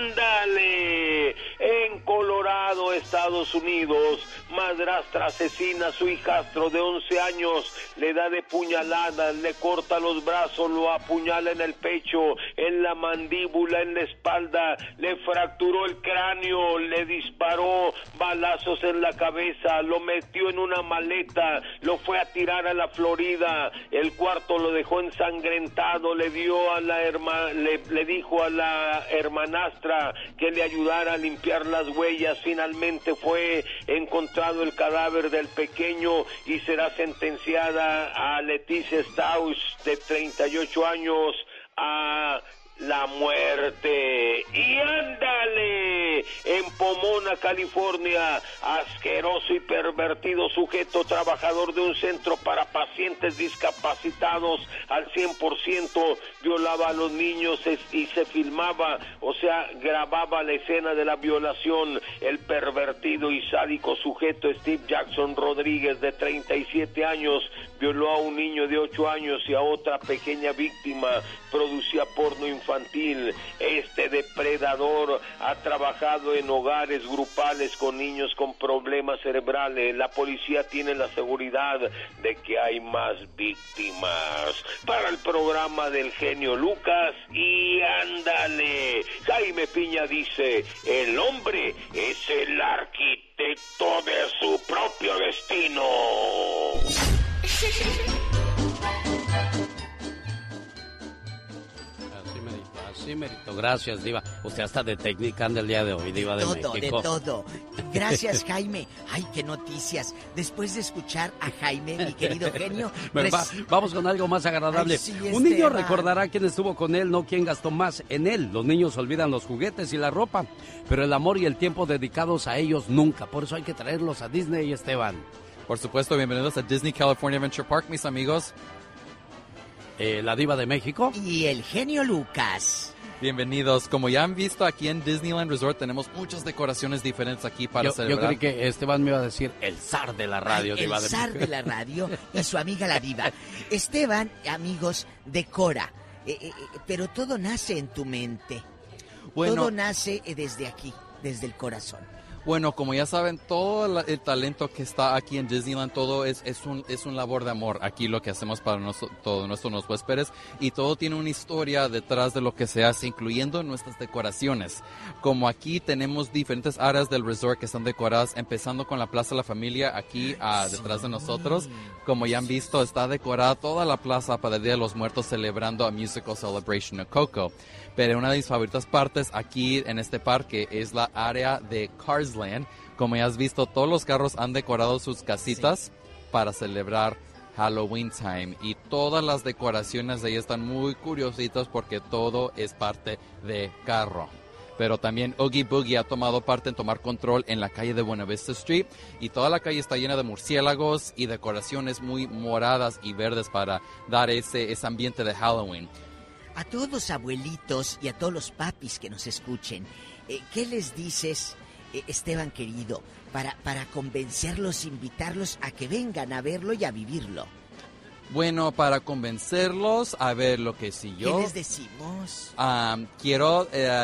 ándale, en Colorado, Estados Unidos, madrastra asesina a su hijastro de once años, le da de puñaladas, le corta los brazos, lo apuñala en el pecho, en la mandíbula, en la espalda, le fracturó el cráneo, le disparó balazos en la cabeza, lo metió en una maleta, lo fue a tirar a la Florida, el cuarto lo dejó ensangrentado, le dio a la herma, le, le dijo a la hermanastra que le ayudara a limpiar las huellas. Finalmente fue encontrado el cadáver del pequeño y será sentenciada a Leticia Stauss, de treinta y ocho años, a la muerte. Y ándale, en Pomona, California, asqueroso y pervertido sujeto trabajador de un centro para pacientes discapacitados al cien por ciento, violaba a los niños y se filmaba, o sea, grababa la escena de la violación. El pervertido y sádico sujeto Steve Jackson Rodríguez, de treinta y siete años, violó a un niño de ocho años y a otra pequeña víctima, producía porno infantil. Este depredador ha trabajado en hogares grupales con niños con problemas cerebrales. La policía tiene la seguridad de que hay más víctimas. Para el programa del genio Lucas, y ándale, Jaime Piña dice, el hombre es el arquitecto de su propio destino. Así merito, así merito. Gracias, diva. Usted hasta de técnica anda el día de hoy, diva de todo, México. De todo. Gracias, Jaime. Ay, qué noticias. Después de escuchar a Jaime, mi querido genio... Res... Va, vamos con algo más agradable. Ay, sí, Un este niño va. recordará quién estuvo con él, no quién gastó más en él. Los niños olvidan los juguetes y la ropa, pero el amor y el tiempo dedicados a ellos nunca. Por eso hay que traerlos a Disney, Esteban. Por supuesto, bienvenidos a Disney California Adventure Park, mis amigos. Eh, la diva de México. Y el genio Lucas. Bienvenidos. Como ya han visto, aquí en Disneyland Resort tenemos muchas decoraciones diferentes aquí para yo, celebrar. Yo creí que Esteban me iba a decir el zar de la radio. Ay, diva el de zar de la radio y su amiga la diva. Esteban, amigos, decora. Eh, eh, pero todo nace en tu mente. Bueno, todo nace desde aquí, desde el corazón. Bueno, como ya saben, todo la, el talento que está aquí en Disneyland, todo es, es, un, es un labor de amor. Aquí lo que hacemos para nos, todos nuestros huéspedes, y todo tiene una historia detrás de lo que se hace, incluyendo nuestras decoraciones. Como aquí tenemos diferentes áreas del resort que están decoradas, empezando con la Plaza de la Familia aquí uh, detrás de nosotros. Como ya han visto, está decorada toda la plaza para el Día de los Muertos, celebrando a Musical Celebration of Coco. Pero una de mis favoritas partes aquí en este parque es la área de Cars Land. Como ya has visto, todos los carros han decorado sus casitas sí. para celebrar Halloween Time. Y todas las decoraciones de ahí están muy curiositas porque todo es parte de carro. Pero también Oogie Boogie ha tomado parte en tomar control en la calle de Buena Vista Street. Y toda la calle está llena de murciélagos y decoraciones muy moradas y verdes para dar ese, ese ambiente de Halloween. A todos los abuelitos y a todos los papis que nos escuchen, eh, ¿qué les dices, eh, Esteban querido, para, para convencerlos, invitarlos a que vengan a verlo y a vivirlo? Bueno, para convencerlos a ver lo que si yo... ¿Qué les decimos? Um, quiero... Eh,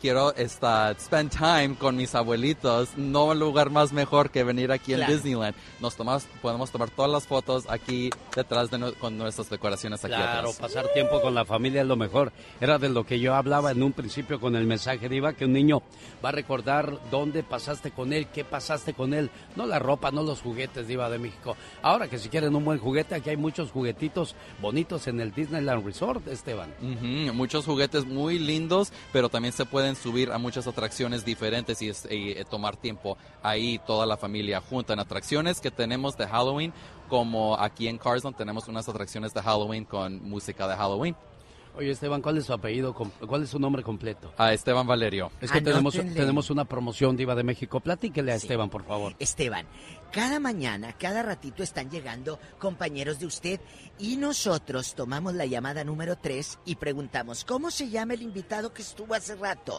quiero estar, spend time con mis abuelitos, no hay lugar más mejor que venir aquí Claro. en Disneyland. Nos tomamos, podemos tomar todas las fotos aquí detrás de no- con nuestras decoraciones aquí Claro, atrás. pasar tiempo con la familia es lo mejor. Era de lo que yo hablaba en un principio con el mensaje, Diva, que un niño va a recordar dónde pasaste con él, qué pasaste con él. No la ropa, no los juguetes, Diva de México. Ahora que si quieren un buen juguete, aquí hay muchos juguetitos bonitos en el Disneyland Resort, Esteban. Ujú, muchos juguetes muy lindos, pero también se pueden subir a muchas atracciones diferentes y, es- y, eh, tomar tiempo ahí toda la familia junta en atracciones que tenemos de Halloween, como aquí en Carson tenemos unas atracciones de Halloween con música de Halloween. Oye, Esteban, ¿cuál es su apellido? com- ¿Cuál es su nombre completo? A Esteban Valerio. Es que tenemos, Anótenle. tenemos una promoción, Diva de México. Platíquele a Esteban, por favor. Esteban, cada mañana, cada ratito están llegando compañeros de usted y nosotros tomamos la llamada número tres y preguntamos, ¿cómo se llama el invitado que estuvo hace rato?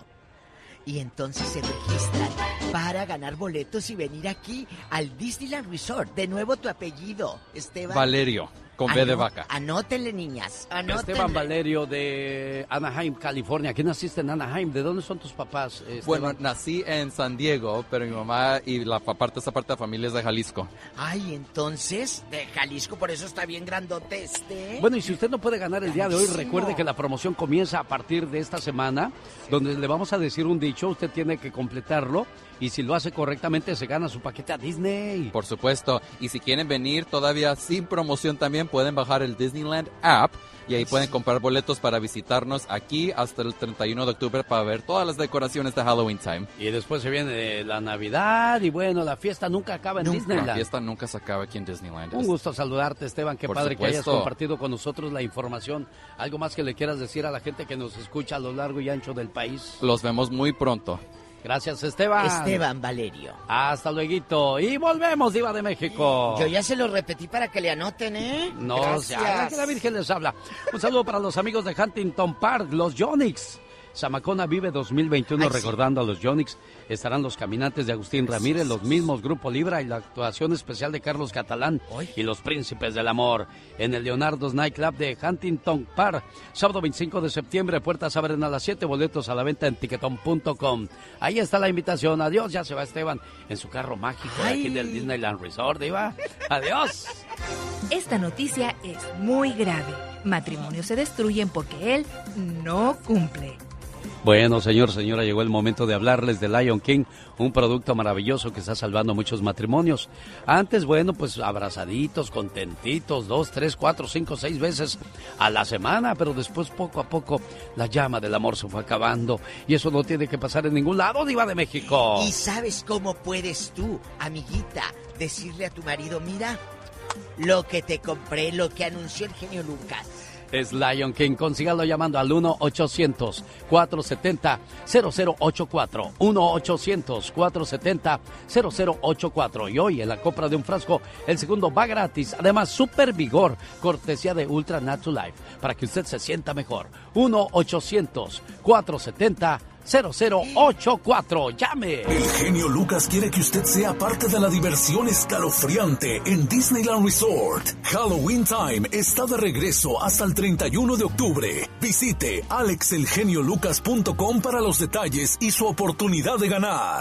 Y entonces se registran para ganar boletos y venir aquí al Disneyland Resort. De nuevo tu apellido, Esteban. Valerio, con B de Anó- vaca. Anótenle, niñas, anótenle. Esteban Valerio de Anaheim, California. ¿Quién naciste en Anaheim? ¿De dónde son tus papás, Esteban? Bueno, nací en San Diego, pero mi mamá y la pa- parte esa parte de la familia es de Jalisco. Ay, entonces, de Jalisco, por eso está bien grandote este. Bueno, y si usted no puede ganar el día de hoy, Carísimo. recuerde que la promoción comienza a partir de esta semana, donde le vamos a decir un dicho, usted tiene que completarlo, y si lo hace correctamente, se gana su paquete a Disney. Por supuesto. Y si quieren venir todavía sin promoción también, pueden bajar el Disneyland app y ahí pueden comprar boletos para visitarnos aquí hasta el treinta y uno de octubre para ver todas las decoraciones de Halloween Time. Y después se viene la Navidad, y bueno, la fiesta nunca acaba en La Disneyland. fiesta nunca se acaba aquí en Disneyland. Un gusto saludarte, Esteban. Qué Por padre que hayas supuesto. compartido con nosotros la información. ¿Algo más que le quieras decir a la gente que nos escucha a lo largo y ancho del país? Los vemos muy pronto. Gracias, Esteban. Esteban Valerio. Hasta luego. Y volvemos, Diva de México. Yo ya se lo repetí para que le anoten, ¿eh? No, Gracias. se haga que la Virgen les habla. Un saludo para los amigos de Huntington Park, los Yonix. Zamacona Vive dos mil veintiuno, Ay, sí. recordando a los Yonix. Estarán los caminantes de Agustín Ramírez, los mismos Grupo Libra y la actuación especial de Carlos Catalán y los Príncipes del Amor en el Leonardo's Nightclub de Huntington Park. Sábado veinticinco de septiembre, puertas abren a las siete, boletos a la venta en tiquetón punto com. Ahí está la invitación. Adiós, ya se va Esteban en su carro mágico de aquí del Disneyland Resort, Diva. Adiós. Esta noticia es muy grave. Matrimonios se destruyen porque él no cumple. Bueno, señor, señora, llegó el momento de hablarles de Lion King, un producto maravilloso que está salvando muchos matrimonios. Antes, bueno, pues abrazaditos, contentitos, dos, tres, cuatro, cinco, seis veces a la semana, pero después poco a poco la llama del amor se fue acabando y eso no tiene que pasar en ningún lado, Diva de México. ¿Y sabes cómo puedes tú, amiguita, decirle a tu marido, mira, lo que te compré, lo que anunció el genio Lucas? Es Lion King. Consígalo llamando al uno ochocientos, cuatro setenta, cero cero ocho cuatro. uno ochocientos, cuatro setenta, cero cero ocho cuatro. Y hoy en la compra de un frasco, el segundo va gratis. Además, Super Vigor, cortesía de Ultra Natural Life, para que usted se sienta mejor. uno ochocientos, cuatro setenta, cero cero ocho cuatro. ¡Llame! El genio Lucas quiere que usted sea parte de la diversión escalofriante en Disneyland Resort. Halloween Time está de regreso hasta el treinta y uno de octubre. Visite alex el genio lucas punto com para los detalles y su oportunidad de ganar.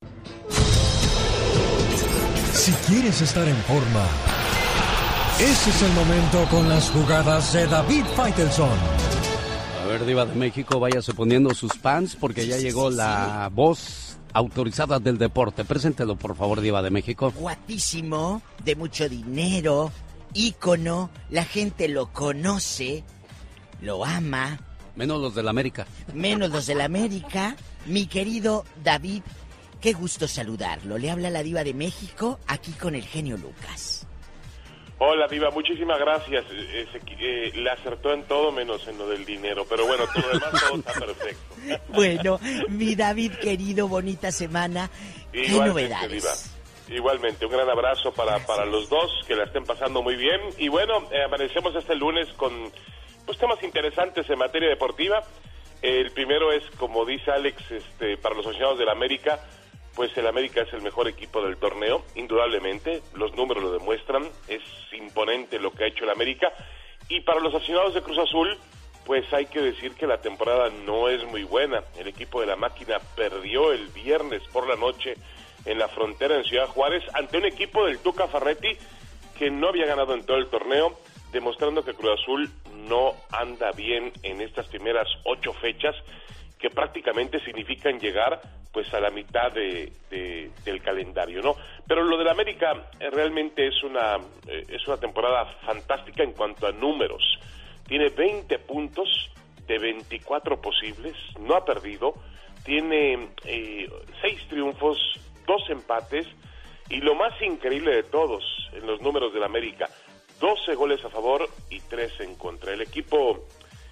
Si quieres estar en forma, ese es el momento con las jugadas de David Faitelson. A ver, Diva de México, váyase poniendo sus pants porque ya llegó la voz autorizada del deporte. Preséntelo, por favor, Diva de México. Guapísimo, de mucho dinero, ícono, la gente lo conoce, lo ama. Menos los del América. Menos los del América. Mi querido David, qué gusto saludarlo. Le habla la Diva de México, aquí con el genio Lucas. Hola, Diva, muchísimas gracias. Eh, eh, eh, le acertó en todo menos en lo del dinero, pero bueno, todo lo demás todo está perfecto. Bueno, mi David querido, bonita semana. ¿Qué Igualmente, novedades? Diva. Igualmente, un gran abrazo para, para los dos, que la estén pasando muy bien. Y bueno, eh, amanecemos este lunes con pues temas interesantes en materia deportiva. El primero es, como dice Alex, este, para los aficionados del América, pues el América es el mejor equipo del torneo, indudablemente, los números lo demuestran, es imponente lo que ha hecho el América, y para los aficionados de Cruz Azul, pues hay que decir que la temporada no es muy buena. El equipo de la máquina perdió el viernes por la noche en la frontera en Ciudad Juárez ante un equipo del Tuca Ferretti que no había ganado en todo el torneo, demostrando que Cruz Azul no anda bien en estas primeras ocho fechas, que prácticamente significan llegar pues a la mitad de, de, del calendario, ¿no? Pero lo del América eh, realmente es una eh, es una temporada fantástica en cuanto a números. Tiene veinte puntos de veinticuatro posibles, no ha perdido, tiene eh, seis triunfos, dos empates, y lo más increíble de todos en los números del América, doce goles a favor y tres en contra. El equipo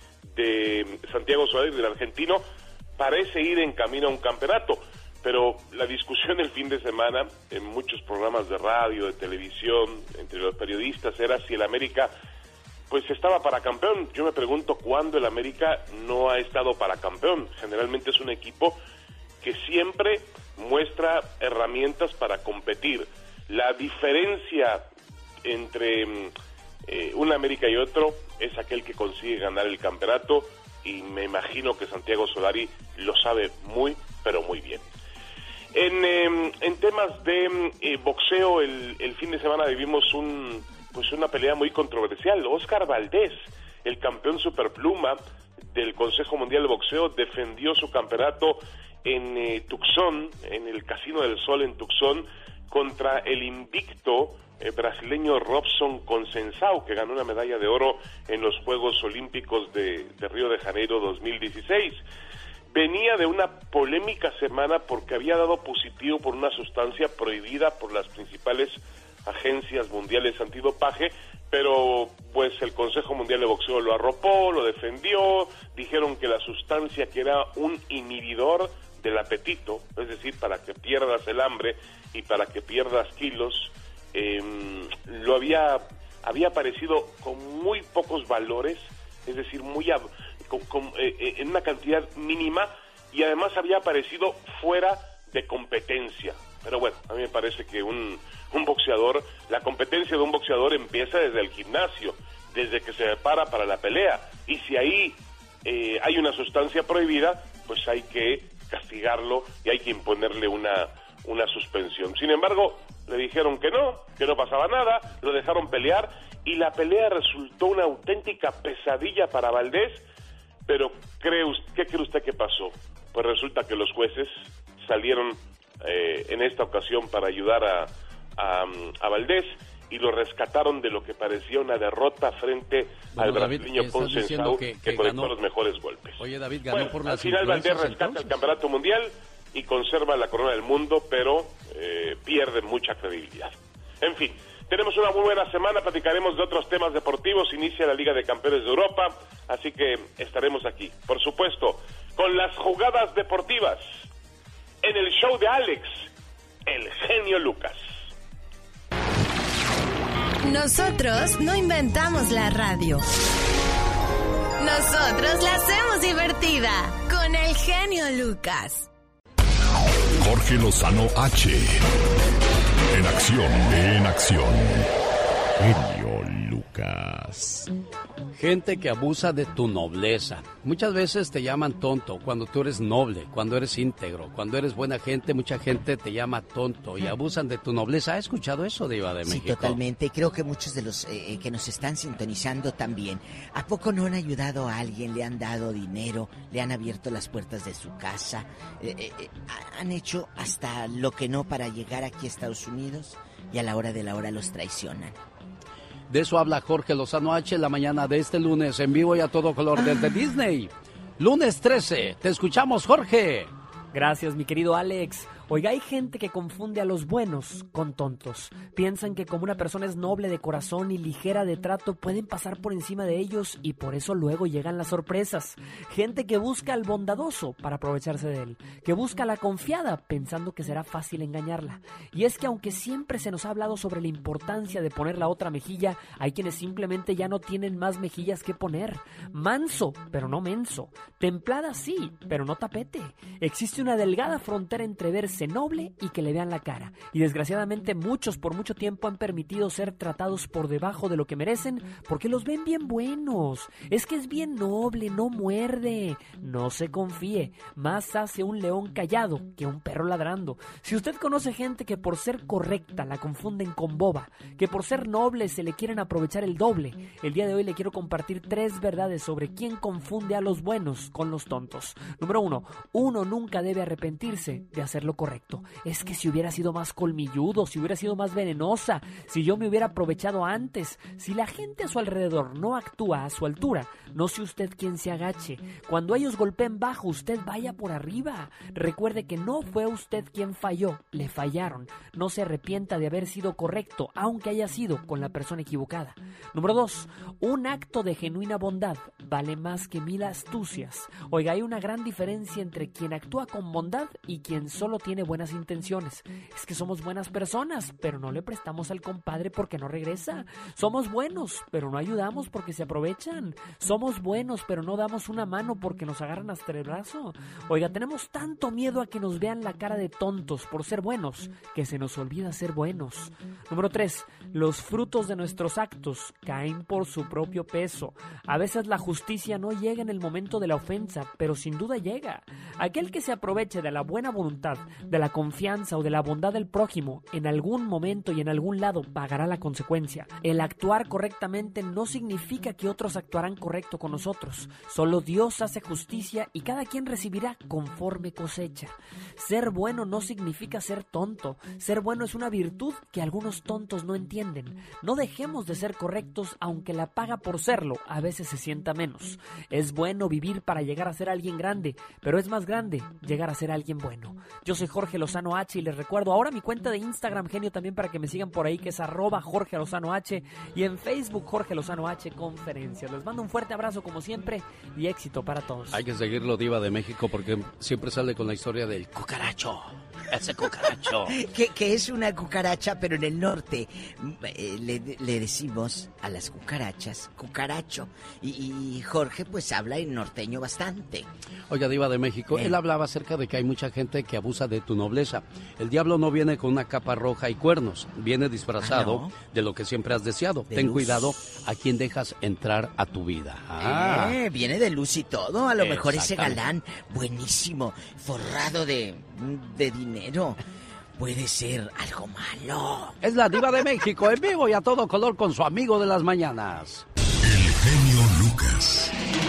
de Santiago Solari, del argentino, parece ir en camino a un campeonato, pero la discusión el fin de semana en muchos programas de radio, de televisión, entre los periodistas, era si el América pues estaba para campeón. Yo me pregunto cuándo el América no ha estado para campeón. Generalmente es un equipo que siempre muestra herramientas para competir. La diferencia entre eh, un América y otro es aquel que consigue ganar el campeonato, y me imagino que Santiago Solari lo sabe muy, pero muy bien. En, eh, en temas de eh, boxeo, el, el fin de semana vivimos un, pues una pelea muy controversial. Oscar Valdés, el campeón superpluma del Consejo Mundial de Boxeo, defendió su campeonato en eh, Tucson, en el Casino del Sol en Tucson, contra el invicto eh, brasileño Robson Conceição, que ganó una medalla de oro en los Juegos Olímpicos de, de Río de Janeiro dos mil dieciséis. Venía de una polémica semana porque había dado positivo por una sustancia prohibida por las principales agencias mundiales antidopaje, pero pues el Consejo Mundial de Boxeo lo arropó, lo defendió, dijeron que la sustancia, que era un inhibidor del apetito, es decir, para que pierdas el hambre y para que pierdas kilos, eh, lo había había aparecido con muy pocos valores, es decir, muy a, con, con, eh, en una cantidad mínima, y además había aparecido fuera de competencia. Pero bueno, a mí me parece que un, un boxeador, la competencia de un boxeador empieza desde el gimnasio, desde que se prepara para la pelea, y si ahí eh, hay una sustancia prohibida, pues hay que castigarlo y hay que imponerle una, una suspensión. Sin embargo, le dijeron que no, que no pasaba nada, lo dejaron pelear, y la pelea resultó una auténtica pesadilla para Valdés. Pero ¿cree usted, ¿qué cree usted que pasó? Pues resulta que los jueces salieron eh, en esta ocasión para ayudar a, a, a Valdés, y lo rescataron de lo que parecía una derrota frente bueno, al brasileño Conceição, que, que, que conectó ganó, los mejores golpes. Oye, David, ganó bueno, por las al final Valdés rescata entonces el campeonato mundial y conserva la corona del mundo, pero eh, pierde mucha credibilidad. En fin, tenemos una muy buena semana, platicaremos de otros temas deportivos, inicia la Liga de Campeones de Europa, así que estaremos aquí, por supuesto, con las jugadas deportivas, en el show de Alex, el genio Lucas. Nosotros no inventamos la radio. Nosotros la hacemos divertida con el genio Lucas. Jorge Lozano H. En acción, en acción. Genio Lucas. Gente que abusa de tu nobleza. Muchas veces te llaman tonto cuando tú eres noble, cuando eres íntegro, cuando eres buena gente. Mucha gente te llama tonto y abusan de tu nobleza. ¿Ha escuchado eso, Diva de México? Sí, totalmente. Creo que muchos de los eh, que nos están sintonizando también. ¿A poco no han ayudado a alguien? ¿Le han dado dinero? ¿Le han abierto las puertas de su casa? Eh, eh, eh, ¿Han hecho hasta lo que no para llegar aquí a Estados Unidos? Y a la hora de la hora los traicionan. De eso habla Jorge Lozano H. la mañana de este lunes, en vivo y a todo color desde Disney. Lunes trece. Te escuchamos, Jorge. Gracias, mi querido Alex. Oiga, hay gente que confunde a los buenos con tontos. Piensan que como una persona es noble de corazón y ligera de trato, pueden pasar por encima de ellos, y por eso luego llegan las sorpresas. Gente que busca al bondadoso para aprovecharse de él, que busca a la confiada pensando que será fácil engañarla. Y es que aunque siempre se nos ha hablado sobre la importancia de poner la otra mejilla, hay quienes simplemente ya no tienen más mejillas que poner. Manso, pero no menso. Templada sí, pero no tapete. Existe una delgada frontera entre verse noble y que le vean la cara. Y desgraciadamente muchos por mucho tiempo han permitido ser tratados por debajo de lo que merecen porque los ven bien buenos. Es que es bien noble, no muerde. No se confíe, más hace un león callado que un perro ladrando. Si usted conoce gente que por ser correcta la confunden con boba, que por ser noble se le quieren aprovechar el doble, el día de hoy le quiero compartir tres verdades sobre quién confunde a los buenos con los tontos. Número uno, uno nunca debe arrepentirse de hacer lo correcto. Es que si hubiera sido más colmilludo, si hubiera sido más venenosa, si yo me hubiera aprovechado antes, si la gente a su alrededor no actúa a su altura, no sea usted quien se agache. Cuando ellos golpeen bajo, usted vaya por arriba. Recuerde que no fue usted quien falló, le fallaron. No se arrepienta de haber sido correcto, aunque haya sido con la persona equivocada. Número dos, un acto de genuina bondad vale más que mil astucias. Oiga, hay una gran diferencia entre quien actúa con bondad y quien solo tiene buenas intenciones. Es que somos buenas personas, pero no le prestamos al compadre porque no regresa. Somos buenos, pero no ayudamos porque se aprovechan. Somos buenos, pero no damos una mano porque nos agarran hasta el brazo. Oiga, tenemos tanto miedo a que nos vean la cara de tontos por ser buenos, que se nos olvida ser buenos. Número tres, los frutos de nuestros actos caen por su propio peso. A veces la justicia no llega en el momento de la ofensa, pero sin duda llega. Aquel que se aproveche de la buena voluntad, de la confianza o de la bondad del prójimo, en algún momento y en algún lado pagará la consecuencia. El actuar correctamente no significa que otros actuarán correcto con nosotros. Solo Dios hace justicia y cada quien recibirá conforme cosecha. Ser bueno no significa ser tonto. Ser bueno es una virtud que algunos tontos no entienden. No dejemos de ser correctos aunque la paga por serlo a veces se sienta menos. Es bueno vivir para llegar a ser alguien grande, pero es más grande llegar a ser alguien bueno. Yo soy Jorge Lozano H y les recuerdo ahora mi cuenta de Instagram, genio, también para que me sigan por ahí, que es arroba Jorge Lozano H, y en Facebook Jorge Lozano H Conferencias. Les mando un fuerte abrazo como siempre y éxito para todos. Hay que seguirlo, Diva de México, porque siempre sale con la historia del cucaracho. Ese cucaracho. que, que es una cucaracha, pero en el norte eh, le, le decimos a las cucarachas cucaracho. Y, y Jorge pues habla en norteño bastante. Oiga, Diva de México, eh. él hablaba acerca de que hay mucha gente que abusa de tu nobleza. El diablo no viene con una capa roja y cuernos, viene disfrazado ah, ¿no? de lo que siempre has deseado. De Ten luz. Cuidado a quien dejas entrar a tu vida. Ah. Eh, viene de luz y todo, a lo mejor ese galán buenísimo, forrado de, de dinero. Puede ser algo malo. Es la Diva de México, en vivo y a todo color con su amigo de las mañanas. El genio Lucas.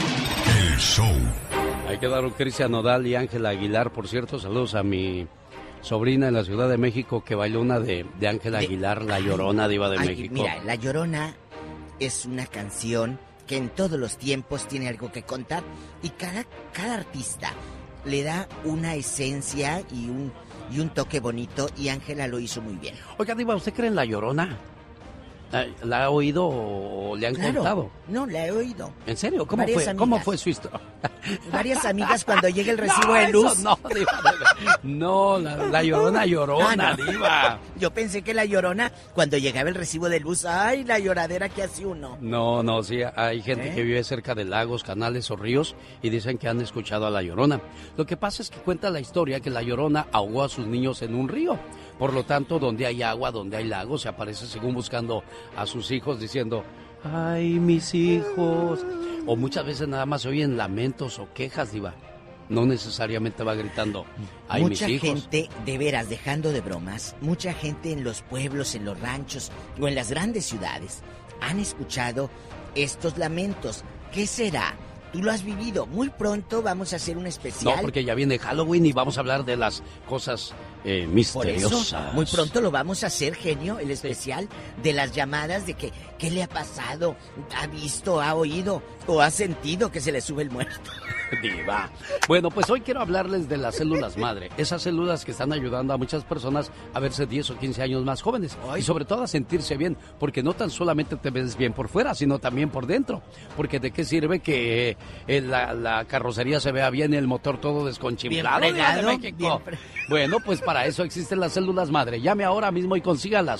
El show. Ahí quedaron Cristian Nodal y Ángela Aguilar. Por cierto, saludos a mi sobrina en la Ciudad de México que bailó una de, de Ángela Aguilar, La Llorona, Diva de Ay, México. Mira, La Llorona es una canción que en todos los tiempos tiene algo que contar y cada, cada artista le da una esencia y un, y un toque bonito y Ángela lo hizo muy bien. Oiga, Diva, ¿usted cree en La Llorona? ¿La ha oído o le han claro, contado? No, la he oído. ¿En serio? ¿Cómo fue, amigas, ¿Cómo fue su historia? Varias amigas cuando llega el recibo no, de luz. No, Diva, no, la, la Llorona llorona, ah, no. Diva. Yo pensé que La Llorona, cuando llegaba el recibo de luz, ay, la lloradera que hace uno. No, no, sí, hay gente ¿Eh? que vive cerca de lagos, canales o ríos y dicen que han escuchado a La Llorona. Lo que pasa es que cuenta la historia que La Llorona ahogó a sus niños en un río. Por lo tanto, donde hay agua, donde hay lagos, se aparece según buscando a sus hijos diciendo, ¡ay, mis hijos! O muchas veces nada más se oyen lamentos o quejas, Diva. No necesariamente va gritando, ¡ay, mucha mis hijos! Mucha gente, de veras, dejando de bromas, mucha gente en los pueblos, en los ranchos o en las grandes ciudades han escuchado estos lamentos. ¿Qué será? Tú lo has vivido. Muy pronto vamos a hacer un especial. No, porque ya viene Halloween y vamos a hablar de las cosas eh, misteriosas. Por eso, muy pronto lo vamos a hacer, genio, el especial de las llamadas de que ¿qué le ha pasado? ¿Ha visto, ha oído o ha sentido que se le sube el muerto? Diva. Bueno, pues hoy quiero hablarles de las células madre. Esas células que están ayudando a muchas personas a verse diez o quince años más jóvenes. Ay. Y sobre todo a sentirse bien, porque no tan solamente te ves bien por fuera, sino también por dentro. Porque de qué sirve que eh, la, la carrocería se vea bien y el motor todo desconchimplado. Bien fregado, de México. Bien fre... Bueno, pues para eso existen las células madre. Llame ahora mismo y consígalas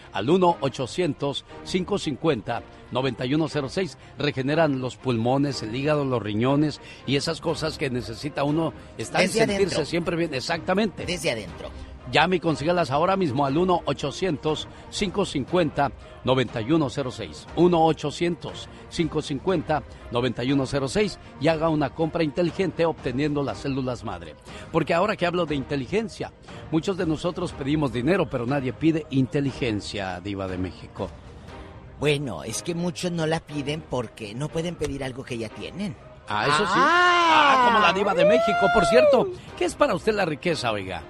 al uno ochocientos, cinco cincuenta, noventa y uno cero seis. Regeneran los pulmones, el hígado, los riñones y esas cosas que necesita uno estar y Desde sentirse adentro. siempre bien. Exactamente. Desde adentro. Llame y consígalas ahora mismo al uno ochocientos, cinco cincuenta, noventa y uno cero seis. uno ochocientos, cinco cincuenta, noventa y uno cero seis y haga una compra inteligente obteniendo las células madre. Porque ahora que hablo de inteligencia, muchos de nosotros pedimos dinero, pero nadie pide inteligencia, Diva de México. Bueno, es que muchos no la piden porque no pueden pedir algo que ya tienen. Ah, eso sí. Ah, como la Diva de México. Por cierto, ¿qué es para usted la riqueza, oiga?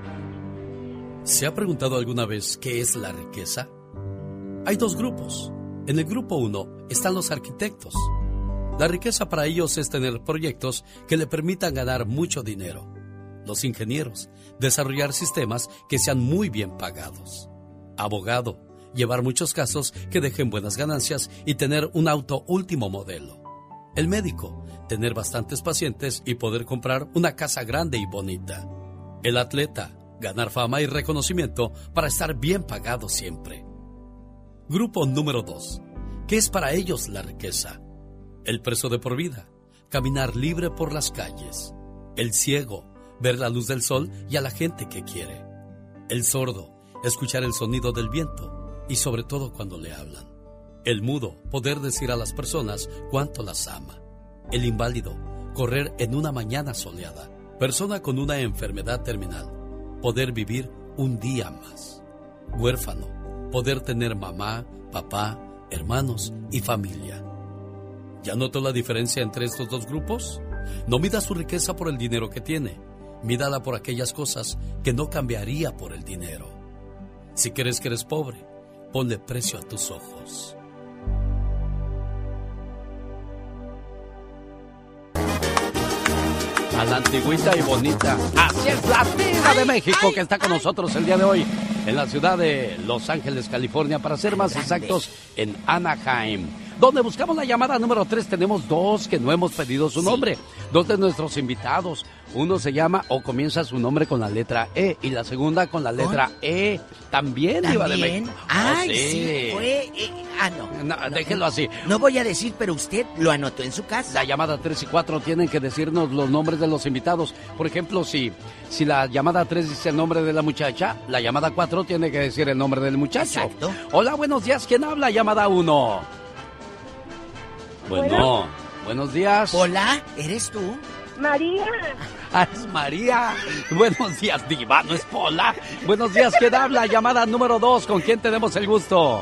¿Se ha preguntado alguna vez qué es la riqueza? Hay dos grupos. En el grupo uno están los arquitectos. La riqueza para ellos es tener proyectos que le permitan ganar mucho dinero. Los ingenieros, desarrollar sistemas que sean muy bien pagados. Abogado, llevar muchos casos que dejen buenas ganancias y tener un auto último modelo. El médico, tener bastantes pacientes y poder comprar una casa grande y bonita. El atleta, ganar fama y reconocimiento para estar bien pagado siempre. Grupo número dos. ¿Qué es para ellos la riqueza? El preso de por vida, caminar libre por las calles. El ciego, ver la luz del sol y a la gente que quiere. El sordo, escuchar el sonido del viento y sobre todo cuando le hablan. El mudo, poder decir a las personas cuánto las ama. El inválido, correr en una mañana soleada. Persona con una enfermedad terminal, poder vivir un día más. Huérfano, poder tener mamá, papá, hermanos y familia. ¿Ya notó la diferencia entre estos dos grupos? No mida su riqueza por el dinero que tiene, mídala por aquellas cosas que no cambiaría por el dinero. Si crees que eres pobre, ponle precio a tus ojos. A la antigüita y bonita. Así es, la Diva de México que está con nosotros el día de hoy en la ciudad de Los Ángeles, California, para ser más exactos, en Anaheim, donde buscamos la llamada número tres. Tenemos dos que no hemos pedido su nombre, dos de nuestros invitados. Uno se llama o comienza su nombre con la letra E y la segunda con la letra E. También, Diva de México. Ay, Oh, sí. sí, fue... eh, ah, no. No, no, déjelo así. No voy a decir, pero usted lo anotó en su casa. La llamada tres y cuatro tienen que decirnos los nombres de los invitados. Por ejemplo, si, si la llamada tres dice el nombre de la muchacha, la llamada cuatro tiene que decir el nombre del muchacho. Exacto. Hola, buenos días. ¿Quién habla? Llamada uno. Bueno, Bueno. buenos días. Hola, ¿eres tú? María. Ah, es María. Buenos días, Diva, no es Pola. Buenos días, ¿quién habla? Llamada número dos. ¿Con quién tenemos el gusto?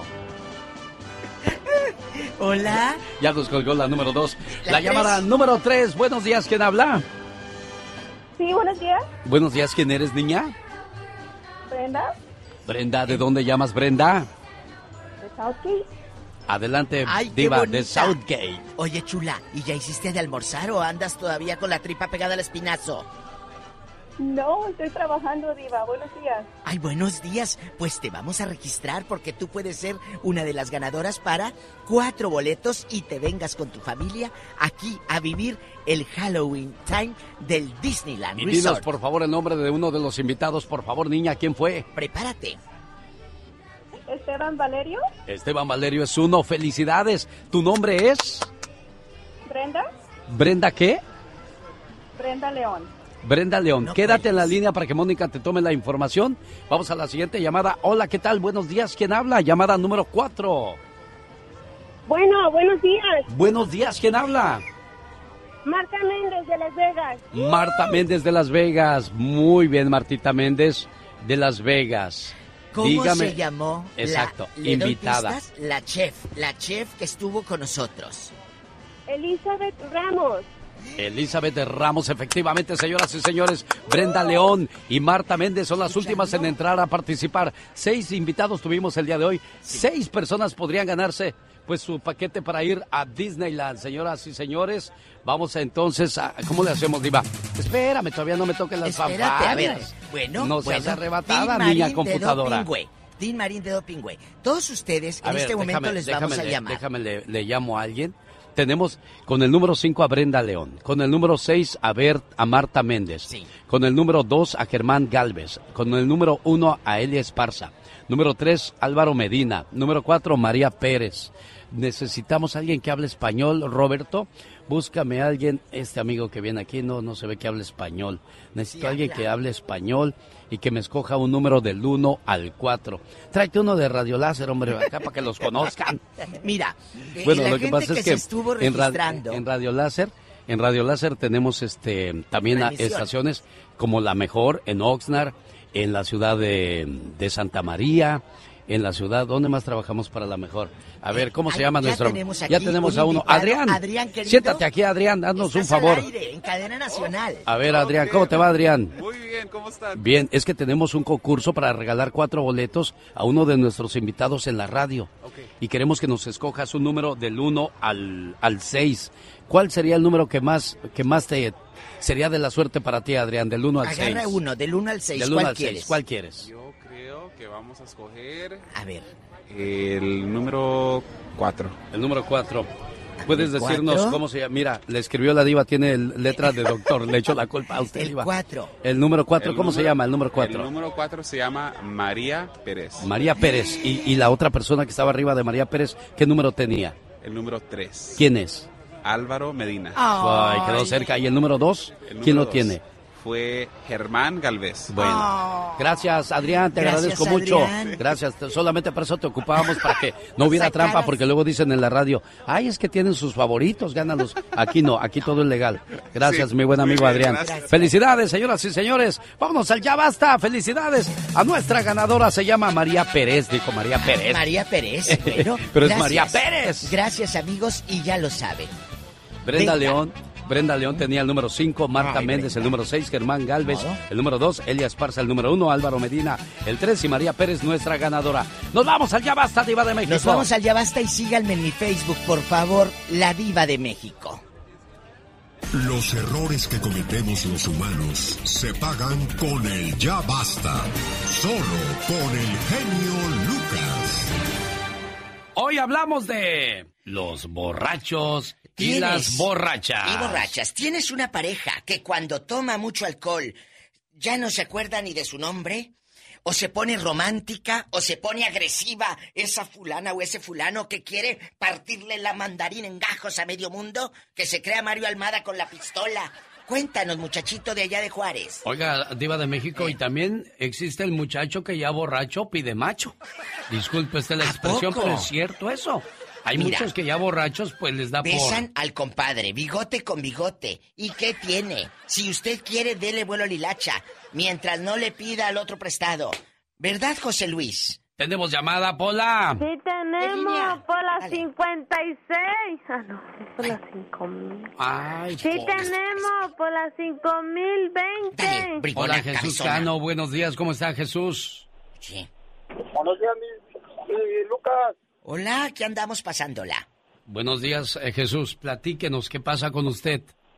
Hola. Ya nos colgó la número dos. La La, tres. llamada número tres. Buenos días, ¿quién habla? Sí, buenos días. Buenos días, ¿quién eres, niña? Brenda, Brenda, ¿de dónde llamas, Brenda? de Southgate. Adelante, Ay, qué Diva, bonita. de Southgate. Oye, chula, ¿y ya hiciste de almorzar o andas todavía con la tripa pegada al espinazo? No, estoy trabajando, Diva. Buenos días. Ay, buenos días. Pues te vamos a registrar porque tú puedes ser una de las ganadoras para cuatro boletos y te vengas con tu familia aquí a vivir el Halloween Time del Disneyland Y dinos, Resort. por favor, el nombre de uno de los invitados. Por favor, niña, ¿quién fue? Prepárate. Esteban Valerio, Esteban Valerio es uno. Felicidades. ¿Tu nombre es? Brenda, ¿Brenda qué? Brenda León. Brenda León. No Quédate puedes. en la línea para que Mónica te tome la información. Vamos a la siguiente llamada. Hola, ¿qué tal? Buenos días. ¿Quién habla? Llamada número cuatro. Bueno, buenos días. Buenos días. ¿Quién habla? Marta Méndez de Las Vegas. Marta Méndez de Las Vegas. Muy bien, Martita Méndez de Las Vegas. ¿Cómo Dígame. se llamó? Exacto, la, ¿le doy invitada. pistas? La chef, la chef que estuvo con nosotros. Elizabeth Ramos. Elizabeth Ramos, efectivamente, señoras y señores. Brenda León y Marta Méndez son las últimas en entrar a participar. Seis invitados tuvimos el día de hoy. Seis personas podrían ganarse pues su paquete para ir a Disneyland. Señoras y señores, vamos a, entonces a... ¿Cómo le hacemos, Diva? Espérame, todavía no me toquen las Espérate, a ver. fanfarrias. Bueno, No bueno. seas arrebatada, Tin niña Marín computadora. De Dopingüe. Tin Marín de Dopingüe. Todos ustedes A en ver, este momento déjame, les déjame vamos a le- llamar. Déjame, le, le llamo a alguien tenemos con el número cinco a Brenda León, con el número seis a, Bert, a Marta Méndez, sí. Con el número dos a Germán Galvez, con el número uno a Elia Esparza, número tres Álvaro Medina, número cuatro María Pérez. Necesitamos a alguien que hable español, Roberto. Búscame a alguien, este amigo que viene aquí no, no se ve que hable español. Necesito a alguien que hable español y que me escoja un número del uno al cuatro. Tráete uno de Radio Láser, hombre, acá para que los conozcan. Mira, bueno, la lo que gente pasa que es se que estuvo en, ra registrando. en Radio Láser, en Radio Láser tenemos este también a, estaciones como La Mejor en Oxnard, en la ciudad de, de Santa María, en la ciudad, ¿dónde más trabajamos para La Mejor? A ver, ¿cómo se llama ya nuestro? Tenemos ya tenemos a uno. Invitado. Adrián, Adrián querido, siéntate aquí, Adrián, haznos un favor. Al aire, en cadena nacional. A ver, Adrián, ¿cómo te va, Adrián? Muy bien, ¿cómo están? Bien, es que tenemos un concurso para regalar cuatro boletos a uno de nuestros invitados en la radio. Okay. Y queremos que nos escojas un número del uno al seis. ¿Cuál sería el número que más, que más te sería de la suerte para ti, Adrián, del uno al seis? Agarra uno, del uno al seis. Del uno al seis, ¿cuál quieres? Yo creo que vamos a escoger... A ver... El número cuatro. El número cuatro. ¿Puedes decirnos ¿Cuatro? cómo se llama? Mira, le escribió la diva, tiene letra de doctor, le echo la culpa a usted, el diva. cuatro. El número cuatro, El ¿cómo número, se llama el número cuatro? El número cuatro se llama María Pérez. María Pérez. ¿Y, y la otra persona que estaba arriba de María Pérez, qué número tenía? El número tres. ¿Quién es? Álvaro Medina. Ay, quedó cerca. ¿Y el número dos? ¿Quién lo dos tiene? Fue Germán Galvez. Bueno, oh. Gracias, Adrián, te Gracias, agradezco Adrián. mucho. Gracias, solamente por eso te ocupábamos, para que no hubiera Sacaras. trampa, porque luego dicen en la radio, ay, es que tienen sus favoritos, gánalos. Aquí no, aquí todo es legal. Gracias, sí, mi buen amigo bien, Adrián. Gracias. Felicidades, señoras y señores. Vámonos al Ya Basta. Felicidades a nuestra ganadora, se llama María Pérez, dijo María Pérez. María Pérez, bueno. Pero gracias. es María Pérez. Gracias, amigos, y ya lo saben. Brenda Venga. León. Brenda León tenía el número cinco, Marta Ay, Méndez Brenda. el número seis, Germán Galvez ¿No? el número dos, Elia Esparza el número uno, Álvaro Medina el tres y María Pérez, nuestra ganadora. Nos vamos al Ya Basta, Diva de México. Nos vamos al Ya Basta y síganme en mi Facebook, por favor, La Diva de México. Los errores que cometemos los humanos se pagan con el Ya Basta. Solo con el genio Lucas. Hoy hablamos de los borrachos y las borrachas. Y borrachas. ¿Tienes una pareja que cuando toma mucho alcohol ya no se acuerda ni de su nombre? ¿O se pone romántica? ¿O se pone agresiva esa fulana o ese fulano que quiere partirle la mandarina en gajos a medio mundo? ¿Que se crea Mario Almada con la pistola? Cuéntanos, muchachito de allá de Juárez. Oiga, Diva de México, y también existe el muchacho que ya borracho pide macho. Disculpe esta la expresión, pero es cierto eso. Hay Mira, muchos que ya borrachos, pues les da besan por... Besan al compadre, bigote con bigote. ¿Y qué tiene? Si usted quiere, dele vuelo a lilacha, mientras no le pida al otro prestado. ¿Verdad, José Luis? Tenemos llamada, Pola. Sí, tenemos, Pola cincuenta y seis. Ah, no, por las cinco mil. Ay, sí, Pola. Tenemos, por las cinco mil veinte. Dale, Hola, Jesús cabezona. Cano, buenos días, ¿cómo está Jesús? Sí. Buenos días, mi, mi Lucas. Hola, ¿qué andamos pasándola? Buenos días, eh, Jesús. Platíquenos, ¿qué pasa con usted?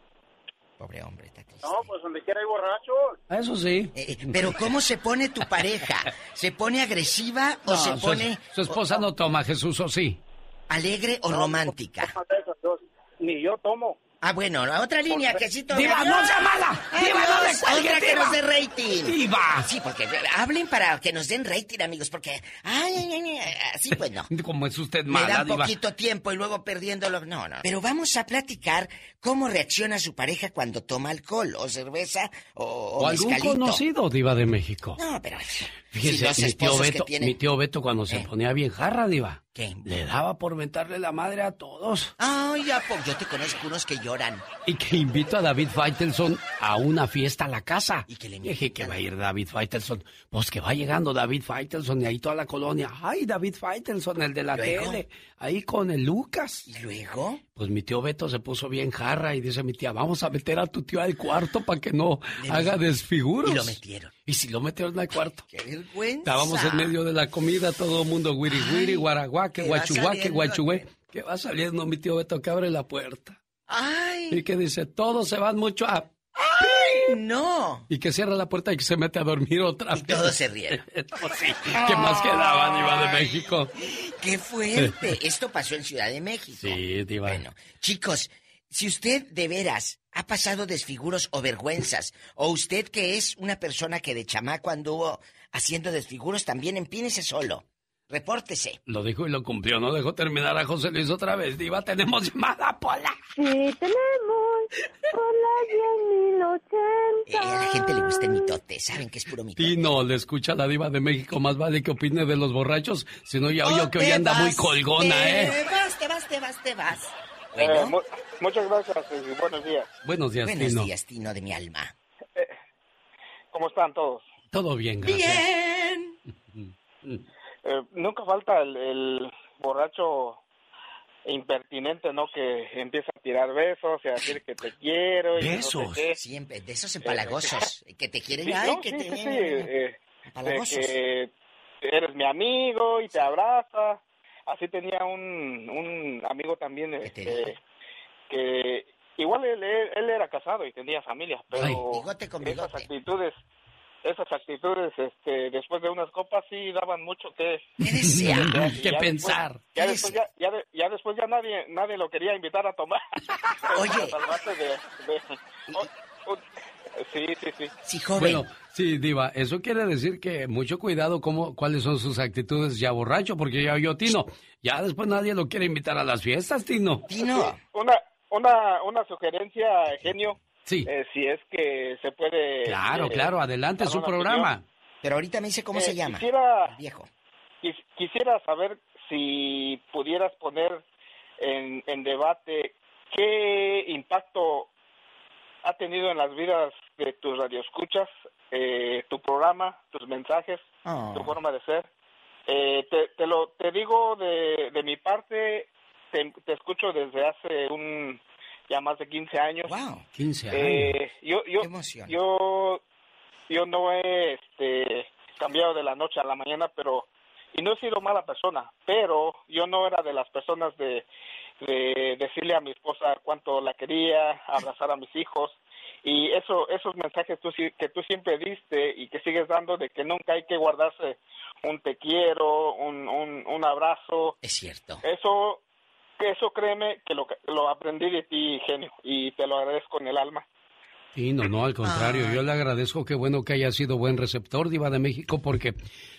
Pobre hombre, está triste. No, pues donde quiera hay borrachos. Eso sí. Eh, pero ¿cómo se pone tu pareja? ¿Se pone agresiva o no, se su, pone... Su esposa o, no toma, Jesús, ¿o sí? ¿Alegre o no, romántica? No, ni yo tomo. Ah, bueno, la otra línea que sí toma. ¡Diva, no sea mala! ¡Diva, no le cuelgue, otra que nos dé rating! ¡Diva! Sí, porque hablen para que nos den rating, amigos, porque... Ay, ay, ay, así pues no. Como es usted mala, Me da Diva. poquito tiempo y luego perdiéndolo... No, no. Pero vamos a platicar cómo reacciona su pareja cuando toma alcohol, o cerveza, o, o, o algún mezcalito. conocido, Diva de México. No, pero... Fíjese, si mi, tío Beto, tienen... mi tío Beto cuando ¿Eh? se ponía bien jarra, Diva, ¿qué? Le daba por mentarle la madre a todos. Ay, ya, pues yo te conozco unos que lloran. Y que invito a David Faitelson a una fiesta a la casa. Y que le dije que va a ir David Faitelson. Pues que va llegando David Faitelson y ahí toda la colonia. Ay, David Faitelson, el de la ¿Luego? tele. Ahí con el Lucas. ¿Y luego? Pues mi tío Beto se puso bien jarra y dice mi tía, vamos a meter a tu tío al cuarto para que no le haga desfiguros. Y lo metieron. Y si lo metieron al cuarto. ¡Qué vergüenza! Estábamos en medio de la comida, todo el mundo guiri guiri, guaraguaque, guachuguaque, guachugué. Que va saliendo mi tío Beto que abre la puerta. ¡Ay! Y que dice, todos se van mucho a... ¡Ay, no! Y que cierra la puerta y que se mete a dormir otra y vez. Y todos se rieron. Pues sí, ¿qué más quedaba, Diva de México? ¡Qué fuerte! Esto pasó en Ciudad de México. Sí, diva. Bueno, chicos, si usted de veras ha pasado desfiguros o vergüenzas, o usted que es una persona que de chamaco anduvo haciendo desfiguros, también empínese solo. Repórtese. Lo dijo y lo cumplió, no dejó terminar a José Luis otra vez. Diva, tenemos llamada, Pola. Sí, tenemos Pola diez mil ochenta. Eh, a la gente le gusta el mitote, saben que es puro mitote. Tino, le escucha a la Diva de México, más vale que opine de los borrachos, si no ya oye Oh, que hoy te anda vas, muy colgona, te ¿eh? Te vas, te vas, te vas, te vas. Eh, Bueno. mu- muchas gracias y buenos días. Buenos días, Buenos Tino. días, Tino de mi alma. ¿Cómo están todos? Todo bien, gracias. Bien. Eh, nunca falta el, el borracho impertinente, ¿no? Que empieza a tirar besos y a decir que te quiero. Y Besos. no sé qué. Siempre, de esos empalagosos. Que te quieren, Sí, ay, no, que sí, te... sí, sí, eh, de Empalagosos. que eres mi amigo y te abraza. Así tenía un, un amigo también este, que igual él, él, él era casado y tenía familia, pero Ay, bigote con esas bigote. actitudes, esas actitudes, este, después de unas copas sí daban mucho que ¿Qué desear? y ¿Qué ya pensar? Después, ya, después, ya, ya, de- ya después ya nadie nadie lo quería invitar a tomar. Oye. Para salvarse de, de- o- o- sí, sí, sí. Sí, joven. Bueno, sí, Diva, eso quiere decir que mucho cuidado cómo, cuáles son sus actitudes ya borracho, porque ya oyó Tino. Ya después nadie lo quiere invitar a las fiestas, Tino. Tino. Una, una, una sugerencia, genio. Sí. Eh, si es que se puede. Claro, eh, claro, adelante, dar es su una programa. opinión. Pero ahorita me dice cómo Eh, se llama. Quisiera, El viejo. quis- quisiera saber si pudieras poner en, en debate qué impacto ha tenido en las vidas de tus radioescuchas, eh, tu programa, tus mensajes, Oh. tu forma de ser. Eh, te, te lo te digo de, de mi parte, te, te escucho desde hace un ya más de quince años. Wow. quince años. Eh, yo yo Qué emoción. yo yo no he este cambiado de la noche a la mañana, pero y no he sido mala persona, pero yo no era de las personas de de decirle a mi esposa cuánto la quería, abrazar a mis hijos, y eso esos mensajes tú, sí- que tú siempre diste y que sigues dando de que nunca hay que guardarse un te quiero, un un, un abrazo. Es cierto. Eso eso créeme que lo lo aprendí de ti, genio, y te lo agradezco en el alma. Tino, no, al contrario, yo le agradezco, qué bueno que haya sido buen receptor, Diva de México, porque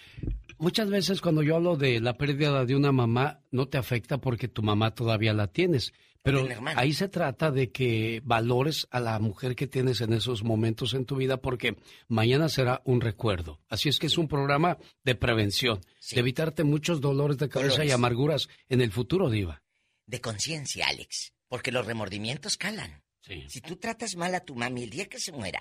muchas veces cuando yo hablo de la pérdida de una mamá, no te afecta porque tu mamá todavía la tienes. Pero Un hermano. ahí se trata de que valores a la mujer que tienes en esos momentos en tu vida porque mañana será un recuerdo. Así es que es un programa de prevención, Sí. de evitarte muchos dolores de cabeza Dolores. y amarguras en el futuro, Diva. De conciencia, Alex. Porque los remordimientos calan. Sí. Si tú tratas mal a tu mami el día que se muera,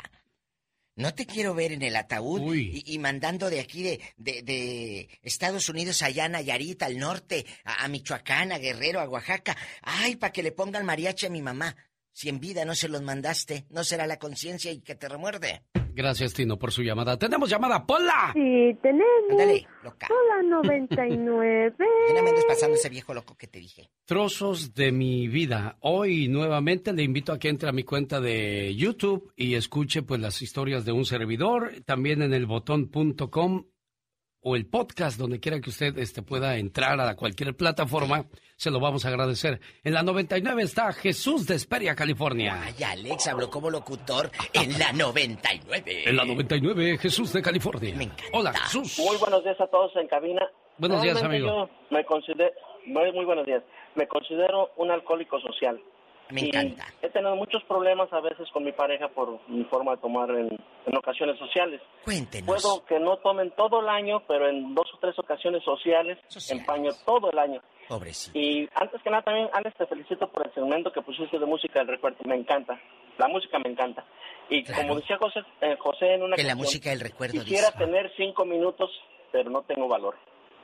no te quiero ver en el ataúd Uy. y, y mandando de aquí de, de, de Estados Unidos allá a Nayarit, al norte, a, a Michoacán, a Guerrero, a Oaxaca. Ay, para que le pongan mariachi a mi mamá. Si en vida no se los mandaste, ¿no será la conciencia y que te remuerde? Gracias, Tino, por su llamada. ¡Tenemos llamada, Pola! Sí, tenemos Ándale, loca. Pola noventa y nueve. Ya no me andes pasando ese viejo loco que te dije. Trozos de mi vida. Hoy nuevamente le invito a que entre a mi cuenta de YouTube y escuche pues las historias de un servidor, también en el botón punto com o el podcast, donde quiera que usted este, pueda entrar a cualquier plataforma, se lo vamos a agradecer. En la noventa y nueve está Jesús de Hesperia, California. Ay, Alex habló como locutor en la noventa y nueve. En la noventa y nueve, Jesús de California. Me encanta. Hola, Jesús. Muy buenos días a todos en cabina. Buenos días, Realmente amigo. Yo me considero, muy, muy buenos días. Me considero un alcohólico social. Me Y encanta. he tenido muchos problemas a veces con mi pareja por mi forma de tomar en, en ocasiones sociales. Cuéntenos. Puedo que no tomen todo el año, pero en dos o tres ocasiones sociales, Sociales. empaño todo el año. Pobrecito. Y antes que nada también, Alex, te felicito por el segmento que pusiste de música del recuerdo. Me encanta. La música me encanta. Y Claro. como decía José, eh, José en una Que la canción, música del recuerdo quisiera dice. tener cinco minutos, pero no tengo valor.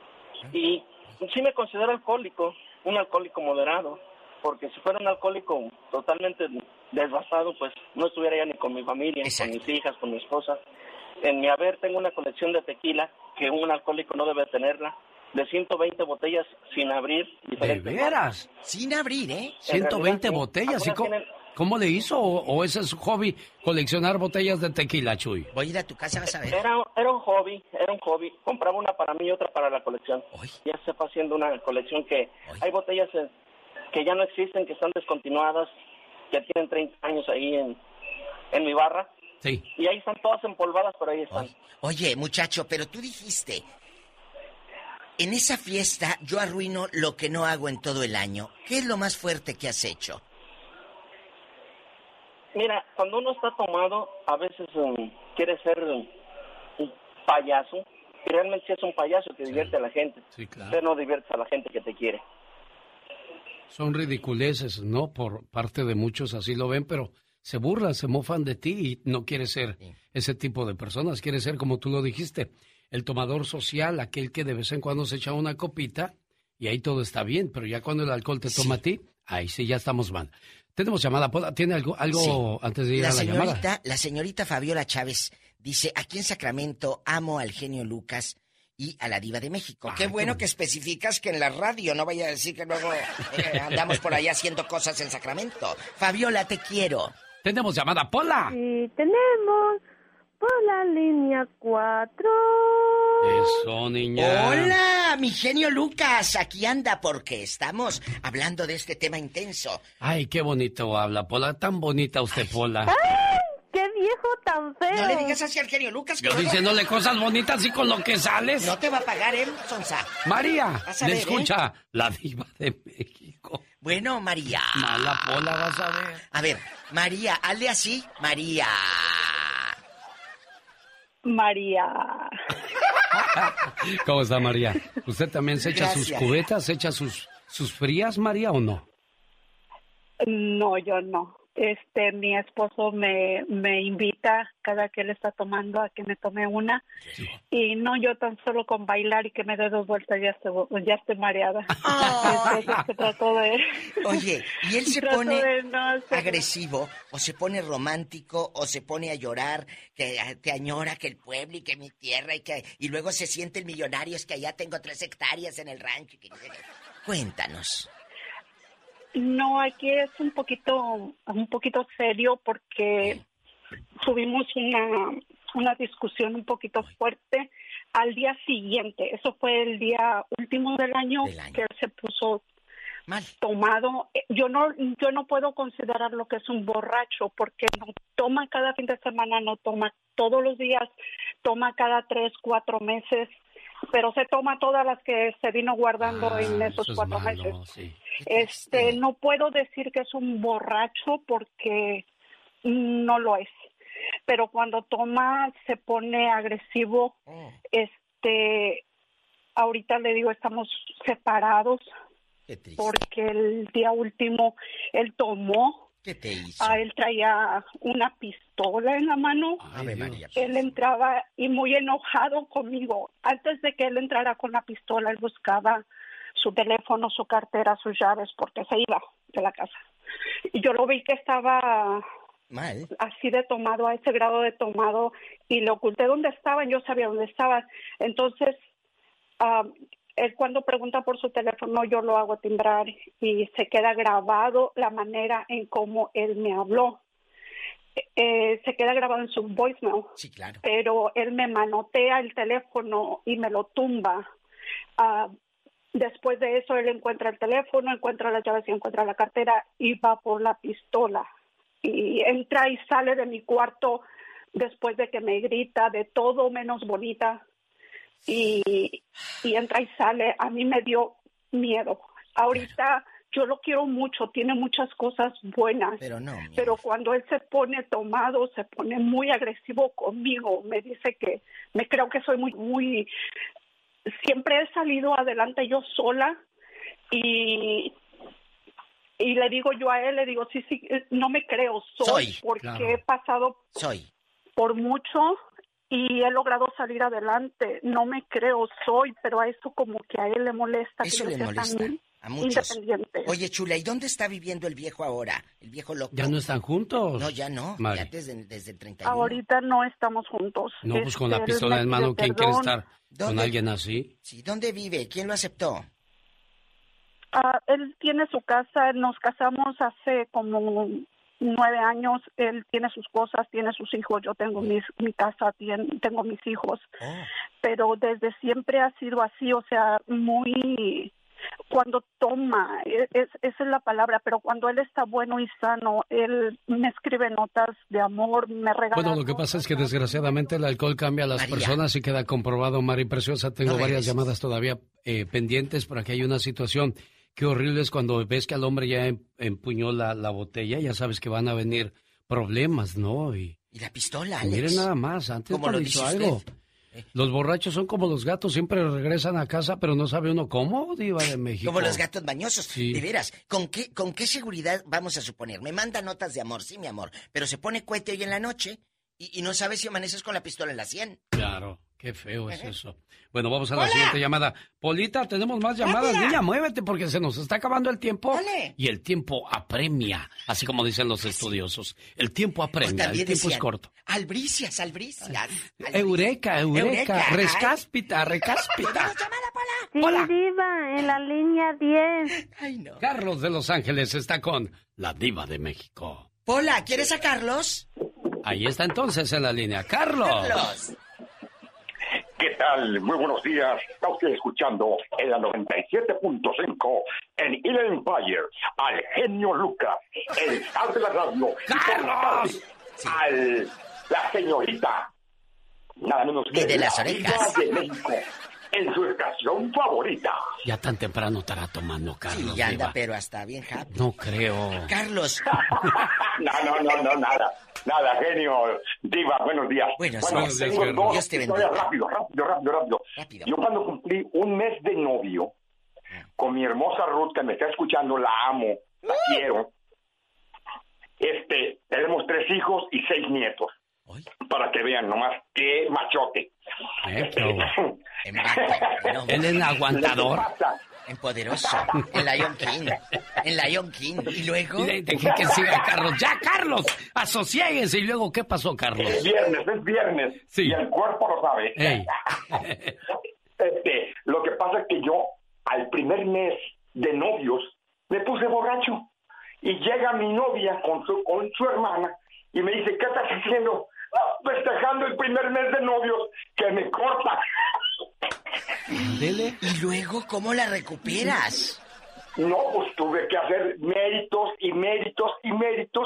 Y sí me considero alcohólico, un alcohólico moderado, porque si fuera un alcohólico totalmente desbastado, pues no estuviera ya ni con mi familia, Exacto. con mis hijas, con mi esposa. En mi haber tengo una colección de tequila que un alcohólico no debe tenerla, de ciento veinte botellas sin abrir. ¿De diferentes veras? Sin abrir, ¿eh? En ciento veinte realidad, sí. botellas. ¿Y Algunas cómo, tienen- ¿Cómo le hizo? ¿O, o ese es su hobby, coleccionar botellas de tequila, Chuy? Voy a ir a tu casa, vas a ver. Era, era un hobby, era un hobby. Compraba una para mí y otra para la colección. Ya se fue haciendo una colección que Oy. hay botellas en, que ya no existen, que están descontinuadas, ya tienen treinta años ahí en, en mi barra. Sí. Y ahí están todas empolvadas, pero ahí están. Oye, muchacho, pero tú dijiste, en esa fiesta yo arruino lo que no hago en todo el año. ¿Qué es lo más fuerte que has hecho? Mira, cuando uno está tomado, a veces um, quiere ser um, un payaso. Y realmente si es un payaso que divierte sí. a la gente. Sí, claro. Pero no diviertes a la gente que te quiere. Son ridiculeces, ¿no? Por parte de muchos así lo ven, pero se burlan, se mofan de ti y no quieres ser sí. ese tipo de personas. Quieres ser, como tú lo dijiste, el tomador social, aquel que de vez en cuando se echa una copita y ahí todo está bien, pero ya cuando el alcohol te toma sí. a ti, ahí sí ya estamos mal. Tenemos llamada. ¿Tiene algo, algo sí. antes de ir la a la señorita, llamada? La señorita Fabiola Chávez dice, aquí en Sacramento amo al genio Lucas y a la Diva de México. Ah, qué bueno qué que especificas que en la radio, no vaya a decir que luego eh, andamos por ahí haciendo cosas en Sacramento. Fabiola, te quiero. Tenemos llamada, Pola. Sí, tenemos por la línea cuatro. Eso, niña. Hola, mi genio Lucas, aquí anda porque estamos hablando de este tema intenso. Ay, qué bonito habla, Pola, tan bonita usted, Ay. Pola. ¡Ay, qué viejo tan feo! No le digas así al genio Lucas. Yo luego... diciéndole cosas bonitas y con lo que sales. No te va a pagar, ¿eh, Sonsa? María, le ver, escucha ¿eh? la Diva de México. Bueno, María. Mala Pola, vas a ver. A ver, María, hazle así, María. María. ¿Cómo está, María? ¿Usted también se echa Gracias. sus cubetas, se echa sus, sus frías, María, o no? No, yo no. Este, mi esposo me, me invita cada que él está tomando a que me tome una. Sí. Y no, yo tan solo con bailar y que me dé dos vueltas ya estoy, ya estoy mareada. Entonces, que trato de... Oye, ¿y él se pone de no hacer... agresivo o se pone romántico o se pone a llorar, que te añora que el pueblo y que mi tierra y que y luego se siente el millonario, es que allá tengo tres hectáreas en el rancho? Que... Cuéntanos. No, aquí es un poquito, un poquito serio porque tuvimos una, una discusión un poquito fuerte al día siguiente. Eso fue el día último del año, del año. que él se puso mal tomado. Yo no, yo no puedo considerar lo que es un borracho porque no toma cada fin de semana, no toma todos los días, toma cada tres, cuatro meses. Pero se toma todas las que se vino guardando ah, en esos cuatro malo, meses. Sí. Este, no puedo decir que es un borracho porque no lo es. Pero cuando toma se pone agresivo. Oh. Este, ahorita le digo, estamos separados. Qué triste. Porque el día último él tomó. ¿Qué te hizo? Ah, él traía una pistola en la mano. Ave María. Él entraba y muy enojado conmigo. Antes de que él entrara con la pistola, él buscaba su teléfono, su cartera, sus llaves, porque se iba de la casa. Y yo lo vi que estaba mal, así de tomado, a ese grado de tomado, y le oculté dónde estaban, yo sabía dónde estaban. Entonces, um, él cuando pregunta por su teléfono, yo lo hago timbrar y se queda grabado la manera en cómo él me habló. Eh, se queda grabado en su voicemail. Sí, claro. Pero él me manotea el teléfono y me lo tumba. Uh, después de eso, él encuentra el teléfono, encuentra las llaves y encuentra la cartera y va por la pistola. Y entra y sale de mi cuarto después de que me grita de todo menos bonita. Y, y entra y sale. A mí me dio miedo. Ahorita yo lo quiero mucho, tiene muchas cosas buenas, pero no, pero cuando él se pone tomado, se pone muy agresivo conmigo, me dice que me creo que soy muy, muy, siempre he salido adelante yo sola y y le digo yo a él, le digo, sí, sí, no me creo, soy, soy porque claro. he pasado soy. por mucho y he logrado salir adelante. No me creo, soy, pero a eso como que a él le molesta. Eso que le molesta tan a muchos. Independiente. Oye, chula, ¿y dónde está viviendo el viejo ahora? El viejo loco. ¿Ya no están juntos? No, ya no, Mari. ya desde, desde el treinta y uno. Ahorita no estamos juntos. No, pues con la pistola en mano, ¿quién quiere estar con alguien así? Sí, ¿dónde vive? ¿Quién lo aceptó? Uh, él tiene su casa, nos casamos hace como nueve años, él tiene sus cosas, tiene sus hijos, yo tengo mis, mi casa, tiene, tengo mis hijos, oh. pero desde siempre ha sido así, o sea, muy... Cuando toma, es, esa es la palabra, pero cuando él está bueno y sano, él me escribe notas de amor, me regala... Bueno, lo que pasa es que desgraciadamente el alcohol cambia a las María. personas y queda comprobado, Mari Preciosa. Tengo no varias llamadas todavía eh, pendientes, pero aquí hay una situación que horrible es cuando ves que al hombre ya em, empuñó la, la botella, ya sabes que van a venir problemas, ¿no? Y, y la pistola, y Alex. Miren nada más, antes te han dicho algo. Usted? Los borrachos son como los gatos, siempre regresan a casa, pero no sabe uno cómo, Diva de México. Como los gatos mañosos, sí. De veras. ¿Con qué, ¿Con qué seguridad vamos a suponer? Me manda notas de amor, sí, mi amor, pero se pone cohete hoy en la noche y, y no sabes si amaneces con la pistola en la sien. Claro, qué feo es eso. Bueno, vamos a la ¡Hola! siguiente llamada. Polita, tenemos más llamadas. ¡Rápida! Niña, muévete porque se nos está acabando el tiempo. ¡Dale! Y el tiempo apremia, así como dicen los estudiosos. El tiempo apremia, el tiempo decían, es corto. Albricias, albricias. albricias. Eureka, eureka, eureka. Rescáspita, recáspita. Sí, Hola. Diva, en la línea diez. Ay, no. Carlos de Los Ángeles está con la Diva de México. Hola, ¿quieres a Carlos? Ahí está entonces en la línea. ¡Carlos! Carlos. ¿Qué tal? Muy buenos días. Está usted escuchando en la noventa y siete punto cinco en Inland Empire al genio Lucas, el sal de la radio. ¡Carlos! Sí. Al la señorita, nada menos que de las la orejas de México, en su estación favorita. Ya tan temprano estará tomando, Carlos. Sí, ya anda, Diva. pero hasta bien happy. No creo. Carlos. no, no, no, no, nada. Nada, genio. Diva, buenos días. Buenos bueno, días. tengo Dios, dos Dios te bendiga. historias rápido, rápido, rápido, rápido, rápido. Yo cuando cumplí un mes de novio con mi hermosa Ruth, que me está escuchando, la amo, la uh. quiero. Este, tenemos tres hijos y seis nietos. ¿Oye? Para que vean nomás qué machote. Eh, pero... Él es el aguantador. En Poderoso, en Lion King, en Lion King, y luego... Y dejé que siga Carlos. ¡Ya, Carlos! ¡Asociéguense! Y luego, ¿qué pasó, Carlos? Es viernes, es viernes. Sí. Y el cuerpo lo sabe. Ey. este, lo que pasa es que yo, al primer mes de novios, me puse borracho. Y llega mi novia con su, con su hermana y me dice, ¿qué estás haciendo? Oh, festejando el primer mes de novios, que me corta. Dele. ¿Y luego cómo la recuperas? No, pues tuve que hacer méritos y méritos y méritos.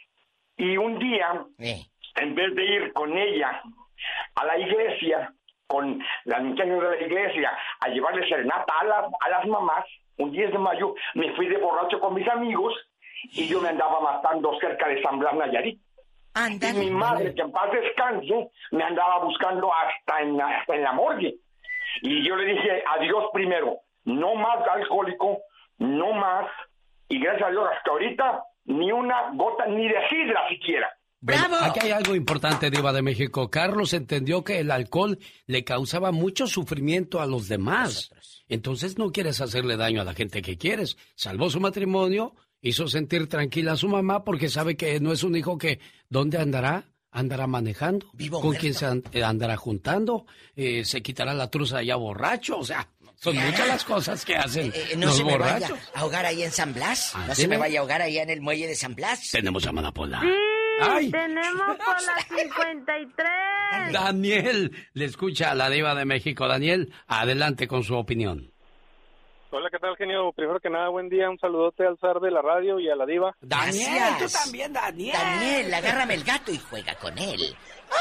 Y un día, eh. en vez de ir con ella a la iglesia, con las muchachas de la iglesia, a llevarle serenata a las, a las mamás, un diez de mayo, me fui de borracho con mis amigos y yo me andaba matando cerca de San Blas, Nayarit. Anda, y mi madre, que en paz descanse, me andaba buscando hasta en la, hasta en la morgue. Y yo le dije, adiós primero, no más alcohólico, no más. Y gracias a Dios, hasta ahorita, ni una gota, ni de sidra siquiera. ¡Bravo! Bueno, aquí hay algo importante, Diva de México. Carlos entendió que el alcohol le causaba mucho sufrimiento a los demás. Nosotros. Entonces no quieres hacerle daño a la gente que quieres. Salvó su matrimonio, hizo sentir tranquila a su mamá porque sabe que no es un hijo que... ¿Dónde andará? Andará manejando. Vivo ¿Con muerto. quién se an- andará juntando? Eh, ¿Se quitará la truza ya borracho? O sea, son ¿Ya? muchas las cosas que hacen eh, eh, no los se me borrachos. vaya a ahogar ahí en San Blas. Ah, no se dime. me vaya a ahogar allá en el muelle de San Blas. Tenemos llamada Pola. Sí, ¡Ay! tenemos por la cincuenta y tres. Daniel, le escucha a la Diva de México. Daniel, adelante con su opinión. Hola, ¿qué tal, genio? Primero que nada, buen día. Un saludote al zar de la radio y a la diva. Daniel, Gracias. tú también, Daniel. Daniel, agárrame el gato y juega con él.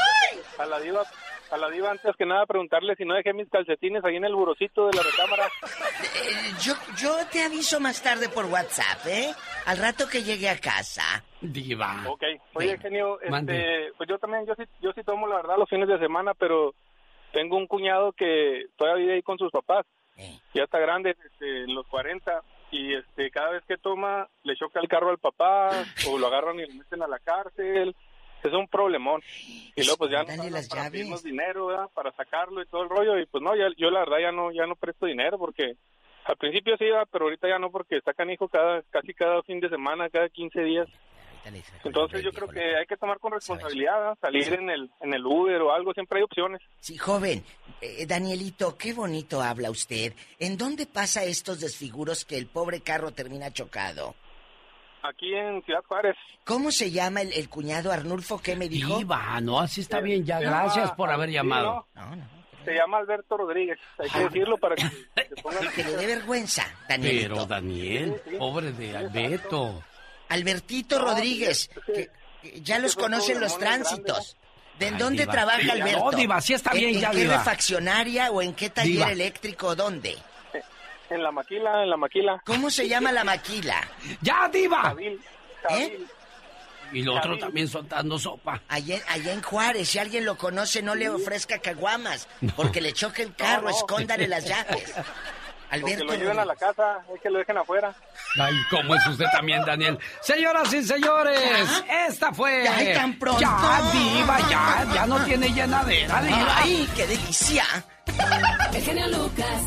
A la diva, a la diva antes que nada preguntarle si no dejé mis calcetines ahí en el burocito de la recámara. Eh, yo, yo te aviso más tarde por WhatsApp, ¿eh? Al rato que llegue a casa. Diva. Ok. Oye, Ven. genio, Mande. este, pues yo también, yo sí, yo sí tomo la verdad los fines de semana, pero tengo un cuñado que todavía vive ahí con sus papás. Eh. Ya está grande, este, en los cuarenta, y este, cada vez que toma le choca el carro al papá o lo agarran y lo meten a la cárcel. Es un problemón. Y luego pues ya Dale no las para llaves. pedirnos dinero, ¿verdad? Para sacarlo y todo el rollo, y pues no, ya, yo la verdad ya no ya no presto dinero porque al principio sí iba, pero ahorita ya no porque está canijo cada casi cada fin de semana, cada quince días. Entonces yo creo que hay que tomar con responsabilidad, ¿verdad? Salir en el en el Uber o algo, siempre hay opciones. Sí, joven. Eh, Danielito, qué bonito habla usted. ¿En dónde pasa estos desfiguros que el pobre carro termina chocado? Aquí en Ciudad Juárez. ¿Cómo se llama el, el cuñado Arnulfo? ¿Qué me dijo? Diva, no, así está bien ya. Gracias por haber llamado. No, no. Se llama Alberto Rodríguez. Hay que decirlo para que se pongan... Que le dé vergüenza, Danielito. Pero, Daniel, sí, sí. Pobre de Alberto. Albertito no, Rodríguez, que, que ya los conocen los tránsitos. ¿De en dónde diva. trabaja sí, Alberto? No, Diva, sí está bien ¿En, ya, ¿En qué diva. refaccionaria o en qué taller diva. eléctrico? ¿Dónde? En la maquila, en la maquila. ¿Cómo se llama la maquila? ¡Ya, Diva! Cabil, Cabil. ¿Eh? Y lo Cabil. Otro también soltando sopa. Allá, allá en Juárez, si alguien lo conoce, no le ofrezca caguamas, no. porque le choque el carro, no, no. escóndale las llaves. Alberto, que lo lleven a la casa, es que lo dejen afuera. Ay, ¿cómo es usted también, Daniel? Señoras y señores, ¿ya? esta fue... ¡Ay, tan pronto! Ya, Diva, ya, ya no tiene llenadera, Diva. ¡Ay, qué delicia! El genio Lucas.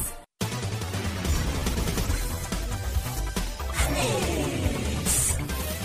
Alex.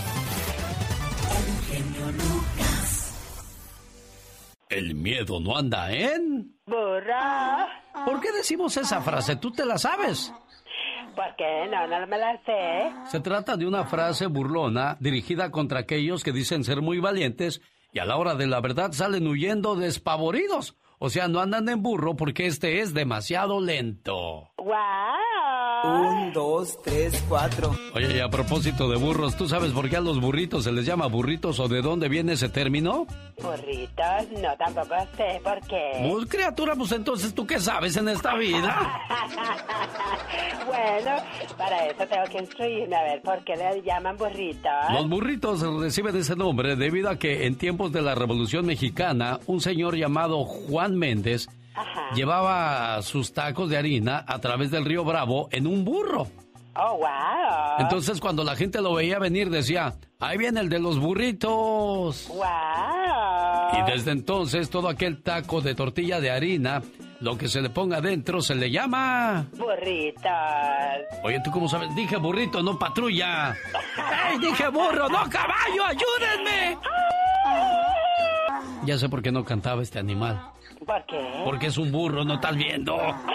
El genio Lucas. El miedo no anda en... burra. ¿Por qué decimos esa frase? ¿Tú te la sabes? ¿Por qué? No, no me la sé. Se trata de una frase burlona dirigida contra aquellos que dicen ser muy valientes y a la hora de la verdad salen huyendo despavoridos. O sea, no andan en burro porque este es demasiado lento. ¡Guau! Un, dos, tres, cuatro. Oye, y a propósito de burros, ¿tú sabes por qué a los burritos se les llama burritos o de dónde viene ese término? ¿Burritos? No, tampoco sé por qué. Pues, criatura, pues entonces, ¿tú qué sabes en esta vida? Bueno, para eso tengo que instruirme a ver por qué le llaman burritos. Los burritos reciben ese nombre debido a que en tiempos de la Revolución Mexicana, un señor llamado Juan Méndez Ajá. llevaba sus tacos de harina a través del río Bravo en un burro. ¡Oh, wow! Entonces, cuando la gente lo veía venir, decía, ¡ahí viene el de los burritos! ¡Wow! Y desde entonces, todo aquel taco de tortilla de harina, lo que se le ponga adentro, se le llama... burritos. Oye, ¿tú cómo sabes? Dije burrito, no patrulla. ¡Ey, dije burro, no caballo! ¡Ayúdenme! Ya sé por qué no cantaba este animal. ¿Por qué? Porque es un burro, ¿no estás viendo?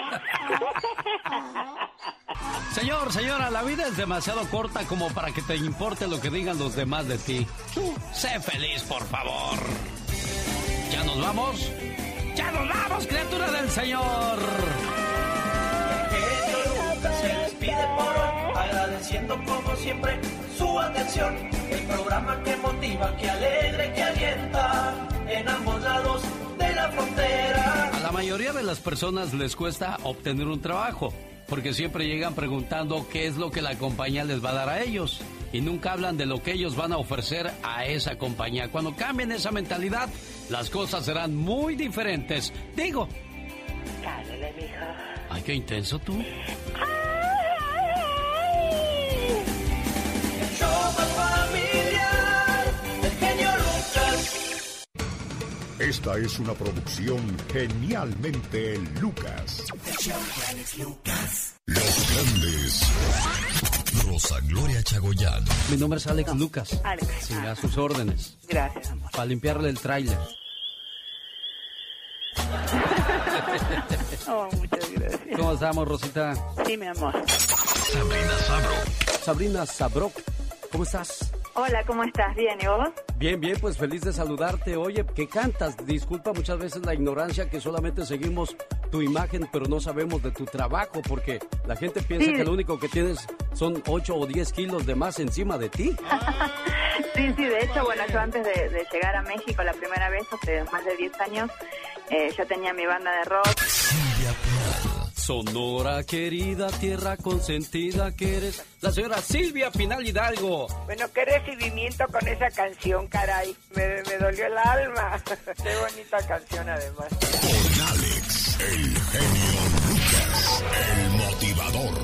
Señor, señora, la vida es demasiado corta como para que te importe lo que digan los demás de ti. Tú, sé feliz, por favor. ¿Ya nos vamos? ¡Ya nos vamos, criatura del Señor! El genio Lucas se despide por hoy, agradeciendo como siempre su atención. El programa que motiva, que alegra, que alienta en ambos lados de la frontera. A la mayoría de las personas les cuesta obtener un trabajo, porque siempre llegan preguntando qué es lo que la compañía les va a dar a ellos y nunca hablan de lo que ellos van a ofrecer a esa compañía. Cuando cambien esa mentalidad, las cosas serán muy diferentes. Digo... Cállale, mijo. Ay, qué intenso tú. El show más familiar, el genio Lucas. Esta es una producción genialmente Lucas. El show de Alex Lucas. Los grandes. Rosa Gloria Chagoyán. Mi nombre es Alex Lucas. Alex. Sí, a sus órdenes. Gracias, amor. Para limpiarle el tráiler. Oh, muchas gracias. ¿Cómo estamos, Rosita? Sí, mi amor. Sabrina Sabro. Sabrina Sabro, ¿cómo estás? Hola, ¿cómo estás? ¿Bien? ¿Y vos? Bien, bien, pues feliz de saludarte. Oye, ¿qué cantas? Disculpa muchas veces la ignorancia que solamente seguimos tu imagen, pero no sabemos de tu trabajo, porque la gente piensa sí. que lo único que tienes son ocho o diez kilos de más encima de ti. Sí, sí, de hecho, bueno, yo antes de, de llegar a México la primera vez, hace más de diez años, eh, yo tenía mi banda de rock. Sonora querida, tierra consentida que eres la señora Silvia Pinal Hidalgo. Bueno, qué recibimiento con esa canción, caray. Me, me dolió el alma. Qué bonita canción, además. Con Alex, el genio Lucas, el motivador.